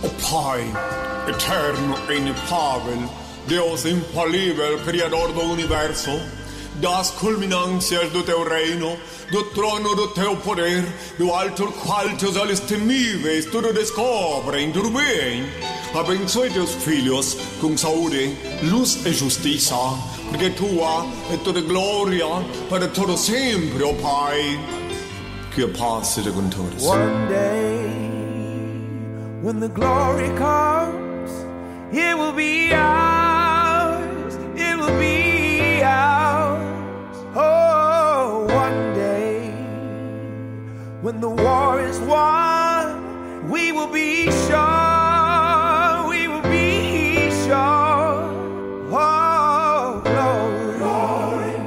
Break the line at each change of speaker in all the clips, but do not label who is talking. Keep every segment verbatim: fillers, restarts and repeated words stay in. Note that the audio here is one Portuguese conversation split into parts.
O Pai, eterno e inefável, Deus infalível, Criador do Universo, das culminâncias do teu reino, do trono do teu poder, do alto qual teus olhos temíveis tudo descobrem, tudo bem. Abençoe teus filhos com saúde, luz e justiça, porque tua é toda glória para todo sempre, ó Pai. Que a paz seja com todos.
One day, when the glory comes, it will be ours, it will be ours. Oh, one day, when the war is won, we will be sure, we will be sure. Oh, glory, glory,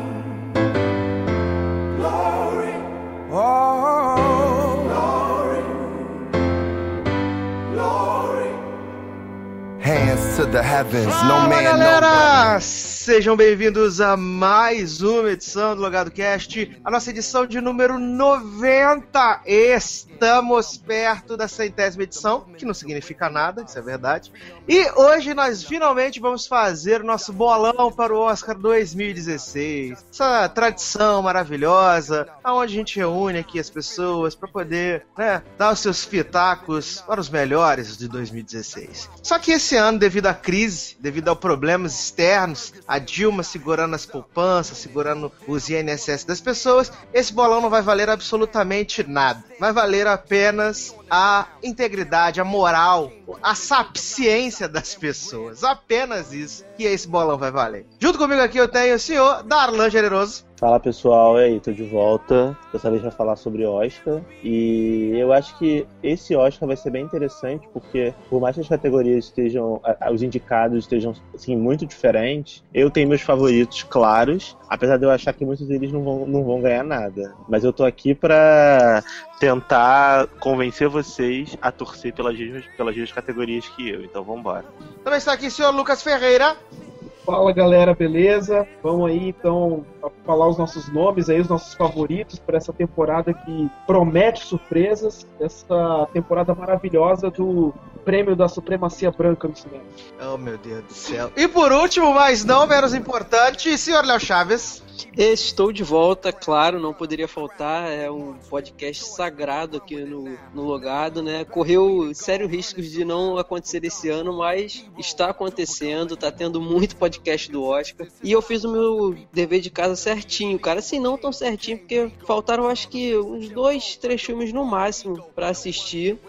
glory. Oh, glory, glory. Hands to the heavens,
Fala,
no man,
galera!
no
Sejam bem-vindos a mais uma edição do Logado Cast, a nossa edição de número noventa. Estamos perto da centésima edição, que não significa nada, isso é verdade. E hoje nós finalmente vamos fazer o nosso bolão para o Oscar dois mil e dezesseis. Essa tradição maravilhosa, onde a gente reúne aqui as pessoas para poder, né, dar os seus pitacos para os melhores de dois mil e dezesseis. Só que esse ano, devido à crise, devido a problemas externos, a Dilma segurando as poupanças, segurando os I N S S das pessoas, esse bolão não vai valer absolutamente nada. Vai valer apenas a integridade, a moral, a sapiência das pessoas. Apenas isso que esse bolão vai valer. Junto comigo aqui eu tenho o senhor Darlan Generoso.
Fala pessoal, e aí, tô de volta. Dessa vez vai falar sobre Oscar. E eu acho que esse Oscar vai ser bem interessante, porque por mais que as categorias estejam, os indicados estejam assim, muito diferentes, eu tenho meus favoritos claros, apesar de eu achar que muitos deles não vão, não vão ganhar nada. Mas eu tô aqui pra tentar convencer vocês a torcer pelas mesmas, pelas mesmas categorias que eu, então vambora.
Também está aqui o senhor Lucas Ferreira.
Fala galera, beleza? Vamos aí então falar os nossos nomes aí, os nossos favoritos para essa temporada que promete surpresas, essa temporada maravilhosa do prêmio da supremacia branca no cinema.
Oh meu Deus do céu. E por último, mas não menos importante, senhor Léo Chaves.
Estou de volta, claro, não poderia faltar, é um podcast sagrado aqui no, no Logado, né? Correu sérios riscos de não acontecer esse ano, mas está acontecendo, tá tendo muito podcast do Oscar, e eu fiz o meu dever de casa certinho, cara, assim, não tão certinho, porque faltaram acho que uns dois, três filmes no máximo para assistir,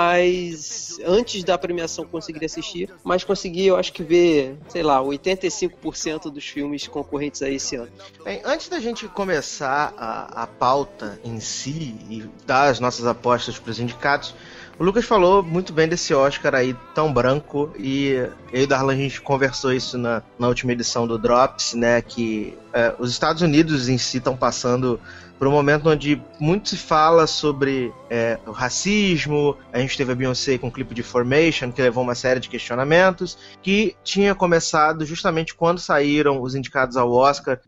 mas antes da premiação consegui assistir, mas consegui, eu acho que ver, sei lá, oitenta e cinco por cento dos filmes concorrentes a esse ano.
Bem, antes da gente começar a, a pauta em si e dar as nossas apostas para os indicados, o Lucas falou muito bem desse Oscar aí tão branco, e eu e o Darlan a gente conversou isso na, na última edição do Drops, né, que é, os Estados Unidos em si estão passando por um momento onde muito se fala sobre é, o racismo. A gente teve a Beyoncé com o clipe de Formation, que levou uma série de questionamentos, que tinha começado justamente quando saíram os indicados ao Oscar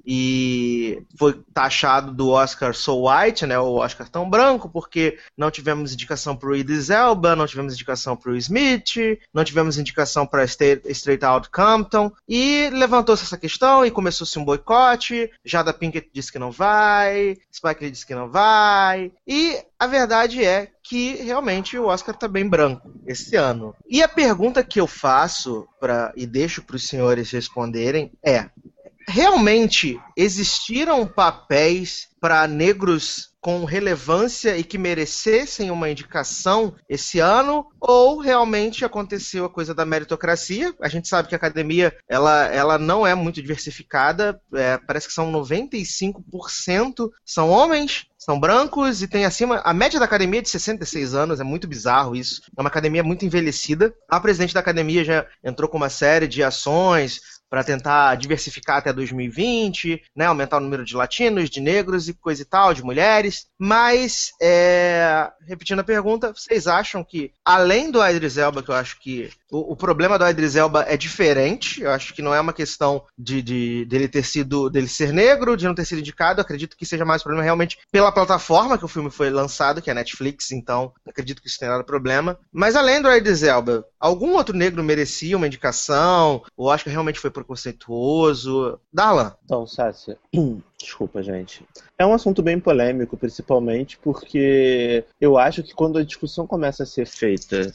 e foi taxado do Oscar So White, né, o Oscar tão branco, porque não tivemos indicação para o Idris Elba, não tivemos indicação para o Smith, não tivemos indicação para Straight Outta Compton, e levantou-se essa questão e começou-se um boicote. Jada Pinkett disse que não vai, Spike Lee disse que não vai, e a verdade é que realmente o Oscar tá bem branco esse ano. E a pergunta que eu faço pra, e deixo para os senhores responderem é: realmente existiram papéis para negros com relevância e que merecessem uma indicação esse ano, ou realmente aconteceu a coisa da meritocracia? A gente sabe que a academia ela, ela não é muito diversificada, é, parece que são noventa e cinco por cento são homens, são brancos, e tem acima, a média da academia é de sessenta e seis anos, é muito bizarro isso, é uma academia muito envelhecida. A presidente da academia já entrou com uma série de ações para tentar diversificar até dois mil e vinte, né, aumentar o número de latinos, de negros e coisa e tal, de mulheres. Mas, é, repetindo a pergunta, vocês acham que, além do Idris Elba, que eu acho que o, o problema do Idris Elba é diferente, eu acho que não é uma questão de, de dele ter sido, dele ser negro, de não ter sido indicado, eu acredito que seja mais problema realmente pela plataforma que o filme foi lançado, que é a Netflix, então acredito que isso tenha dado problema. Mas além do Idris Elba, algum outro negro merecia uma indicação? O Oscar realmente foi preconceituoso? Darlan?
Então, Sácia, desculpa, gente. É um assunto bem polêmico, principalmente porque eu acho que quando a discussão começa a ser feita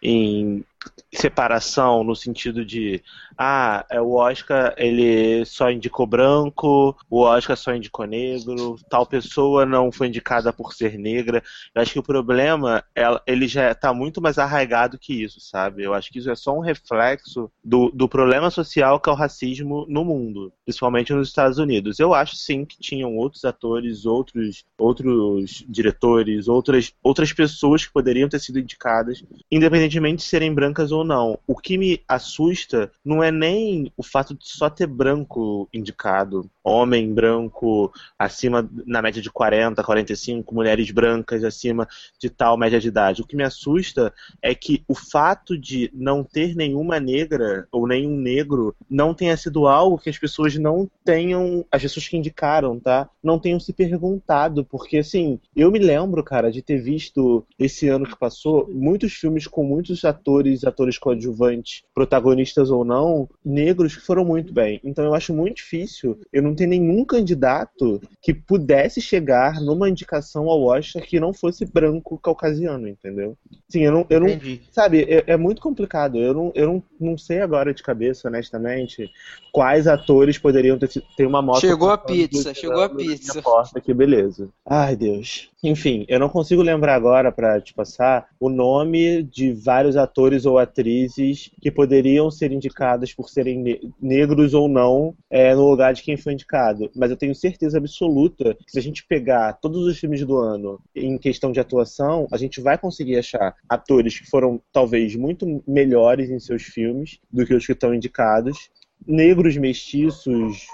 em separação, no sentido de ah, o Oscar ele só indicou branco, o Oscar só indicou negro, tal pessoa não foi indicada por ser negra. Eu acho que o problema ela, ele já está muito mais arraigado que isso, sabe? Eu acho que isso é só um reflexo do, do problema social que é o racismo no mundo, principalmente nos Estados Unidos. Eu acho sim que tinham outros atores, outros, outros diretores, outras, outras pessoas que poderiam ter sido indicadas, independentemente de serem brancas ou não. O que me assusta não é nem o fato de só ter branco indicado, homem branco acima na média de quarenta, quarenta e cinco, mulheres brancas acima de tal média de idade. O que me assusta é que o fato de não ter nenhuma negra ou nenhum negro não tenha sido algo que as pessoas não tenham, as pessoas que indicaram, tá? Não tenham se perguntado, porque assim, eu me lembro, cara, de ter visto esse ano que passou muitos filmes com muitos atores, atores coadjuvantes, protagonistas ou não, negros que foram muito bem. Então eu acho muito difícil eu não ter nenhum candidato que pudesse chegar numa indicação ao Oscar que não fosse branco caucasiano, entendeu? Sim, eu não, eu não sabe, é, é muito complicado. Eu não, eu não, não sei agora de cabeça, honestamente, quais atores poderiam ter, ter uma moto.
Chegou a pizza, chegou a pizza.
Porta, que beleza. Ai, Deus. Enfim, eu não consigo lembrar agora, pra te passar, o nome de vários atores ou atrizes que poderiam ser indicadas por serem ne- negros ou não é, no lugar de quem foi indicado. Mas eu tenho certeza absoluta que se a gente pegar todos os filmes do ano em questão de atuação, a gente vai conseguir achar atores que foram talvez muito melhores em seus filmes do que os que estão indicados, negros mestiços,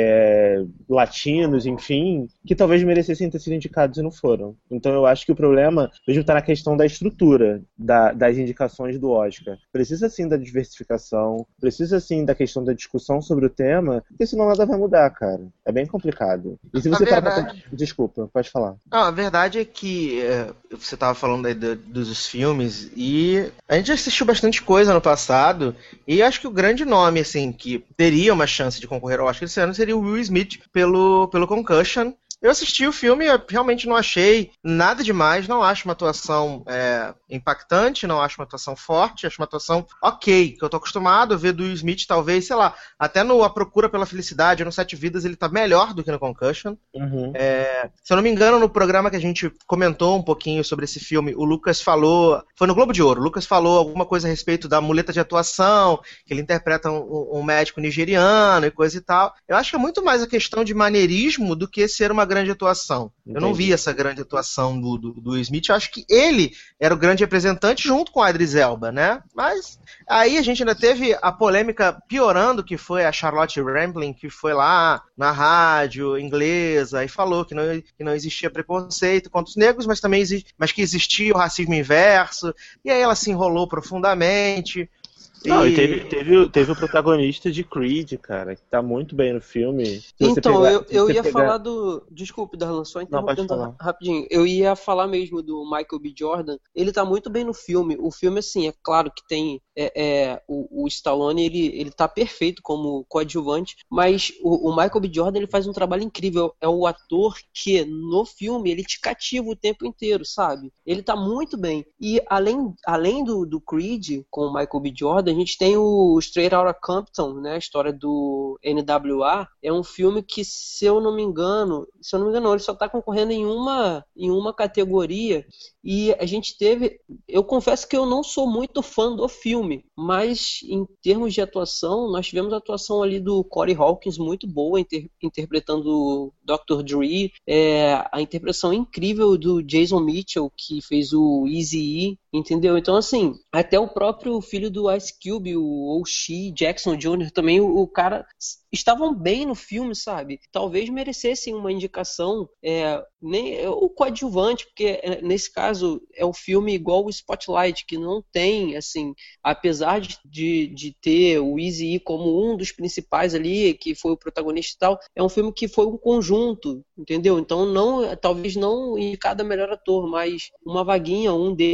É, latinos, enfim, que talvez merecessem ter sido indicados e não foram. Então eu acho que o problema mesmo está na questão da estrutura da, das indicações do Oscar. Precisa sim da diversificação, precisa sim da questão da discussão sobre o tema, porque senão nada vai mudar, cara. É bem complicado. E se você
A verdade...
parar pra... Desculpa, pode falar.
Não, a verdade é que é, você estava falando aí do, dos filmes e a gente assistiu bastante coisa no passado e acho que o grande nome, assim, que teria uma chance de concorrer ao Oscar esse ano seria o Will Smith pelo, pelo Concussion. Eu assisti o filme e realmente não achei nada demais, não acho uma atuação é, impactante, não acho uma atuação forte, acho uma atuação ok, que eu tô acostumado a ver do Will Smith, talvez, sei lá, até no A Procura pela Felicidade, no Sete Vidas, ele tá melhor do que no Concussion.
Uhum.
É, se eu não me engano, no programa que a gente comentou um pouquinho sobre esse filme, o Lucas falou, foi no Globo de Ouro, o Lucas falou alguma coisa a respeito da muleta de atuação, que ele interpreta um, um médico nigeriano e coisa e tal. Eu acho que é muito mais a questão de maneirismo do que ser uma grande atuação. Entendi. Eu não vi essa grande atuação do, do, do Smith. Eu acho que ele era o grande representante junto com a Idris Elba, né? Mas aí a gente ainda teve a polêmica piorando, que foi a Charlotte Rampling, que foi lá na rádio inglesa e falou que não, que não existia preconceito contra os negros, mas também existe, mas que existia o racismo inverso. E aí ela se enrolou profundamente.
Não, e, e teve, teve, teve o protagonista de Creed, cara, que tá muito bem no filme. Se
então,
pegar,
eu, eu ia
pegar...
falar do... Desculpe, Darlan, só interrompendo rapidinho. Eu ia falar mesmo do Michael B. Jordan. Ele tá muito bem no filme. O filme, assim, é claro que tem... É, é, o, o Stallone, ele, ele tá perfeito como coadjuvante, mas o, o Michael B. Jordan, ele faz um trabalho incrível. É o ator que, no filme, ele te cativa o tempo inteiro, sabe? Ele tá muito bem. E além, além do, do Creed, com o Michael B. Jordan, a gente tem o Straight Outta Compton, né, a história do N W A. É um filme que, se eu não me engano, se eu não me engano, ele só está concorrendo em uma, em uma categoria. E a gente teve... Eu confesso que eu não sou muito fã do filme, mas em termos de atuação, nós tivemos a atuação ali do Corey Hawkins muito boa, inter, interpretando o doutor Dre, é, a interpretação incrível do Jason Mitchell, que fez o Eazy-E, entendeu? Então, assim, até o próprio filho do Ice Cube, o O'Shea Jackson Júnior, também o, o cara... estavam bem no filme, sabe? Talvez merecessem uma indicação, é, nem, o coadjuvante, porque é, nesse caso é um filme igual o Spotlight, que não tem, assim, apesar de, de, de ter o Eazy-E como um dos principais ali, que foi o protagonista e tal, é um filme que foi um conjunto, entendeu? Então, não, talvez não indicado a melhor ator, mas uma vaguinha, um deles poderia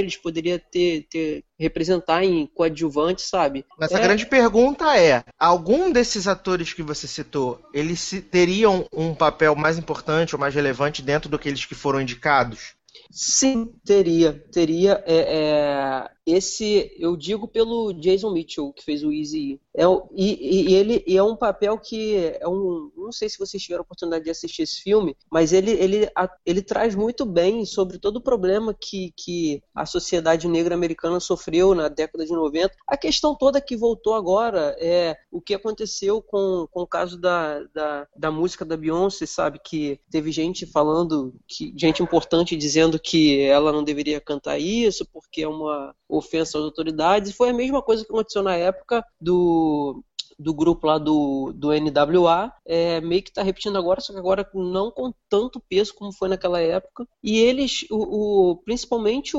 poderia ter, ter representar em coadjuvante, sabe?
Mas
é...
a grande pergunta é, algum desses atores que você citou, eles se, teriam um papel mais importante ou mais relevante dentro daqueles que foram indicados?
Sim, teria. Teria. É, é, esse, eu digo pelo Jason Mitchell, que fez o Easy. É, e, e ele e é um papel que é um. Não sei se vocês tiveram a oportunidade de assistir esse filme, mas ele, ele, ele traz muito bem sobre todo o problema que, que a sociedade negra americana sofreu na década de noventa. A questão toda que voltou agora é o que aconteceu com, com o caso da, da, da música da Beyoncé, sabe? Que teve gente falando, que, gente importante dizendo que ela não deveria cantar isso porque é uma ofensa às autoridades, e foi a mesma coisa que aconteceu na época do, do grupo lá do, do N W A, é, meio que tá repetindo agora, só que agora não com tanto peso como foi naquela época, e eles, o, o, principalmente o,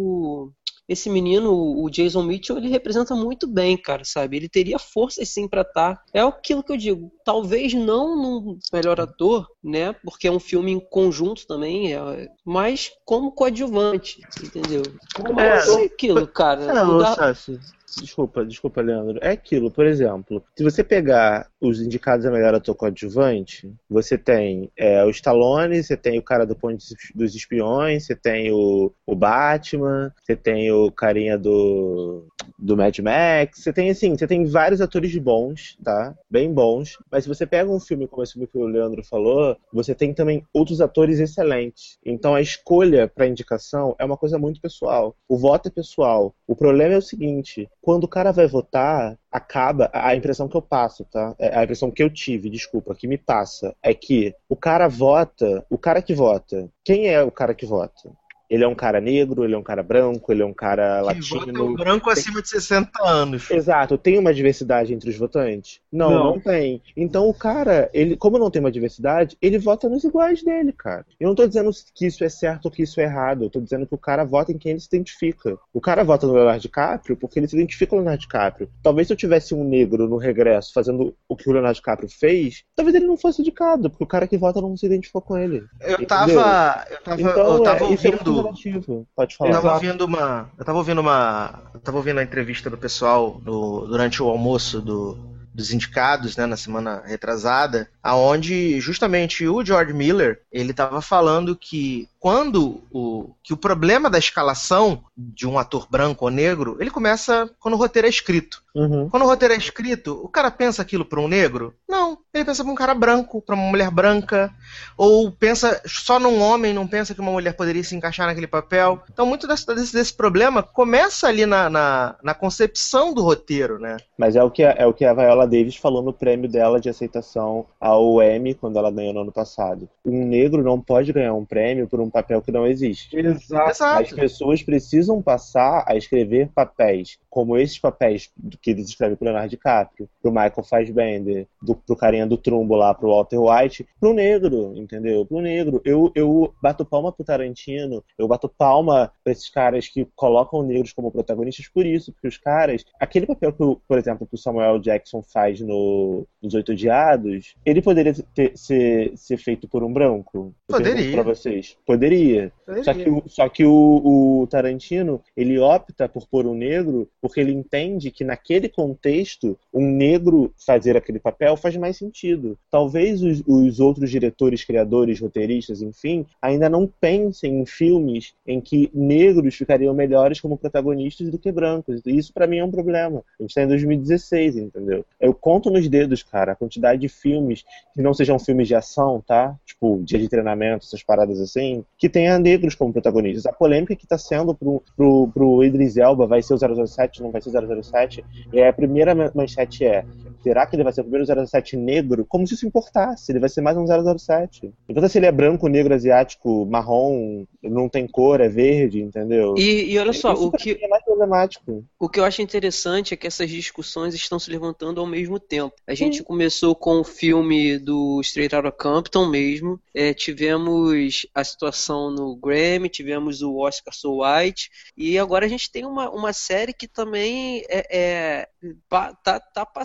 o esse menino, o Jason Mitchell, ele representa muito bem, cara, sabe? Ele teria força sim pra estar. É aquilo que eu digo, talvez não no melhor ator, né? Porque é um filme em conjunto também, é... mas como coadjuvante, entendeu? Como é aquilo, cara?
Não,
dá...
Sassi, desculpa, desculpa, Leandro. É aquilo, por exemplo, se você pegar os indicados a melhor ator coadjuvante, você tem é, o Stallone, você tem o cara do Ponte dos Espiões, você tem o, o Batman, você tem o carinha do, do Mad Max, você tem assim, você tem vários atores bons, tá? Bem bons, mas se você pega um filme como esse filme que o Leandro falou, você tem também outros atores excelentes. Então a escolha para indicação é uma coisa muito pessoal. O voto é pessoal. O problema é o seguinte, quando o cara vai votar, acaba, a impressão que eu passo, tá? A impressão que eu tive, desculpa, que me passa, é que o cara vota, o cara que vota, quem é o cara que vota? Ele é um cara negro, ele é um cara branco, ele é um cara
que
latino.
Vota é um branco acima de sessenta anos.
Exato. Tem uma diversidade entre os votantes? Não, não, não tem. Então o cara, ele, como não tem uma diversidade, ele vota nos iguais dele, cara. Eu não tô dizendo que isso é certo ou que isso é errado. Eu tô dizendo que o cara vota em quem ele se identifica. O cara vota no Leonardo DiCaprio porque ele se identifica com o Leonardo DiCaprio. Talvez se eu tivesse um negro no Regresso fazendo o que o Leonardo DiCaprio fez, talvez ele não fosse indicado, porque o cara que vota não se identificou com ele.
Eu tava, eu tava,
então,
eu tava
é,
ouvindo...
Pode falar.
Eu tava ouvindo uma. Eu tava ouvindo uma. Eu tava ouvindo a entrevista do pessoal no, durante o almoço do, dos indicados, né, na semana retrasada, aonde justamente o George Miller, ele tava falando que quando o, que o problema da escalação de um ator branco ou negro, ele começa quando o roteiro é escrito.
Uhum.
Quando o roteiro é escrito, o cara pensa aquilo para um negro? Não, ele pensa para um cara branco, para uma mulher branca, ou pensa só num homem, não pensa que uma mulher poderia se encaixar naquele papel. Então muito desse, desse, desse problema começa ali na, na, na concepção do roteiro, né?
Mas é o, que a, é o que a Viola Davis falou no prêmio dela de aceitação ao Emmy, quando ela ganhou no ano passado. Um negro não pode ganhar um prêmio por um papel que não existe.
Exato.
As pessoas precisam passar a escrever papéis, como esses papéis que eles escrevem pro Leonardo DiCaprio, pro Michael Fassbender, do, pro carinha do Trumbo lá, pro Walter White, pro negro, entendeu? Pro negro. Eu, eu bato palma pro Tarantino, eu bato palma pra esses caras que colocam negros como protagonistas por isso, porque os caras, aquele papel que, por exemplo, que o Samuel Jackson faz no, nos Oito Odiados, ele poderia ter, ser, ser feito por um branco? Eu
poderia.
Pra vocês. Poderia.
poderia.
Só que, o, só que o, o Tarantino, ele opta por pôr um negro porque ele entende que naquele contexto, um negro fazer aquele papel faz mais sentido. Talvez os, os outros diretores, criadores, roteiristas, enfim, ainda não pensem em filmes em que negros ficariam melhores como protagonistas do que brancos. E isso pra mim é um problema. A gente tá em dois mil e dezesseis, entendeu? Eu conto nos dedos, cara, a quantidade de filmes que não sejam filmes de ação, tá? Tipo, dia de treinamento, essas paradas assim, que tenha negros como protagonistas. A polêmica que tá sendo pro, pro, pro Idris Elba, vai ser o zero zero sete, não vai ser o zero zero sete, é a primeira manchete é: será que ele vai ser o primeiro zero zero sete negro? Como se isso importasse, ele vai ser mais um zero zero sete. Então se ele é branco, negro, asiático, marrom, não tem cor, é verde, entendeu?
E, e olha só,
isso
o que
é mais problemático.
O que eu acho interessante é que essas discussões estão se levantando ao mesmo tempo. A gente
Sim.
começou com o filme do Straight Outta Compton mesmo, é, tivemos a situação no Grammy, tivemos o Oscar So White, e agora a gente tem uma, uma série que também é, é, tá, tá passando aí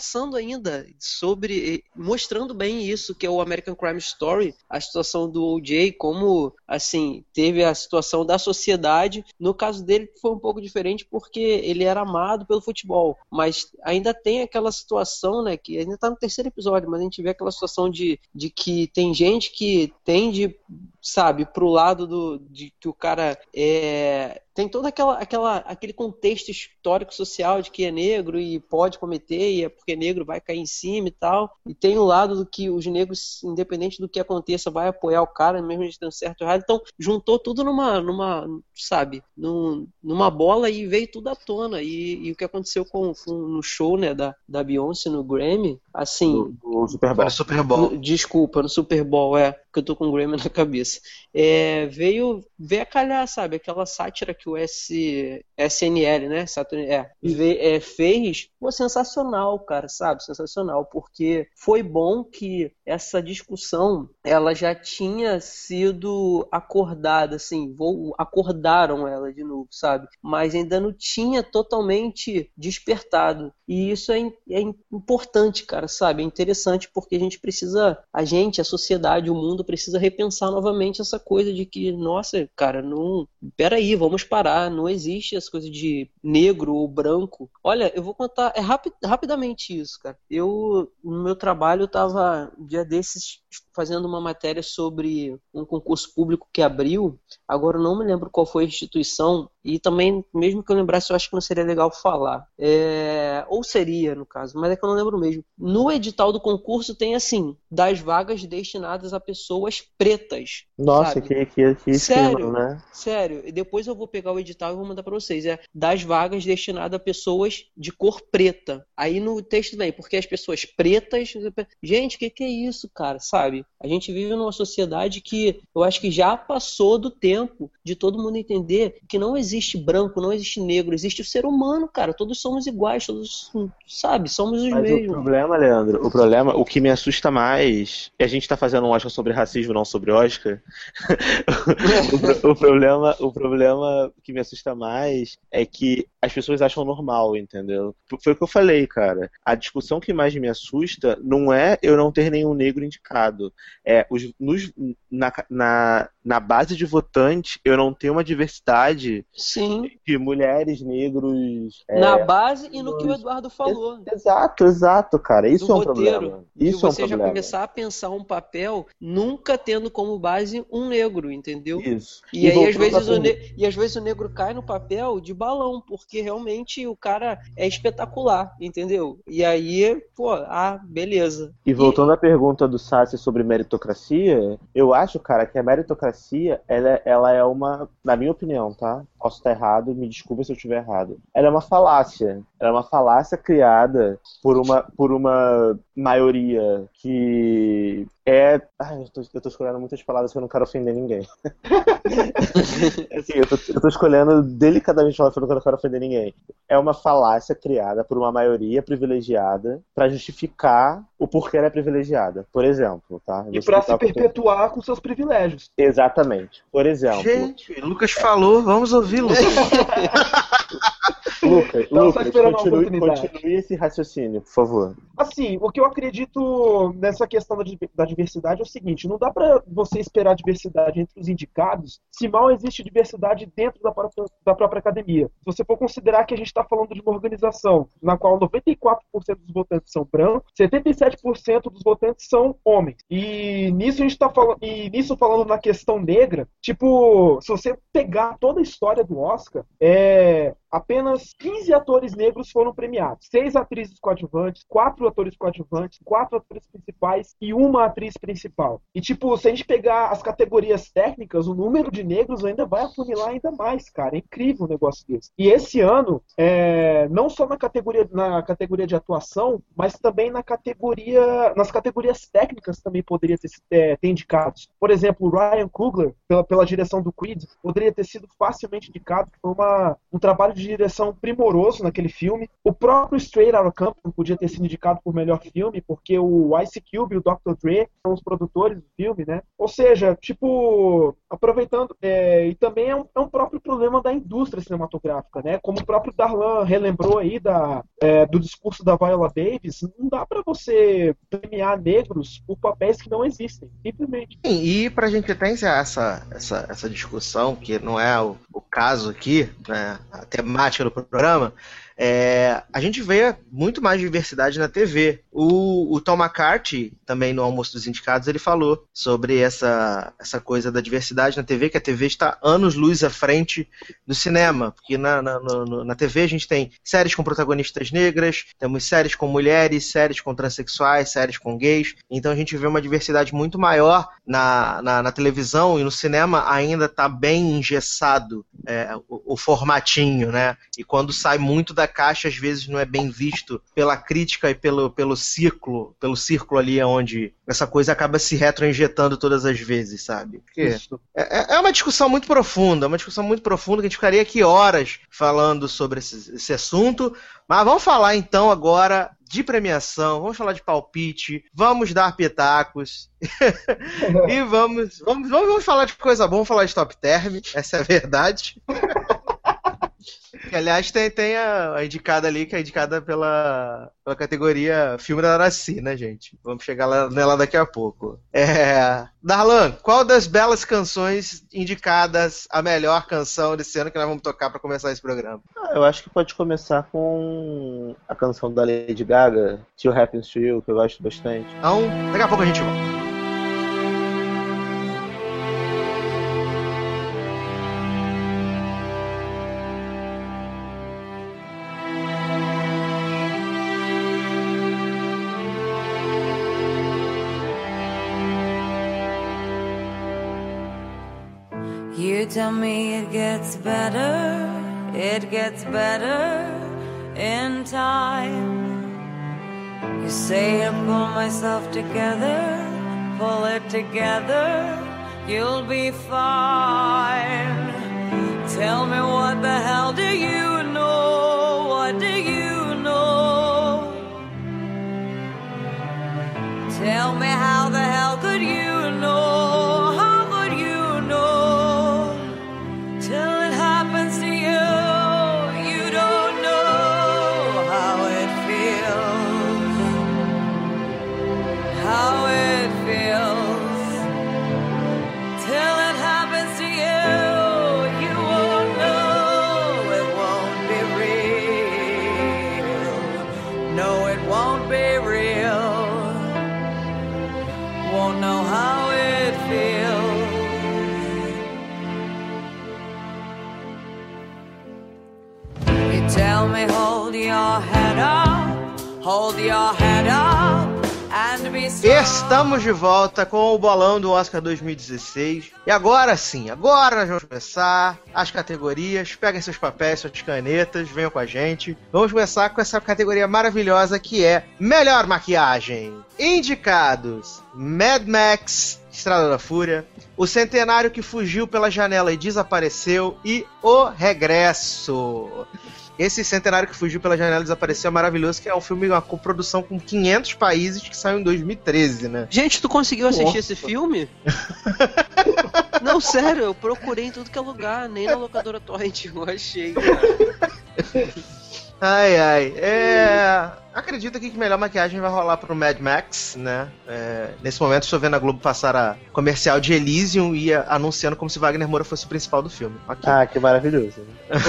ainda sobre, mostrando bem isso, que é o American Crime Story, a situação do O J, como, assim, teve a situação da sociedade. No caso dele foi um pouco diferente porque ele era amado pelo futebol, mas ainda tem aquela situação, né, que ainda tá no terceiro episódio, mas a gente vê aquela situação de, de que tem gente que tende, sabe, pro lado do, de que o cara é... tem todo aquela, aquela, aquele contexto histórico-social de que é negro e pode cometer, e é porque negro vai cair em cima e tal. E tem o lado do que os negros, independente do que aconteça, vai apoiar o cara, mesmo eles tendo certo ou errado. Então, juntou tudo numa, numa sabe, num, numa bola e veio tudo à tona. E, e o que aconteceu com, com, no show, né, da, da Beyoncé no Grammy, assim...
No, no Super Bowl.
No Super Bowl.
No, desculpa, no Super Bowl, é, que eu tô com o Grammy na cabeça. É, veio, veio a calhar, sabe, aquela sátira que o S, S N L, né, Saturn, é, ve, é, fez, pô, sensacional, cara, sabe, sensacional, porque foi bom que essa discussão, ela já tinha sido acordada, assim, vou, acordaram ela de novo, sabe, mas ainda não tinha totalmente despertado, e isso é, é importante, cara, sabe, é interessante porque a gente precisa, a gente, a sociedade, o mundo precisa repensar novamente essa coisa de que, nossa, cara, não, peraí, vamos parar, não existe essa coisa de negro ou branco. Olha, eu vou contar, é rapi, rapidamente isso, cara. Eu, no meu trabalho, eu tava, um dia desses, fazendo uma matéria sobre um concurso público que abriu, agora eu não me lembro qual foi a instituição, e também, mesmo que eu lembrasse, eu acho que não seria legal falar. É, ou seria, no caso, mas é que eu não lembro mesmo. No edital do concurso tem, assim, das vagas destinadas a pessoas pretas.
Nossa,
sabe?
que, que, que
Sério,
esquema, né?
Sério, e depois eu vou pegar o edital e vou mandar pra vocês. É das vagas destinadas a pessoas de cor preta. Aí no texto vem, porque as pessoas pretas... Gente, o que, que é isso, cara, sabe? A gente vive numa sociedade que eu acho que já passou do tempo de todo mundo entender que não existe branco, não existe negro, existe o ser humano, cara. Todos somos iguais, todos, sabe? Somos os
Mas
mesmos.
o problema, Leandro, o problema, o que me assusta mais, e a gente tá fazendo um Oscar sobre racismo, não sobre Oscar, o, o, problema, o problema que me assusta mais é que as pessoas acham normal, entendeu? Foi o que eu falei, cara. A discussão que mais me assusta não é eu não ter nenhum negro indicado. É, os, nos, na, na, na base de votantes, eu não tenho uma diversidade
Sim.
de mulheres, negros...
Na
é,
base e no que o Eduardo falou.
Exato, exato, cara. Isso
do
é um
roteiro,
problema. Isso
de
é um
você já
problema.
começar a pensar um papel nunca tendo como base um negro, entendeu?
Isso.
E,
E
aí às
voltando
vezes
à
o ne... e às vezes o negro cai no papel de balão, porque realmente o cara é espetacular, entendeu? E aí, pô, ah, beleza.
E voltando à pergunta do Sassi sobre meritocracia, eu acho, cara, que a meritocracia, ela, ela é uma, na minha opinião, tá? Posso estar errado, me desculpa se eu estiver errado. Ela é uma falácia. Ela é uma falácia criada por uma, por uma maioria que é... Ai, eu tô, eu tô escolhendo muitas palavras que eu não quero ofender ninguém. Assim, eu, tô, eu tô escolhendo delicadamente palavras que eu não quero ofender ninguém. É uma falácia criada por uma maioria privilegiada para justificar o porquê ela é privilegiada. Por exemplo, tá?
E para se perpetuar com seus privilégios.
Exatamente. Por exemplo...
Gente, Lucas falou, vamos ouvir, Lucas.
Lucas,
então,
Lucas continue, continue esse raciocínio, por favor.
Assim, o que eu acredito nessa questão da, da diversidade é o seguinte, não dá pra você esperar diversidade entre os indicados se mal existe diversidade dentro da própria, da própria academia. Se você for considerar que a gente está falando de uma organização na qual noventa e quatro por cento dos votantes são brancos, setenta e sete por cento dos votantes são homens. E nisso a gente tá falando, e nisso falando na questão negra, tipo, se você pegar toda a história do Oscar, é... apenas quinze atores negros foram premiados. seis atrizes coadjuvantes, quatro atores coadjuvantes, quatro atores principais e uma atriz principal. E, tipo, se a gente pegar as categorias técnicas, o número de negros ainda vai afunilar ainda mais, cara. É incrível um negócio desse. E esse ano, é, não só na categoria, na categoria de atuação, mas também na categoria, nas categorias técnicas também poderia ter, é, ter indicados. Por exemplo, o Ryan Coogler, pela, pela direção do Creed, poderia ter sido facilmente indicado, que foi uma, um trabalho de de direção primoroso naquele filme. O próprio Straight Outta Compton podia ter sido indicado por melhor filme, porque o Ice Cube e o doutor Dre são os produtores do filme, né? Ou seja, tipo, aproveitando... É, e também é um, é um próprio problema da indústria cinematográfica, né? Como o próprio Darlan relembrou aí da, é, do discurso da Viola Davis, não dá pra você premiar negros por papéis que não existem, simplesmente.
Sim, e pra gente até encerrar essa, essa, essa discussão, que não é o, o caso aqui, né, a temática do programa, é, a gente vê muito mais diversidade na T V. O, o Tom McCarthy, também no Almoço dos Indicados, ele falou sobre essa, essa coisa da diversidade na T V, que a T V está anos-luz à frente do cinema, porque na, na, no, na T V a gente tem séries com protagonistas negras, temos séries com mulheres, séries com transexuais, séries com gays, então a gente vê uma diversidade muito maior na, na, na televisão, e no cinema ainda está bem engessado é, o, o formatinho, né? E quando sai muito da caixa, às vezes não é bem visto pela crítica e pelo, pelo círculo, pelo círculo ali onde essa coisa acaba se retroinjetando todas as vezes, sabe? Porque é, é uma discussão muito profunda, uma discussão muito profunda que a gente ficaria aqui horas falando sobre esse, esse assunto, mas vamos falar então agora de premiação, vamos falar de palpite, vamos dar pitacos e vamos, vamos, vamos falar de coisa boa, vamos falar de top term, essa é a verdade. Que, aliás, tem, tem a, a indicada ali, que é indicada pela, pela categoria Filme da Araci, né, gente? Vamos chegar lá, nela daqui a pouco. É... Darlan, qual das belas canções indicadas a melhor canção desse ano que nós vamos tocar para começar esse programa?
Ah, eu acho que pode começar com a canção da Lady Gaga, Till Happens to You, que eu gosto bastante.
Então, daqui a pouco a gente volta.
You tell me it gets better, it gets better in time. You say I pull myself together, pull it together, you'll be fine. Tell me what the hell do you know, what do you know? Tell me how the hell could you know? Tell me, hold your head up, hold your head up and be strong.
Estamos de volta com o bolão do Oscar dois mil e dezesseis. E agora sim, agora nós vamos começar as categorias. Peguem seus papéis, suas canetas, venham com a gente. Vamos começar com essa categoria maravilhosa que é Melhor Maquiagem. Indicados: Mad Max, Estrada da Fúria, O Centenário que Fugiu pela Janela e Desapareceu e O Regresso. Esse Centenário que Fugiu pela Janela e Desapareceu é maravilhoso, que é um filme, uma coprodução com quinhentos países que saiu em dois mil e treze, né?
Gente, tu conseguiu assistir
Nossa.
esse filme? Não, sério, eu procurei em tudo que é lugar, nem na locadora torrent eu achei, cara.
Ai, ai. É... Acredito aqui que melhor maquiagem vai rolar pro Mad Max, né? É... Nesse momento estou vendo a Globo passar a comercial de Elysium e a... anunciando como se Wagner Moura fosse o principal do filme. Okay.
Ah, que maravilhoso.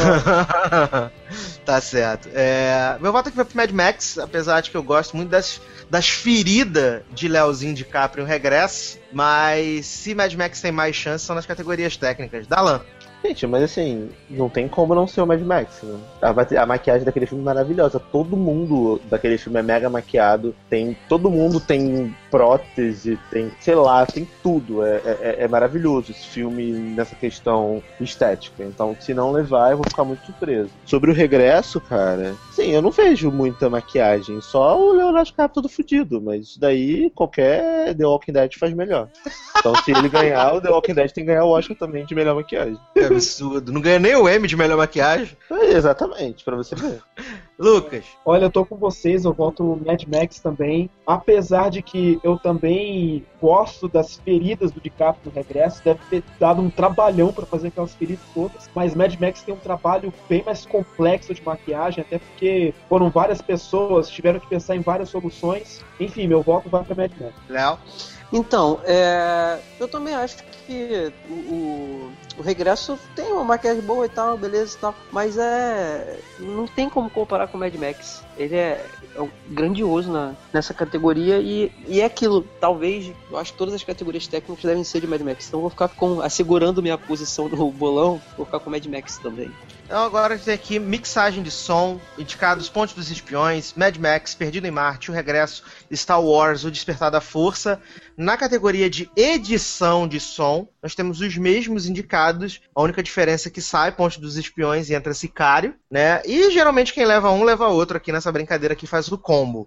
Tá certo. É... Meu voto aqui vai pro Mad Max, apesar de que eu gosto muito das, das feridas de Leozinho DiCaprio em Regresso, mas se Mad Max tem mais chance são nas categorias técnicas. Dalan.
Gente, mas assim, não tem como não ser o Mad Max, né? A, a maquiagem daquele filme é maravilhosa. Todo mundo daquele filme é mega maquiado. Tem, todo mundo tem prótese, tem, sei lá, tem tudo. É, é, é maravilhoso esse filme nessa questão estética. Então, se não levar, eu vou ficar muito surpreso. Sobre o Regresso, cara, sim, eu não vejo muita maquiagem. Só o Leonardo DiCaprio todo fudido. Mas isso daí, qualquer The Walking Dead faz melhor. Então, se ele ganhar, o The Walking Dead tem que ganhar o Oscar também de melhor maquiagem.
Que absurdo. Não ganha nem o M de melhor maquiagem.
É, exatamente, pra você ver.
Lucas.
Olha, eu tô com vocês, eu voto Mad Max também. Apesar de que eu também gosto das feridas do DiCaprio no Regresso, deve ter dado um trabalhão pra fazer aquelas feridas todas, mas Mad Max tem um trabalho bem mais complexo de maquiagem, até porque foram várias pessoas, tiveram que pensar em várias soluções. Enfim, meu voto vai pra Mad Max.
Léo.
Então, é, eu também acho que o, o, o Regresso tem uma maquiagem boa e tal, beleza e tal, mas é não tem como comparar com o Mad Max. Ele é, é um grandioso na, nessa categoria e, e é aquilo, talvez, eu acho que todas as categorias técnicas devem ser de Mad Max, então eu vou ficar com, assegurando minha posição no bolão, vou ficar com o Mad Max também.
Então agora a gente tem aqui mixagem de som, indicados Ponte dos Espiões, Mad Max, Perdido em Marte, O Regresso, Star Wars, O Despertar da Força. Na categoria de edição de som, nós temos os mesmos indicados, a única diferença é que sai Ponte dos Espiões e entra Sicário, né? E geralmente quem leva um leva outro aqui nessa brincadeira que faz o combo.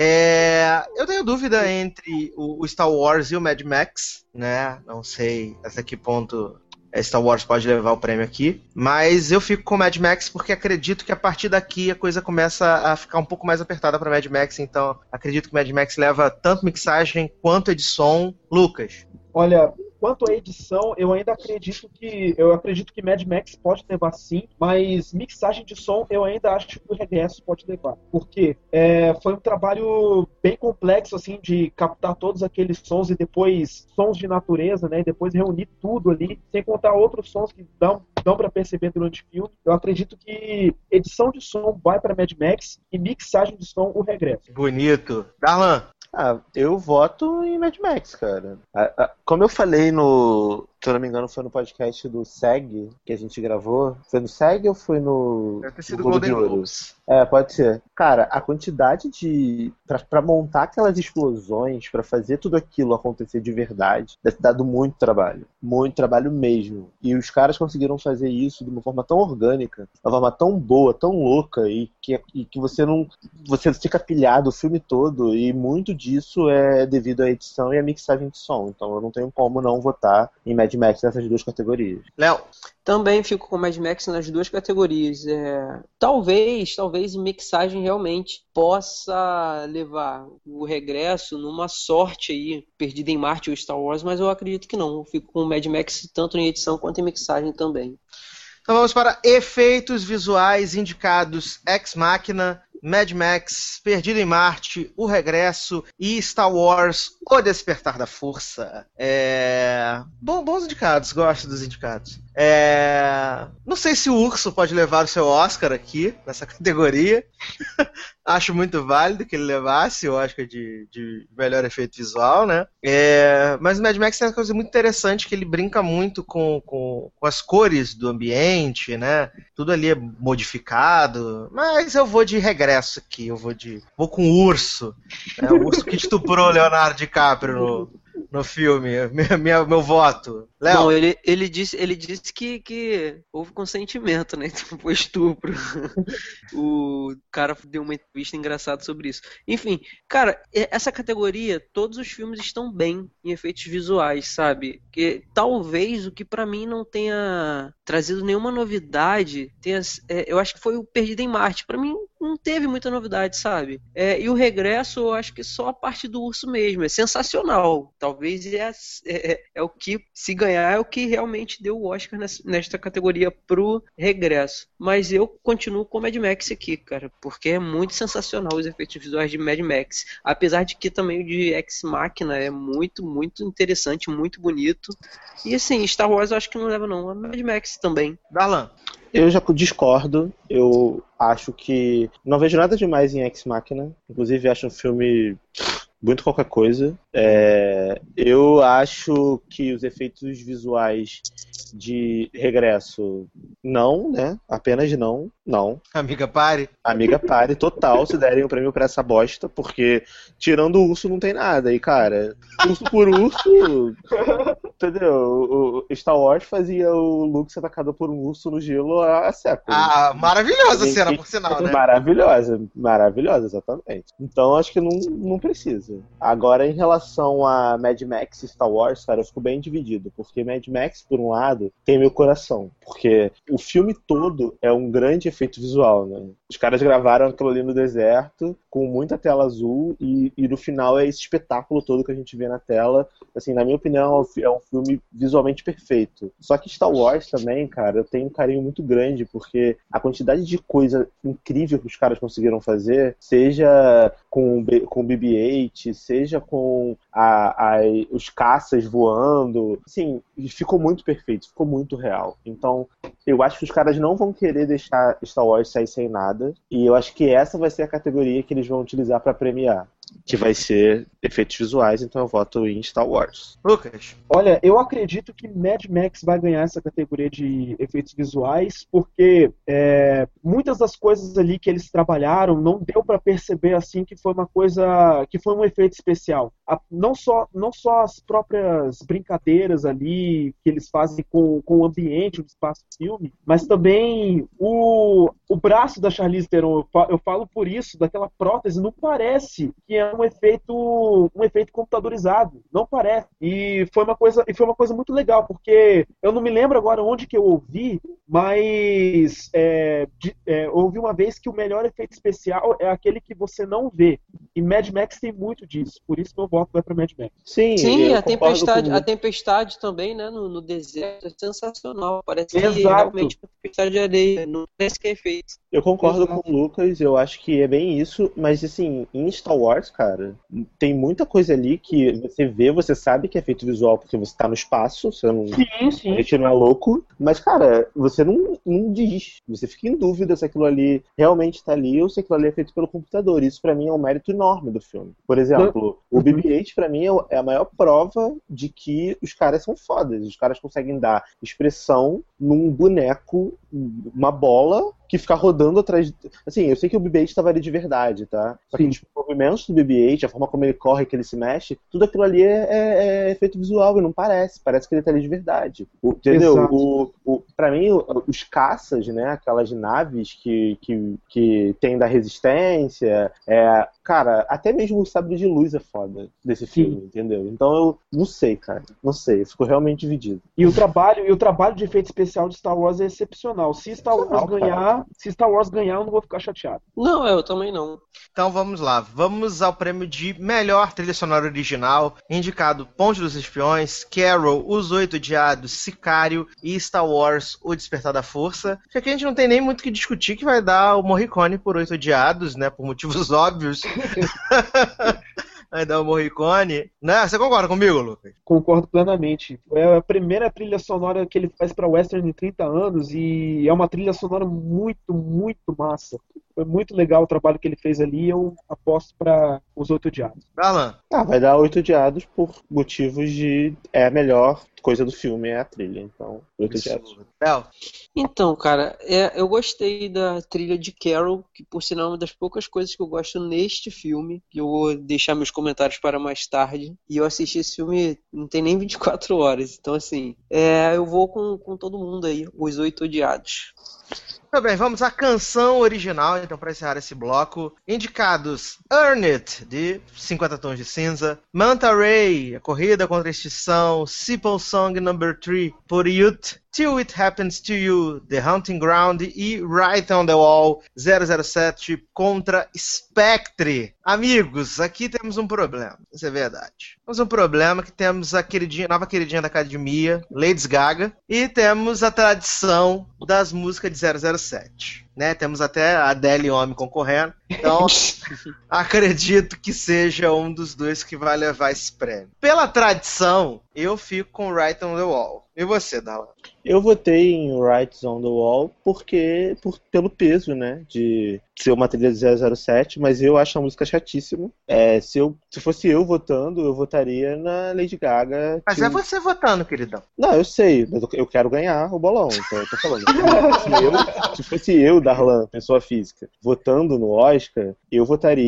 É, eu tenho dúvida entre o, o Star Wars e o Mad Max, né? Não sei até que ponto Star Wars pode levar o prêmio aqui, mas eu fico com o Mad Max porque acredito que a partir daqui a coisa começa a ficar um pouco mais apertada para Mad Max, então acredito que o Mad Max leva tanto mixagem quanto edição. Lucas.
Olha, quanto à edição, eu ainda acredito que eu acredito que Mad Max pode levar sim, mas mixagem de som eu ainda acho que o Regresso pode levar, porque é, foi um trabalho bem complexo assim de captar todos aqueles sons e depois sons de natureza, né, e depois reunir tudo ali, sem contar outros sons que dão dão para perceber durante o filme. Eu acredito que edição de som vai para Mad Max e mixagem de som o Regresso.
Bonito. Darlan.
Ah, eu voto em Mad Max, cara. Como eu falei no... Se eu não me engano, foi no podcast do S E G que a gente gravou. Foi no S E G ou foi no...
Deve ter sido
no Globo
Golden
de Ouro?
Globes.
É, pode ser. Cara, a quantidade de... Pra, pra montar aquelas explosões, pra fazer tudo aquilo acontecer de verdade, deve ter dado muito trabalho. Muito trabalho mesmo. E os caras conseguiram fazer isso de uma forma tão orgânica, de uma forma tão boa, tão louca, e que, e que você não... Você fica pilhado o filme todo, e muito disso é devido à edição e à mixagem de som. Então eu não tenho como não votar em Mad Max nessas duas categorias.
Léo.
Também fico com Mad Max nas duas categorias. É, talvez, talvez mixagem realmente possa levar o Regresso numa sorte aí, Perdida em Marte ou Star Wars, mas eu acredito que não. Eu fico com Mad Max tanto em edição quanto em mixagem também.
Então vamos para efeitos visuais indicados Ex Machina, Mad Max, Perdido em Marte, O Regresso e Star Wars, O Despertar da Força. É... Bom, bons indicados, gosto dos indicados. É... Não sei se o Urso pode levar o seu Oscar aqui, nessa categoria. Acho muito válido que ele levasse o Oscar de, de melhor efeito visual, né? É... Mas o Mad Max tem uma coisa muito interessante, que ele brinca muito com, com, com as cores do ambiente, né? Tudo ali é modificado, mas eu vou de Regresso aqui, eu vou de vou com o Urso, né? O Urso que estuprou o Leonardo DiCaprio no, no filme, meu, meu, meu voto. Léo?
Bom, ele, ele disse, ele disse que, que houve consentimento, né? Então foi estupro. O cara deu uma entrevista engraçada sobre isso. Enfim, cara, essa categoria, todos os filmes estão bem em efeitos visuais, sabe? Que talvez o que pra mim não tenha trazido nenhuma novidade, tenha, é, eu acho que foi o Perdido em Marte. Pra mim não teve muita novidade, sabe? É, e o Regresso, eu acho que só a parte do urso mesmo. É sensacional. Talvez é, é, é o que, se ganhar, é o que realmente deu o Oscar nessa, nesta categoria pro Regresso. Mas eu continuo com o Mad Max aqui, cara, porque é muito sensacional os efeitos visuais de Mad Max. Apesar de que também o de Ex Machina é muito, muito interessante, muito bonito. E assim, Star Wars eu acho que não leva não. A Mad Max também.
Darlan.
Eu já discordo. Eu acho que não vejo nada demais em Ex Machina. Inclusive acho um filme muito qualquer coisa. É, eu acho que os efeitos visuais de Regresso não, né? Apenas não, não.
Amiga pare.
Amiga pare, total, se derem o prêmio pra essa bosta, porque tirando o urso não tem nada. E cara, urso por urso, entendeu? O, o Star Wars fazia o Luke ser atacado por um urso no gelo há séculos.
Ah, maravilhosa a
Gente,
cena, por sinal, né?
Maravilhosa, maravilhosa, exatamente. Então acho que não, não precisa. Agora, em relação a Mad Max e Star Wars, cara, eu fico bem dividido, porque Mad Max, por um lado, tem meu coração, porque o filme todo é um grande efeito visual, né? Os caras gravaram aquilo ali no deserto, com muita tela azul, e, e no final é esse espetáculo todo que a gente vê na tela. Assim, na minha opinião, é um filme visualmente perfeito. Só que Star Wars também, cara, eu tenho um carinho muito grande, porque a quantidade de coisa incrível que os caras conseguiram fazer, seja com o B B oito, seja com a, a, os caças voando, assim, ficou muito perfeito, ficou muito real. Então, eu acho que os caras não vão querer deixar Star Wars sair sem nada, e eu acho que essa vai ser a categoria que eles vão utilizar para premiar, que vai ser efeitos visuais, então eu voto em Star Wars.
Lucas?
Olha, eu acredito que Mad Max vai ganhar essa categoria de efeitos visuais, porque é, muitas das coisas ali que eles trabalharam não deu para perceber assim que foi uma coisa, que foi um efeito especial. A, não, só, não só as próprias brincadeiras ali que eles fazem com, com o ambiente, o espaço do filme, mas também o, o braço da Charlize Theron, eu falo, eu falo por isso, daquela prótese, não parece que é um efeito, um efeito computadorizado, não parece. E foi uma coisa, e foi uma coisa muito legal, porque eu não me lembro agora onde que eu ouvi, mas é, de, é, eu ouvi uma vez que o melhor efeito especial é aquele que você não vê. E Mad Max tem muito disso, por isso meu voto vai para Mad Max.
Sim,
Sim, a tempestade,
com...
a tempestade também, né, no, no deserto, é sensacional. Parece
Exato.
que é realmente uma tempestade de areia, não parece que é efeito.
Eu concordo
Exato.
com o Lucas, eu acho que é bem isso, mas assim, em Star Wars, cara, tem muita coisa ali que você vê, você sabe que é efeito visual porque você tá no espaço, você não,
Sim, sim.
a gente não é louco, mas cara, você não, não diz, você fica em dúvida se aquilo ali realmente tá ali ou se aquilo ali é feito pelo computador. Isso pra mim é um mérito enorme do filme. Por exemplo, o B B oito pra mim é a maior prova de que os caras são fodas, os caras conseguem dar expressão num boneco, uma bola que fica rodando atrás. Assim, eu sei que o B B oito estava ali de verdade, tá? Só que os movimentos do B B oito, a forma como ele corre, que ele se mexe, tudo aquilo ali é, é, é efeito visual e não parece. Parece que ele tá ali de verdade. O, entendeu? O, o, pra mim, o, os caças, né? Aquelas naves que, que, que tem da resistência, é, cara, até mesmo o sabre de luz é foda desse filme, Sim. entendeu? Então eu não sei, cara. Não sei. Eu fico realmente dividido.
E o trabalho, e o trabalho de efeito especial de Star Wars é excepcional. Se Star Wars
Não,
ganhar, cara. se Star Wars ganhar, eu não vou ficar chateado.
Não, eu também não.
Então vamos lá, vamos ao prêmio de melhor trilha sonora original, indicado Ponte dos Espiões, Carol, Os Oito Odiados, Sicário e Star Wars, O Despertar da Força. Que aqui a gente não tem nem muito o que discutir, que vai dar o Morricone por Oito Odiados, né, por motivos óbvios. Vai dar o Morricone. Né? Você concorda comigo, Lucas?
Concordo plenamente. É a primeira trilha sonora que ele faz para Western em trinta anos e é uma trilha sonora muito, muito massa. Foi muito legal o trabalho que ele fez ali e eu aposto para Os Oito Odiados.
Alan?
Ah, vai dar Oito Odiados por motivos de... É a melhor coisa do filme, é a trilha. Então, Oito Odiados.
Bel?
Então, cara, é, eu gostei da trilha de Carol, que por sinal é uma das poucas coisas que eu gosto neste filme, que eu vou deixar meus comentários para mais tarde. E eu assisti esse filme não tem nem vinte e quatro horas. Então, assim, é, eu vou com, com todo mundo aí, Os Oito Odiados.
Muito bem, vamos à canção original, então, para encerrar esse bloco. Indicados: Earn It, de cinquenta Tons de Cinza, Manta Ray, A Corrida contra a Extinção, Simple Song número três, por Youth, Till It Happens to You, The Hunting Ground e Right on the Wall zero zero sete contra Spectre. Amigos, aqui temos um problema, isso é verdade. Temos um problema que temos a queridinha, nova queridinha da academia, Lady Gaga, e temos a tradição das músicas de zero zero sete. Né? Temos até a Adele Homem concorrendo. Então, acredito que seja um dos dois que vai levar esse prêmio. Pela tradição, eu fico com Right on the Wall. E você, Dalan?
Eu votei em Right on the Wall porque, por, pelo peso, né, de ser uma trilha de zero zero sete, mas eu acho a música chatíssima. É, se, eu, se fosse eu votando, eu votaria na Lady Gaga.
Mas
que...
é você votando, queridão.
Não, eu sei, mas eu, eu quero ganhar o bolão, então eu tô falando. Se, eu, se fosse eu, Darlan, pessoa física, votando no Oscar, eu votaria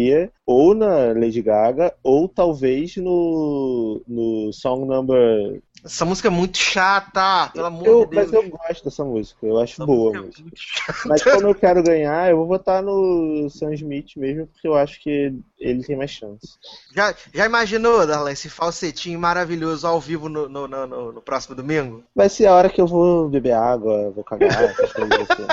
ou na Lady Gaga, ou talvez no, no Song Number...
Essa música é muito chata, pelo amor
eu,
de Deus.
Mas eu gosto dessa música, eu acho
Essa
boa.
música é
Música.
muito chata.
Mas como eu quero ganhar, eu vou votar no Sam Smith mesmo, porque eu acho que ele tem mais chance.
Já, já imaginou, Darlan, esse falsetinho maravilhoso ao vivo no, no, no, no, no próximo domingo?
Vai ser a hora que eu vou beber água, vou cagar, essas coisas assim.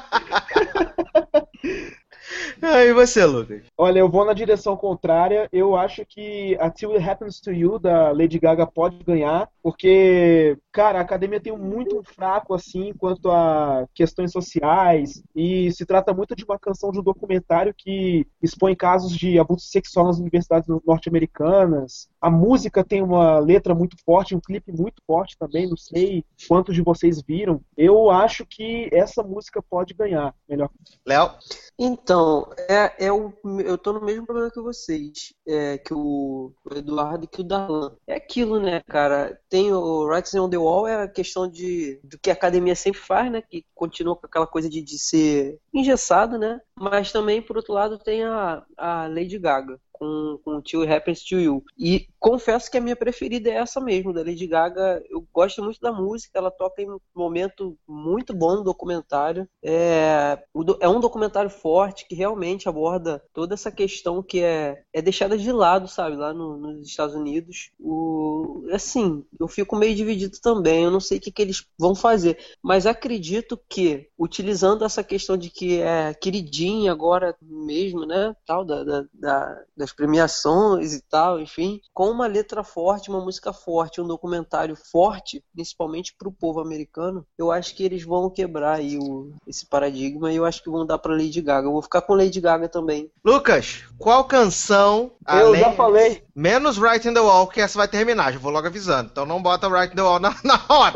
Ah, e você, Lucas?
Olha, eu vou na direção contrária. Eu acho que a Till It Happens to You, da Lady Gaga, pode ganhar, porque, cara, a academia tem muito fraco, assim, quanto a questões sociais, e se trata muito de uma canção de um documentário que expõe casos de abuso sexual nas universidades norte-americanas. A música tem uma letra muito forte, um clipe muito forte também, não sei quantos de vocês viram. Eu acho que essa música pode ganhar. Melhor.
Léo?
Então, é, é o, eu tô no mesmo problema que vocês, é, que o, o Eduardo e que o Darlan. É aquilo, né, cara? Tem o Writing on the Wall, é a questão de, do que a academia sempre faz, né? Que continua com aquela coisa de, de ser engessado, né? Mas também, por outro lado, tem a, a Lady Gaga. Com, com Till It Happens to You. E confesso que a minha preferida é essa mesmo, da Lady Gaga. Eu gosto muito da música, ela toca em um momento muito bom no documentário. É, é um documentário forte que realmente aborda toda essa questão que é, é deixada de lado, sabe, lá no, nos Estados Unidos. O, assim, eu fico meio dividido também, eu não sei o que, que eles vão fazer, mas acredito que, utilizando essa questão de que é queridinha agora mesmo, né, tal, da, da, da das premiações e tal, enfim, com uma letra forte, uma música forte, um documentário forte, principalmente para o povo americano, eu acho que eles vão quebrar aí o, esse paradigma e eu acho que vão dar para Lady Gaga. Eu vou ficar com Lady Gaga também.
Lucas, qual canção...
Eu
além...
já falei.
Menos Right in the Wall, que essa vai terminar, já vou logo avisando. Então não bota Right in the Wall na, na roda.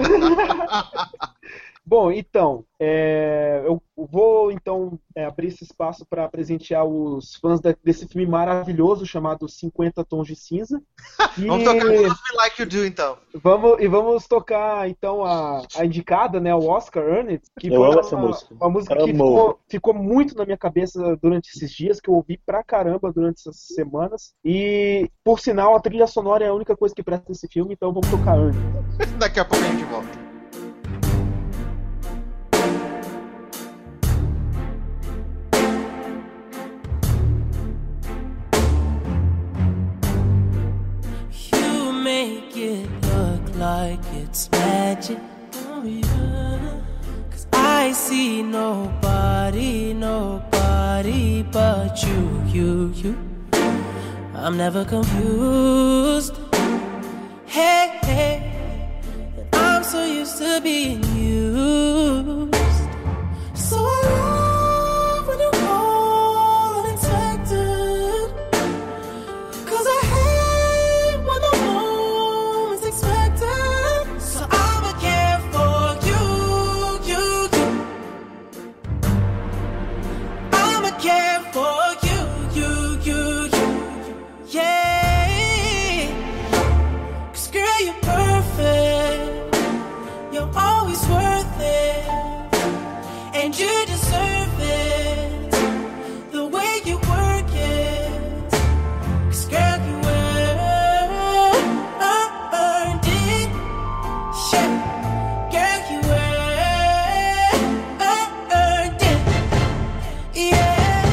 Bom, então, é, eu vou então é, abrir esse espaço para presentear os fãs da, desse filme maravilhoso chamado cinquenta Tons de Cinza. E
vamos tocar Love Me Like You Do, então.
Vamos, e vamos tocar, então, a, a indicada, né, o Oscar Earned It, que
eu
foi
amo
uma,
essa música.
uma música que ficou, ficou muito na minha cabeça durante esses dias, que eu ouvi pra caramba durante essas semanas. E, por sinal, a trilha sonora é a única coisa que presta nesse filme, então vamos tocar Earned It.
Daqui a pouco a gente volta.
Make it look like it's magic, oh yeah. Cause I see nobody, nobody but you, you, you. I'm never confused. Hey, hey, I'm so used to being used. So I love when you call unexpected. Cause I hate when the moment's expected. So I'ma care for you, you, you. I'ma care for you, you, you, you. Yeah. Cause girl, you're perfect. You're always worth it. And you deserve it. The way you work it. Cause girl, you earned it. Yeah. Girl, you earned it. Yeah.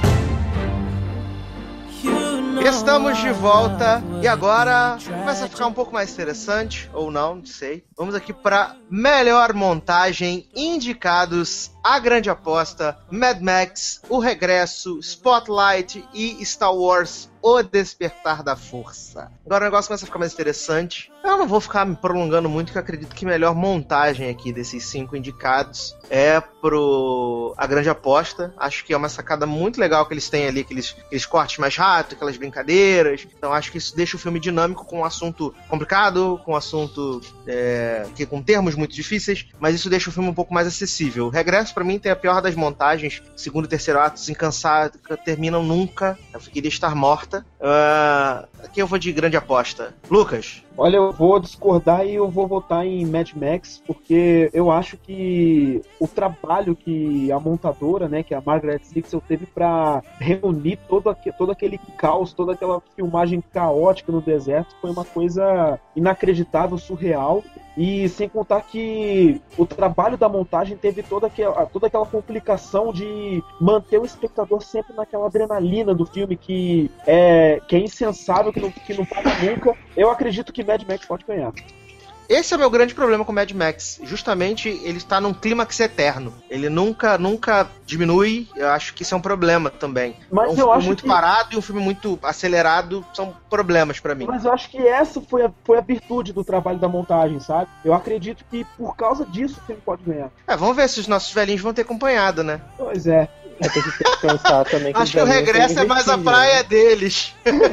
You know
Estamos de volta
I
e agora
would be
começa a ficar um
tragic.
pouco mais interessante, ou não, não sei. Vamos aqui para melhor montagem, indicados A Grande Aposta, Mad Max, O Regresso, Spotlight e Star Wars O Despertar da Força. Agora o negócio começa a ficar mais interessante. Eu não vou ficar me prolongando muito, que eu acredito que a melhor montagem aqui desses cinco indicados é pro A Grande Aposta. Acho que é uma sacada muito legal que eles têm ali, aqueles, aqueles cortes mais rápidos, aquelas brincadeiras. Então acho que isso deixa o filme dinâmico, com um assunto complicado, com um assunto é, que, com termos muito difíceis, mas isso deixa o filme um pouco mais acessível. O Regresso, pra mim, tem a pior das montagens. Segundo e terceiro ato, incansados, terminam nunca. Eu queria estar morta. Uh, aqui eu vou de grande aposta. Lucas?
Olha, eu vou discordar e eu vou votar em Mad Max, porque eu acho que o trabalho que a montadora, né, que a Margaret Sixel teve para reunir todo, aqu- todo aquele caos, toda aquela filmagem caótica no deserto, foi uma coisa inacreditável, surreal. E sem contar que o trabalho da montagem teve toda aquela, toda aquela complicação de manter o espectador sempre naquela adrenalina do filme que é, que é insensável, que não, que não para nunca. Eu acredito que Mad Max pode ganhar.
Esse é o meu grande problema com Mad Max. Justamente, ele está num clímax eterno. Ele nunca, nunca diminui. Eu acho que isso é um problema também.
Mas
um
eu
filme
acho
muito
que...
parado e um filme muito acelerado são problemas pra mim.
Mas eu acho que essa foi a, foi a virtude do trabalho da montagem, sabe? Eu acredito que por causa disso o filme pode ganhar.
É, vamos ver se os nossos velhinhos vão ter acompanhado, né?
Pois é.
É, tem que pensar também que
Acho
os
que o
velhinhos
regresso
têm
é mais a
vertigem,
praia
né?
deles.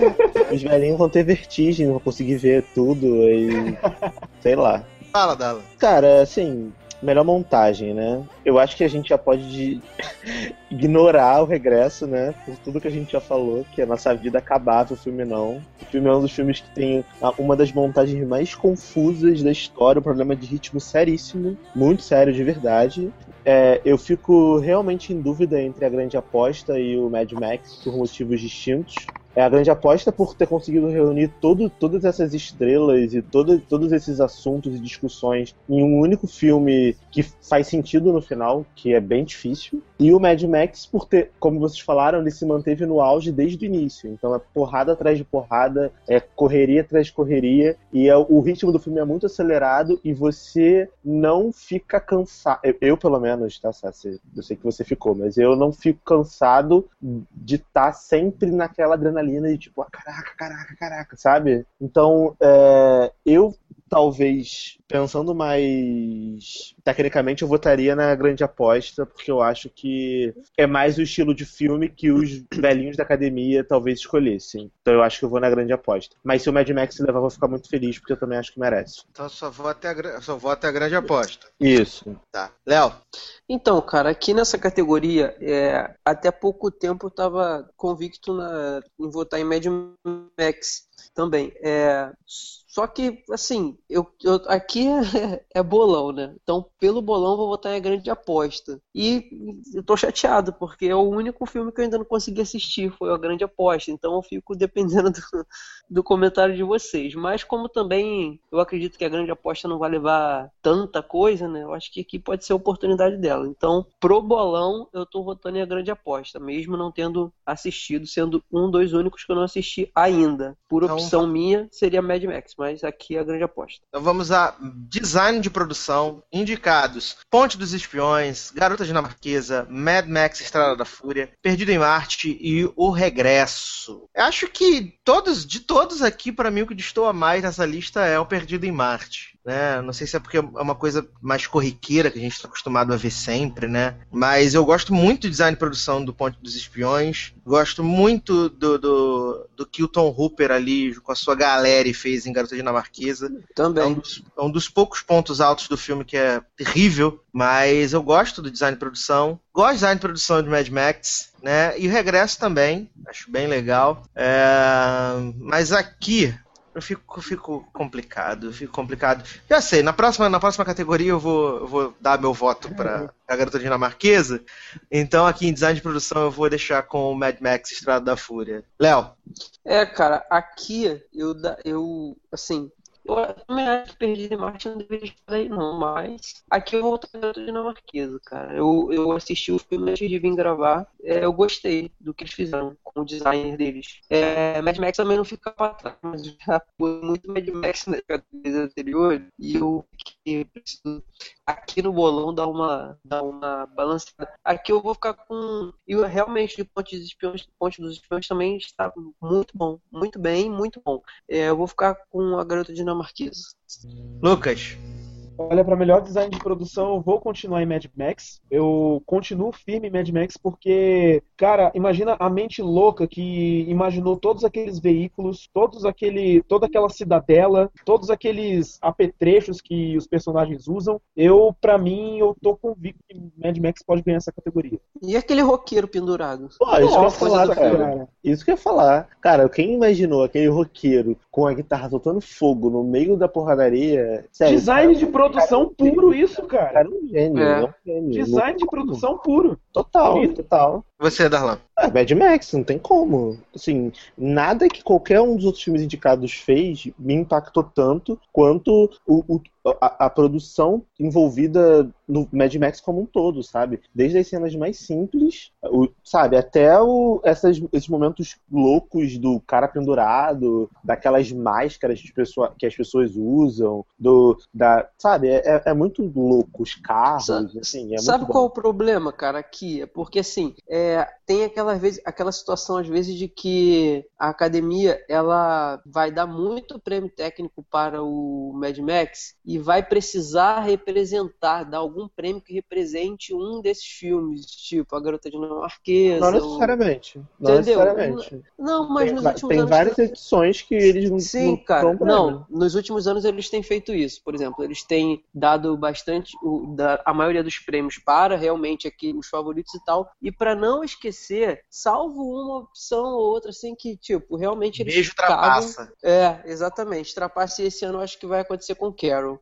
Os velhinhos vão ter vertigem, não vão conseguir ver tudo e... sei lá.
Fala, Dala.
Cara, assim, melhor montagem, né? Eu acho que a gente já pode de- ignorar o regresso, né? Por tudo que a gente já falou, que a nossa vida acabava, o filme não. O filme é um dos filmes que tem a- uma das montagens mais confusas da história, um problema de ritmo seríssimo, muito sério de verdade. É, eu fico realmente em dúvida entre A Grande Aposta e o Mad Max por motivos distintos. É A Grande Aposta por ter conseguido reunir todo, todas essas estrelas e todo, todos esses assuntos e discussões em um único filme que faz sentido no final, que é bem difícil. E o Mad Max por ter, como vocês falaram, ele se manteve no auge desde o início. Então é porrada atrás de porrada, é correria atrás de correria, e é, o ritmo do filme é muito acelerado e você não fica cansado. Eu, eu, pelo menos, tá, Sassi? Eu sei que você ficou, mas eu não fico cansado de estar sempre naquela adrenalina de tipo, ah, caraca, caraca, caraca, sabe? Então, é, eu talvez, pensando mais tecnicamente, eu votaria na Grande Aposta, porque eu acho que é mais o estilo de filme que os velhinhos da academia talvez escolhessem. Então eu acho que eu vou na Grande Aposta. Mas se o Mad Max levar, eu vou ficar muito feliz, porque eu também acho que merece.
Então só vou até a, gra- só vou até a grande aposta.
Isso.
Tá. Léo?
Então, cara, aqui nessa categoria, é, até pouco tempo eu tava convicto na, em votar em Mad Max também. É, só que, assim, eu, eu, aqui é, é bolão, né? Então, pelo bolão, eu vou votar em A Grande Aposta. E eu tô chateado, porque é o único filme que eu ainda não consegui assistir, foi A Grande Aposta. Então, eu fico dependendo do, do comentário de vocês. Mas, como também eu acredito que A Grande Aposta não vai levar tanta coisa, né? Eu acho que aqui pode ser a oportunidade dela. Então, pro bolão, eu tô votando em A Grande Aposta, mesmo não tendo assistido, sendo um dos únicos que eu não assisti ainda. Por
Então,
opção minha, seria Mad Max, mas aqui é A Grande Aposta.
Então vamos a design de produção, indicados: Ponte dos Espiões, Garota Dinamarquesa, Mad Max Estrada da Fúria, Perdido em Marte e O Regresso. Eu acho que todos, de todos aqui, pra mim, o que destoa mais nessa lista é o Perdido em Marte. Né? Não sei se é porque é uma coisa mais corriqueira que a gente está acostumado a ver sempre, né? Mas eu gosto muito do design de produção do Ponte dos Espiões, gosto muito do, do, do que o Tom Hooper ali com a sua galera fez em Garota Dinamarquesa.
Também.
É um, dos, é um dos poucos pontos altos do filme que é terrível, mas eu gosto do design de produção, gosto do design de produção de Mad Max, né? E o Regresso também, acho bem legal. É, mas aqui eu fico, fico complicado, eu fico complicado. Já sei, na próxima, na próxima categoria eu vou, eu vou dar meu voto para a Garota Dinamarquesa. Então aqui em design de produção eu vou deixar com o Mad Max Estrada da Fúria. Léo?
É, cara, aqui eu, da- eu assim, eu também acho que Perdido em Marte não deveria estar aí não, mas aqui eu vou votar na Garota Dinamarquesa, cara. Eu, eu assisti o filme antes de vir gravar, é, eu gostei do que eles fizeram com o design deles. É, Mad Max também não fica pra trás, mas já foi muito Mad Max nas categorias anteriores e eu que preciso aqui no bolão dar uma, dar uma balanceada. Aqui eu vou ficar com. E eu, realmente, de Ponte dos Espiões, Ponte dos Espiões também está muito bom. Muito bem, muito bom. É, eu vou ficar com a Garota Dinamarquesa.
Lucas?
Olha, para melhor design de produção, eu vou continuar em Mad Max. Eu continuo firme em Mad Max porque, cara, imagina a mente louca que imaginou todos aqueles veículos, todos aquele, toda aquela cidadela, todos aqueles apetrechos que os personagens usam. Eu, pra mim, eu tô convicto que Mad Max pode ganhar essa categoria.
E aquele roqueiro pendurado?
Pô, isso que eu ia
Nossa,
falar,
coisa
cara.
cara.
Isso que eu ia falar. Cara, quem imaginou aquele roqueiro com a guitarra soltando fogo no meio da porradaria? Sério,
Design
cara,
de produção puro isso, cara.
cara é um gênio.
É.
É um gênio.
Design de produção puro.
Total,
Bonito.
total.
Você, Darlan.
É, Mad Max, não tem como. Assim, nada que qualquer um dos outros filmes indicados fez me impactou tanto quanto o, o- a, a produção envolvida no Mad Max como um todo, sabe? Desde as cenas mais simples, o- sabe, até o- essas- esses momentos loucos do cara pendurado, daquelas máscaras que as pessoas, que as pessoas usam, do, da, sabe? É, é muito louco, os carros,
Sa-
assim, é
Sabe
muito
qual
bom.
o problema, cara, aqui? É porque, assim, é, tem aquela, vez, aquela situação, às vezes, de que a academia, ela vai dar muito prêmio técnico para o Mad Max e vai precisar representar, dar algum prêmio que represente um desses filmes, tipo A Garota Dinamarquesa.
Não
o-
necessariamente. Não
Entendeu?
necessariamente.
Não, mas
Tem,
nos
va-
últimos
tem
anos...
várias edições que eles não
Sim,
não
cara.
dão prêmio.
Não, nos últimos anos eles têm feito isso. Por exemplo, eles têm dado bastante, o- da- a maioria dos prêmios para realmente aqui os favoritos e tal. E pra não esquecer, salvo uma opção ou outra, assim, que, tipo, realmente eles
Beijo
cagam.
trapaça.
É, exatamente. Trapace esse ano eu acho que vai acontecer com Carol.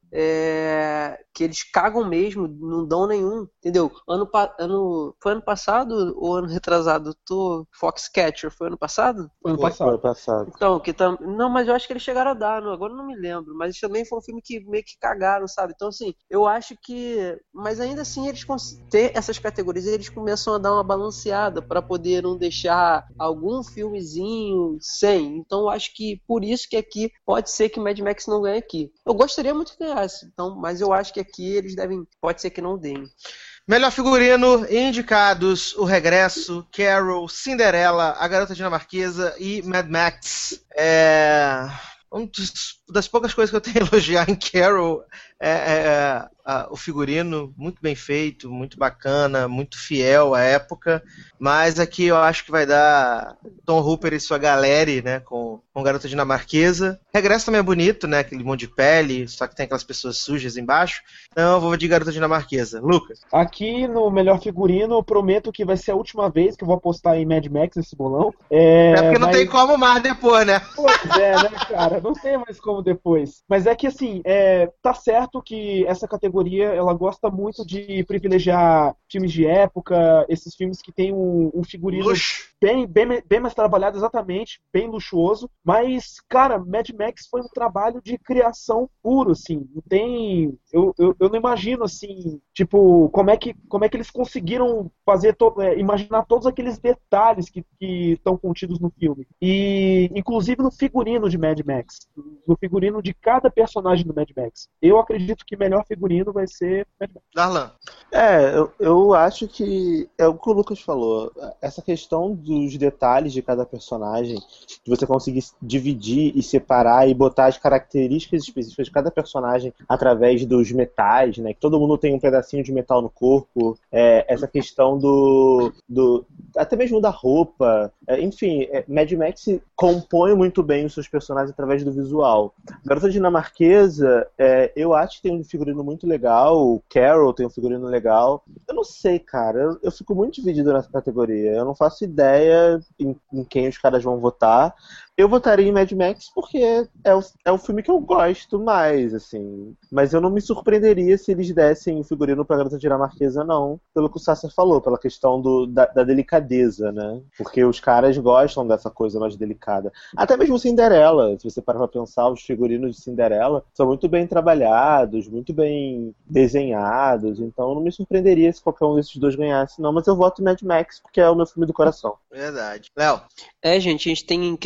É, que eles cagam mesmo, não dão nenhum, entendeu? Ano, pa- ano, foi ano passado ou ano retrasado? Tô Foxcatcher, foi ano passado?
Foi ano
Foi,
passado.
Ano passado.
Então, que tam... Não, mas eu acho que eles chegaram a dar, não, agora eu não me lembro. Mas também foi um filme que meio que cagaram, sabe? Então, assim, eu acho que. Mas ainda assim, eles cons- ter essas categorias, eles começam a dar uma balanceada pra poder não deixar algum filmezinho sem. Então, eu acho que por isso que aqui pode ser que Mad Max não ganhe aqui. Eu gostaria muito que ganhasse, então, mas eu acho que aqui eles devem. Pode ser que não deem.
Melhor figurino, indicados O Regresso, Carol, Cinderela, A Garota Dinamarquesa e Mad Max. É... Uma das poucas coisas que eu tenho a elogiar em Carol é, é, a- o figurino, muito bem feito, muito bacana, muito fiel à época, mas aqui eu acho que vai dar Tom Hooper e sua galera, né, com, com Garota Dinamarquesa. Regresso também é bonito, né, aquele monte de pele, só que tem aquelas pessoas sujas embaixo, então eu vou de Garota Dinamarquesa. Lucas?
Aqui no melhor figurino, eu prometo que vai ser a última vez que eu vou apostar em Mad Max nesse bolão. É,
É porque não
mas-
tem como mais depois, né?
Pois é, né, cara? Não tem mais como depois. Mas é que, assim, é, tá certo que essa categoria, ela gosta muito de privilegiar filmes de época, esses filmes que tem um, um figurino
Luxo.
bem, bem, bem mais trabalhado, exatamente, bem luxuoso. Mas, cara, Mad Max foi um trabalho de criação puro, assim. Não tem... Eu, eu, eu não imagino, assim, tipo, como é que, como é que eles conseguiram fazer, to- é, imaginar todos aqueles detalhes que estão contidos no filme. E, inclusive, no figurino de Mad Max. No figurino de cada personagem do Mad Max. Eu acredito que o melhor figurino vai ser Mad Max.
Darlan.
É, eu, eu acho que é o que o Lucas falou. Essa questão dos detalhes de cada personagem, de você conseguir dividir e separar e botar as características específicas de cada personagem através dos metais, né? Que todo mundo tem um pedacinho de metal no corpo. É, essa questão do, do. Até mesmo da roupa. É, enfim, é, Mad Max compõe muito bem os seus personagens através do visual. Garota Dinamarquesa, é, eu acho que tem um figurino muito legal. Carol tem um figurino legal. Eu não sei, cara. Eu, eu fico muito dividido nessa categoria. Eu não faço ideia em, em quem os caras vão votar. Eu votaria em Mad Max porque é o, é o filme que eu gosto mais, assim. Mas eu não me surpreenderia se eles dessem o figurino pra Garota Dinamarquesa, não. Pelo que o Sasser falou, pela questão do, da, da delicadeza, né? Porque os caras gostam dessa coisa mais delicada. Até mesmo Cinderela, se você parar pra pensar, os figurinos de Cinderela são muito bem trabalhados, muito bem desenhados. Então eu não me surpreenderia se qualquer um desses dois ganhasse, não. Mas eu voto em Mad Max porque é o meu filme do coração.
Verdade. Léo.
É, gente, a gente tem Kate Blanchett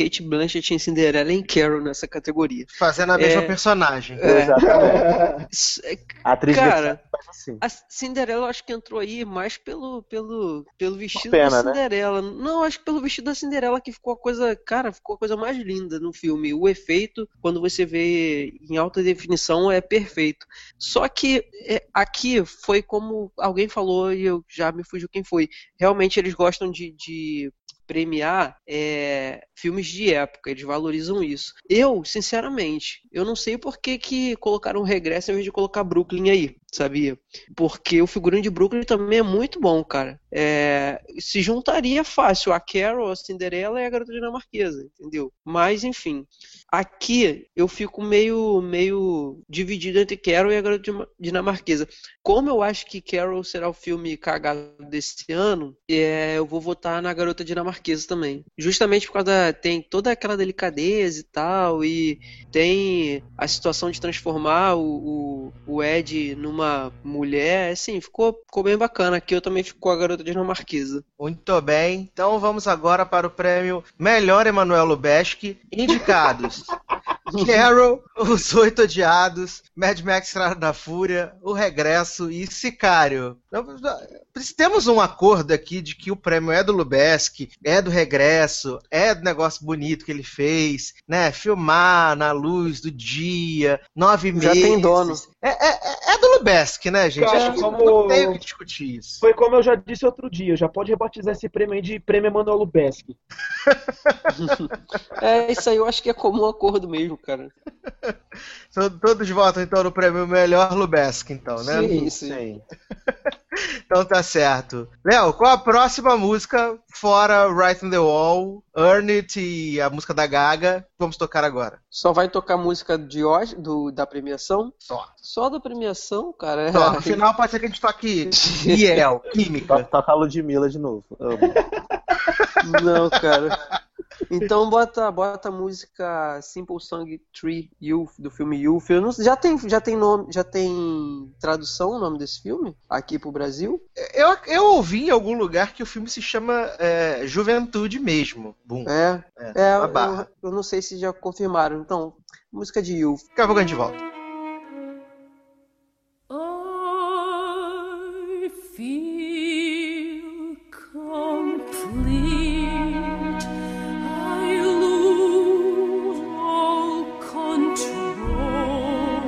Blanchett em Cinderela e em Carol nessa categoria.
Fazendo a mesma
É.
personagem.
É.
Exatamente.
Isso é-
A atriz
Cara,
de faz assim.
A Cinderela eu acho que entrou aí mais pelo, pelo, pelo vestido
pena,
da
né?
Cinderela. Não, acho que pelo vestido da Cinderela que ficou a coisa, cara, ficou a coisa mais linda no filme. O efeito, quando você vê em alta definição, é perfeito. Só que é, aqui foi como alguém falou e eu já me fugiu quem foi. Realmente eles gostam de, de premiar é, filmes de época, eles valorizam isso. Eu, sinceramente, eu não sei por que que colocaram Regresso em vez de colocar Brooklyn aí, sabia? Porque o figurino de Brooklyn também é muito bom, cara. É, se juntaria fácil a Carol, a Cinderela e a Garota Dinamarquesa, entendeu? Mas, enfim, aqui eu fico meio, meio dividido entre Carol e a Garota Dinamarquesa. Como eu acho que Carol será o filme cagado desse ano, é, eu vou votar na Garota Dinamarquesa também. Justamente por causa da, tem toda aquela delicadeza e tal, e tem a situação de transformar o, o, o Ed numa mulher, assim, ficou, ficou bem bacana. Aqui eu também fico com a Garota Dinamarquesa.
Muito bem, então vamos agora para o prêmio Melhor Emanuel Lubezki. Indicados: Carol, Os Oito Odiados, Mad Max Estrada da Fúria, O Regresso e Sicário. Temos um acordo aqui de que o prêmio é do Lubezki, é do Regresso, é do negócio bonito que ele fez, né? Filmar na luz do dia, nove
Já
meses.
tem dono.
É, é, é do Lubezki, né, gente?
Cara,
Acho que
como-
não tem o que discutir isso.
Foi como eu já disse outro dia, já pode rebatizar esse prêmio aí de Prêmio Emanuel Lubezki.
É, isso aí eu acho que é comum acordo mesmo, cara.
Todos- Todos votam então no prêmio Melhor Lubezki, então, né?
Sim, sim.
Sim.
Então tá certo. Léo, qual a próxima música fora Right on the Wall, Earn It e a música da Gaga? Vamos tocar agora.
Só vai tocar música de hoje, do, da premiação?
Só.
Só da premiação, cara?
Só. No final pode ser que a gente toque Biel,
To-
Química.
Toca a Ludmilla de novo. Amo.
Não, cara. Então bota, bota a música Simple Song três Youth, do filme Youth. Eu não, já, tem, já, tem nome, já tem tradução o nome desse filme? Aqui pro Brasil?
Eu, eu ouvi em algum lugar que o filme se chama é, Juventude mesmo. Bum.
É,
É,
é
uma
eu,
barra.
eu não sei se já confirmaram. Então, música de Youth.
Daqui a pouco a gente volta.
I feel complete. I lose all control.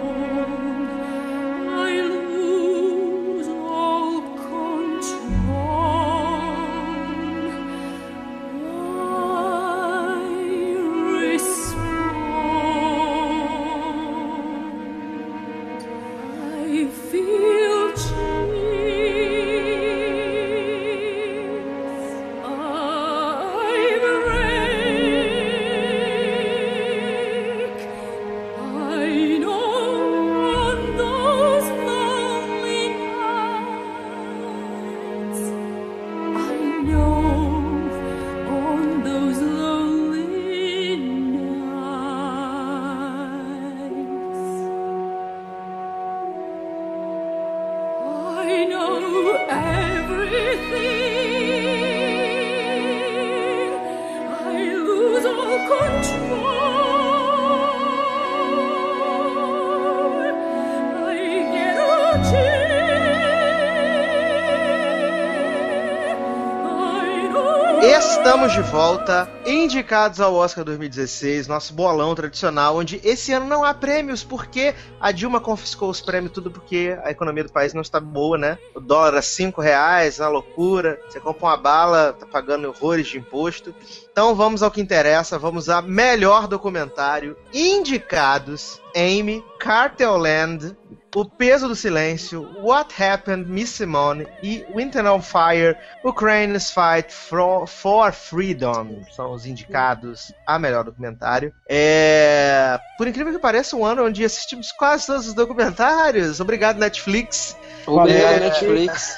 I lose all control. I respond. I feel cheese. I break. I know on those lonely nights. I know on those lonely nights. I know everything. I lose all control. I get a chill. I know.
Estamos de volta, indicados ao Oscar dois mil e dezesseis, nosso bolão tradicional, onde esse ano não há prêmios, porque a Dilma confiscou os prêmios tudo porque a economia do país não está boa, né? O dólar a cinco reais, uma loucura, você compra uma bala, tá pagando horrores de imposto. Então vamos ao que interessa, vamos a melhor documentário. Indicados: Amy, Cartel Land, O Peso do Silêncio, What Happened, Miss Simone e Winter on Fire, Ukraine's Fight for, for Freedom. São os indicados a melhor documentário. É... Por incrível que pareça, um ano onde assistimos quase todos os documentários. Obrigado, Netflix.
Obrigado,
É.
Netflix.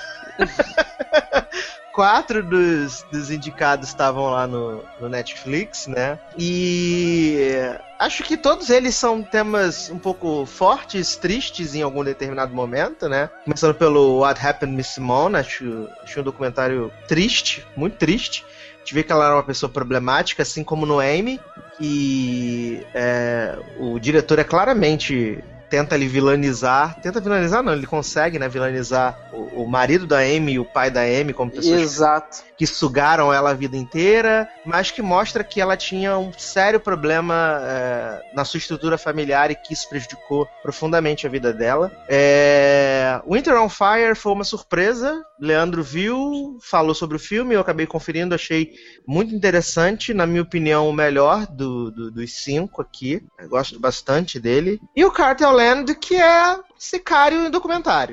Quatro dos, dos indicados estavam lá no, no Netflix, né? E acho que todos eles são temas um pouco fortes, tristes em algum determinado momento, né? Começando pelo What Happened, Miss Simone, acho, acho um documentário triste, muito triste. gente vê que ela era uma pessoa problemática, assim como no Amy, e é, o diretor é claramente... tenta ele vilanizar, tenta vilanizar não, ele consegue, né, vilanizar o, o marido da Amy e o pai da Amy como pessoas
Exato.
que sugaram ela a vida inteira, mas que mostra que ela tinha um sério problema é, na sua estrutura familiar e que isso prejudicou profundamente a vida dela. É... Winter on Fire foi uma surpresa, Leandro viu, falou sobre o filme, eu acabei conferindo, achei muito interessante, na minha opinião o melhor do, do, dos cinco aqui, eu gosto bastante dele. E o Cartel Land, que é Sicário em documentário.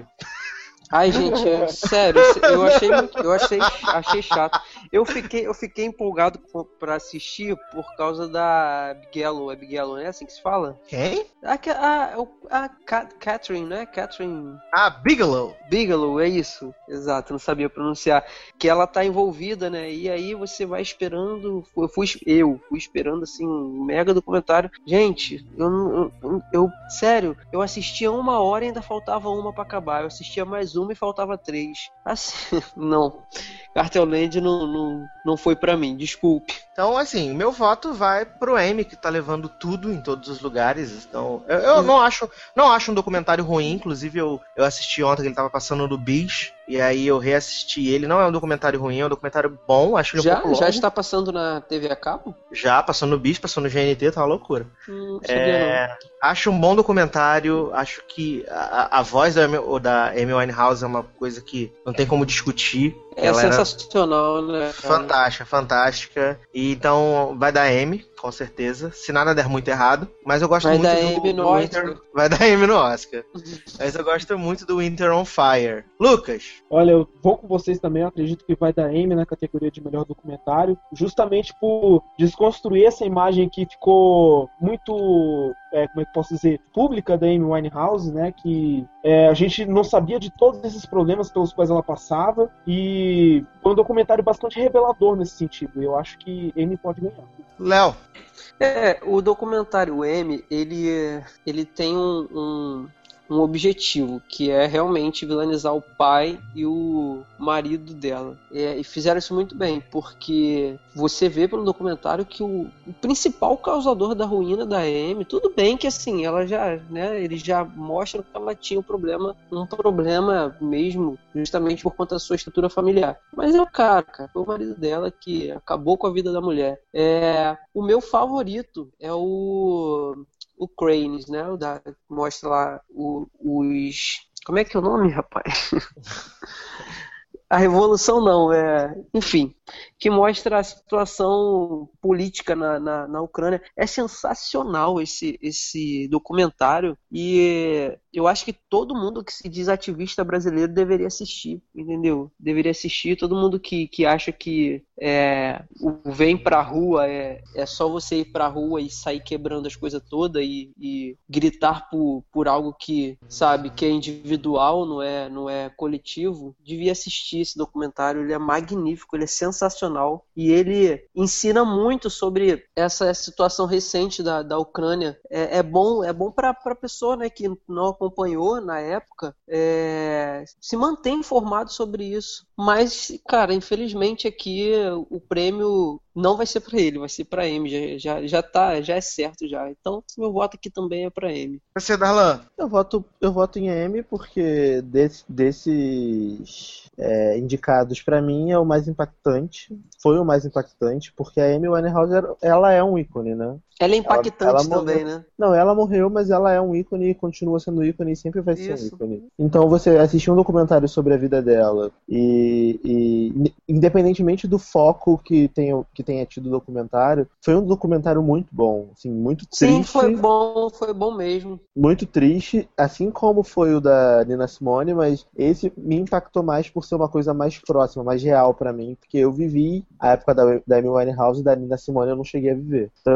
Ai, gente, é, sério, eu achei muito, eu achei, achei chato. Eu fiquei, eu fiquei empolgado pra assistir por causa da Bigelow, é Bigelow, né? Assim que se fala?
Quem?
A, a, a, a Catherine, né? Catherine...
Ah, Bigelow.
Bigelow, é isso. Exato, não sabia pronunciar. Que ela tá envolvida, né? E aí você vai esperando... Eu fui, eu fui esperando, assim, um mega documentário. Gente, eu não... Eu, eu, sério, eu assistia uma hora e ainda faltava uma pra acabar. Eu assistia mais uma e faltava três. Assim, não. Cartel Land não, não, não foi pra mim, desculpe.
Então, assim, meu voto vai pro Amy, que tá levando tudo em todos os lugares. Então, eu, eu não acho não acho um documentário ruim. Inclusive, eu, eu assisti ontem que ele tava passando no Bis. E aí eu reassisti ele. Não é um documentário ruim, é um documentário bom. Acho ele um
já,
pouco longo.
Já está passando na T V a cabo?
Já, passou no Bis, passou no G N T, tá uma loucura.
Hum,
é, acho um bom documentário. Acho que a, a voz da Amy, da Amy Winehouse é uma coisa que não tem como discutir.
É
Ela
sensacional, né? Cara?
Fantástica, fantástica. E então vai dar Amy, com certeza. Se nada der muito errado. Mas eu gosto
vai
muito
dar
do,
Amy
do
no
Winter.
Oscar.
Vai dar Amy no Oscar. Mas eu gosto muito do Winter on Fire. Lucas.
Olha, eu vou com vocês também. Eu acredito que vai dar Amy na categoria de melhor documentário. Justamente por desconstruir essa imagem que ficou muito, é, como é que posso dizer, pública da Amy Winehouse, né? Que é, a gente não sabia de todos esses problemas pelos quais ela passava. E foi um documentário bastante revelador nesse sentido. Eu acho que Amy pode ganhar.
Léo.
É, o documentário Amy, ele, ele tem um, um, um objetivo, que é realmente vilanizar o pai e o marido dela. É, e fizeram isso muito bem, porque você vê pelo documentário que o, o principal causador da ruína da Amy, tudo bem que assim, ela já, né, eles já mostram que ela tinha um problema, um problema mesmo, justamente por conta da sua estrutura familiar. Mas é o cara, cara, foi o marido dela que acabou com a vida da mulher. É, o meu favorito é o... o Cranes, né? O da, mostra lá o, os... Como é que é o nome, rapaz? A Revolução não, é... Enfim, que mostra a situação política na, na, na Ucrânia. É sensacional esse, esse documentário e eu acho que todo mundo que se diz ativista brasileiro deveria assistir, entendeu? Deveria assistir, todo mundo que, que acha que é, o vem pra rua é, é só você ir pra rua e sair quebrando as coisas todas e, e gritar por, por algo que, sabe, que é individual, não é, não é coletivo, devia assistir esse documentário. Ele é magnífico, ele é sensacional e ele ensina muito sobre essa situação recente da, da Ucrânia. É, é bom, é bom para a pessoa, né, que não acompanhou na época, é, se manter informado sobre isso. Mas, cara, infelizmente aqui o prêmio não vai ser para ele, vai ser para Amy, já, já, já tá, já é certo já. Então, meu voto aqui também é para Amy.
Você, Darlan?
Eu voto, eu voto em Amy porque desse, desses é, indicados para mim é o mais impactante, foi o mais impactante, porque a Amy Winehouse, ela é um ícone, né?
Ela é impactante
ela, ela
também,
morreu,
né?
Não, ela morreu, mas ela é um ícone e continua sendo ícone e sempre vai ser
Isso.
um ícone. Então você assistir um documentário sobre a vida dela e, e independentemente do foco que tenha, que tenha tido o documentário, foi um documentário muito bom, assim, muito triste.
Sim, foi bom, foi bom mesmo.
Muito triste, assim como foi o da Nina Simone, mas esse me impactou mais por ser uma coisa mais próxima, mais real pra mim, porque eu vivi a época da, da Amy Winehouse e da Nina Simone eu não cheguei a viver. Então eu voto no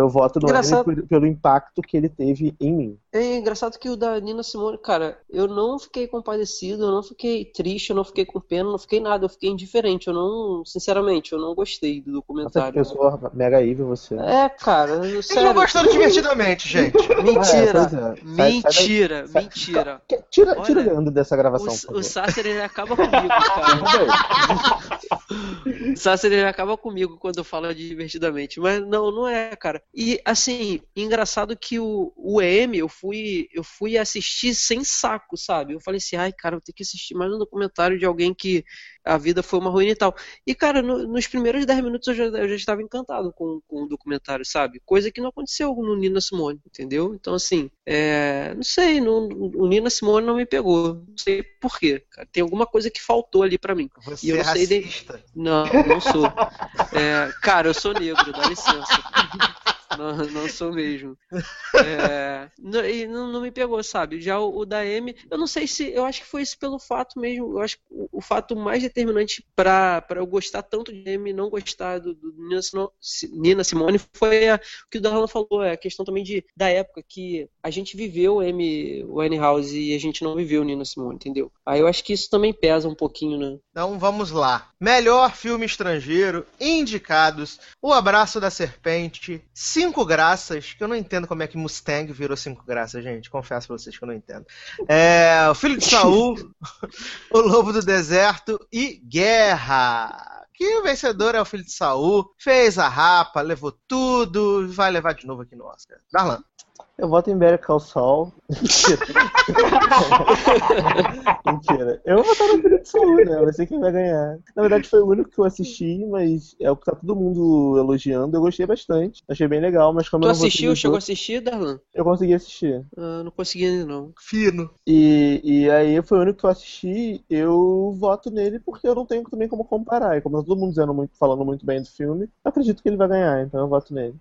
engraçado-
por- pelo impacto que ele teve em mim.
É engraçado que o da Nina Simone, cara, eu não fiquei compadecido, eu não fiquei triste, eu não fiquei com pena, eu não fiquei nada, eu fiquei indiferente, eu não, sinceramente, eu não gostei do
Nossa, que
documentário.
pessoa mega evil você.
É, cara, eu,
Ele não
sério.
gostou do Divertidamente, gente.
Mentira,
É, pois é. Sai- sai
mentira,
sai-
mentira.
Que- Tira,
Olha,
tira o Leandro dessa
O,
gravação, por
o
favor.
Sasser, ele acaba comigo, cara. O Sasser, ele acaba comigo quando fala de Divertidamente, mas não, não é, cara. E, assim, engraçado que o, o E M, eu fui, eu fui assistir sem saco, sabe? Eu falei assim, ai, cara, eu vou ter que assistir mais um documentário de alguém que a vida foi uma ruína e tal. E, cara, no- nos primeiros dez minutos eu já, eu já estava encantado com, com o documentário, sabe? Coisa que não aconteceu no Nina Simone, entendeu? Então, assim, é, não sei, não- o Nina Simone não me pegou. Não sei por quê, cara. Tem alguma coisa que faltou ali pra mim.
Você
E eu
é
não sei de-
racista.
Não, não sou. É, cara, eu sou negro, dá licença. Não, não sou mesmo. É, não, e não, não me pegou, sabe? Já o, o da M, eu não sei se. Eu acho que foi isso pelo fato mesmo. Eu acho que o, o fato mais determinante pra, pra eu gostar tanto de M e não gostar do, do Nina, Sino- Si- Nina Simone foi a- o que o Darlan falou, é a questão também de, da época que a gente viveu o M Winehouse e a gente não viveu o Nina Simone, entendeu? Aí eu acho que isso também pesa um pouquinho, né?
Então vamos lá. Melhor filme estrangeiro, indicados: O Abraço da Serpente, Cinco Graças, que eu não entendo como é que Mustang virou Cinco Graças, gente. Confesso pra vocês que eu não entendo. É, O Filho de Saul, O Lobo do Deserto e Guerra. Que o vencedor é o Filho de Saul, fez a rapa, levou tudo, vai levar de novo aqui no Oscar. Darlan.
Eu voto em Better Call Saul. Mentira. Mentira. Eu vou votar no Filho de Saul, né? Vai ser quem vai ganhar. Na verdade foi o único que eu assisti, mas é o que tá todo mundo elogiando. Eu gostei bastante. Achei bem legal, mas como
Tu
eu não vou
assistiu?
assistir
Chegou a
os
assistir, Darlan?
outros, eu consegui assistir.
Ah, não consegui ainda não.
Fino.
E, e aí foi o único que eu assisti, eu voto nele porque eu não tenho também como comparar. E como tá todo mundo dizendo muito, falando muito bem do filme, eu acredito que ele vai ganhar, então eu voto nele.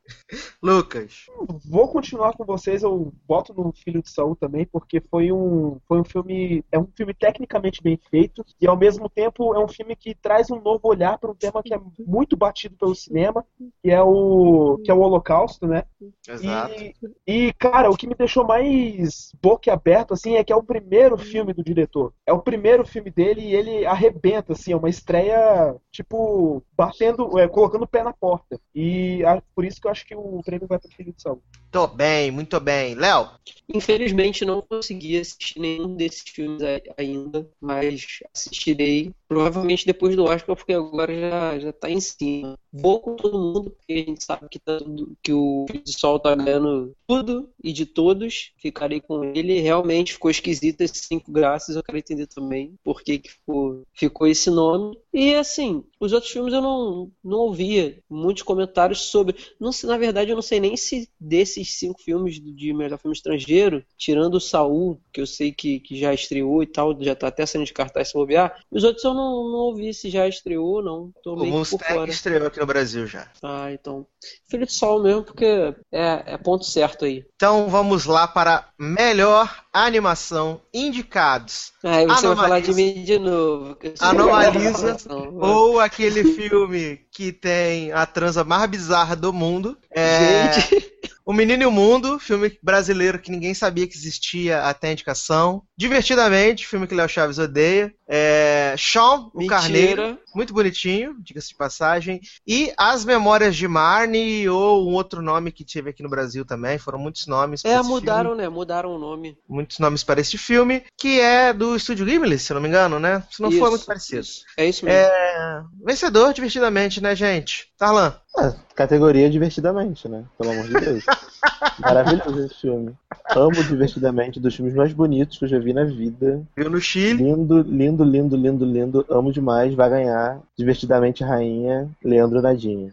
Lucas.
Vou continuar com vocês, eu boto no Filho de Saul também, porque foi um, foi um filme, é um filme tecnicamente bem feito e ao mesmo tempo é um filme que traz um novo olhar para um tema que é muito batido pelo cinema, que é o, que é o Holocausto, né?
Exato.
E, e, cara, o que me deixou mais boquiaberto, assim, é que é o primeiro filme do diretor. É o primeiro filme dele e ele arrebenta, assim, é uma estreia, tipo, batendo, é, colocando o pé na porta. E a- por isso que eu acho que o prêmio vai pro Filho de Saul.
Tô bem, muito bem. Léo.
Infelizmente não consegui assistir nenhum desses filmes ai- ainda, mas assistirei. Provavelmente depois do Oscar, porque agora já, já tá em cima. Vou com todo mundo, porque a gente sabe que, tá tudo- que o Filho de Sol tá ganhando tudo e de todos. Ficarei com ele. Realmente ficou esquisito esses cinco graças. Eu quero entender também por que, que ficou, ficou esse nome. E assim, os outros filmes eu não, não ouvia muitos comentários sobre. Não sei, na verdade, eu não sei nem se desses cinco filmes de melhor filme estrangeiro, tirando o Saul, que eu sei que, que já estreou e tal, já tá até saindo de cartaz se bobear, os outros eu não, não ouvi se já estreou ou não. Tô
O
meio que por
Mustang
fora.
estreou aqui no Brasil já.
Ah, então. Filho de Sol mesmo, porque é, é ponto certo aí.
Então vamos lá para melhor animação indicados.
Ah, e você vai
Anomalisa.
falar de mim de novo. que eu sou
Anomalisa
animação.
ou aquele filme que tem a transa mais bizarra do mundo. É...
Gente,
O Menino e o Mundo, filme brasileiro que ninguém sabia que existia até a indicação. Divertidamente, filme que Léo Chaves odeia. É... Sean, o
mentira.
Carneiro, muito bonitinho, diga-se de passagem. E As Memórias de Marnie, ou um outro nome que tive aqui no Brasil também, foram muitos nomes. para
É,
esse
mudaram,
filme.
né? Mudaram o nome.
Muitos nomes para esse filme, que é do Estúdio Ghibli, se eu não me engano, né? Se não for, é muito parecido.
isso. É isso mesmo.
É... Vencedor, Divertidamente, né, gente? Tarlan.
Ah, categoria Divertidamente, né? Pelo amor de Deus. Maravilhoso esse filme. Amo Divertidamente, dos filmes mais bonitos que eu já vi na vida.
Viu no Chile.
Lindo, lindo, lindo, lindo, lindo. Amo demais. Vai ganhar Divertidamente Rainha, Leandro Nadinha.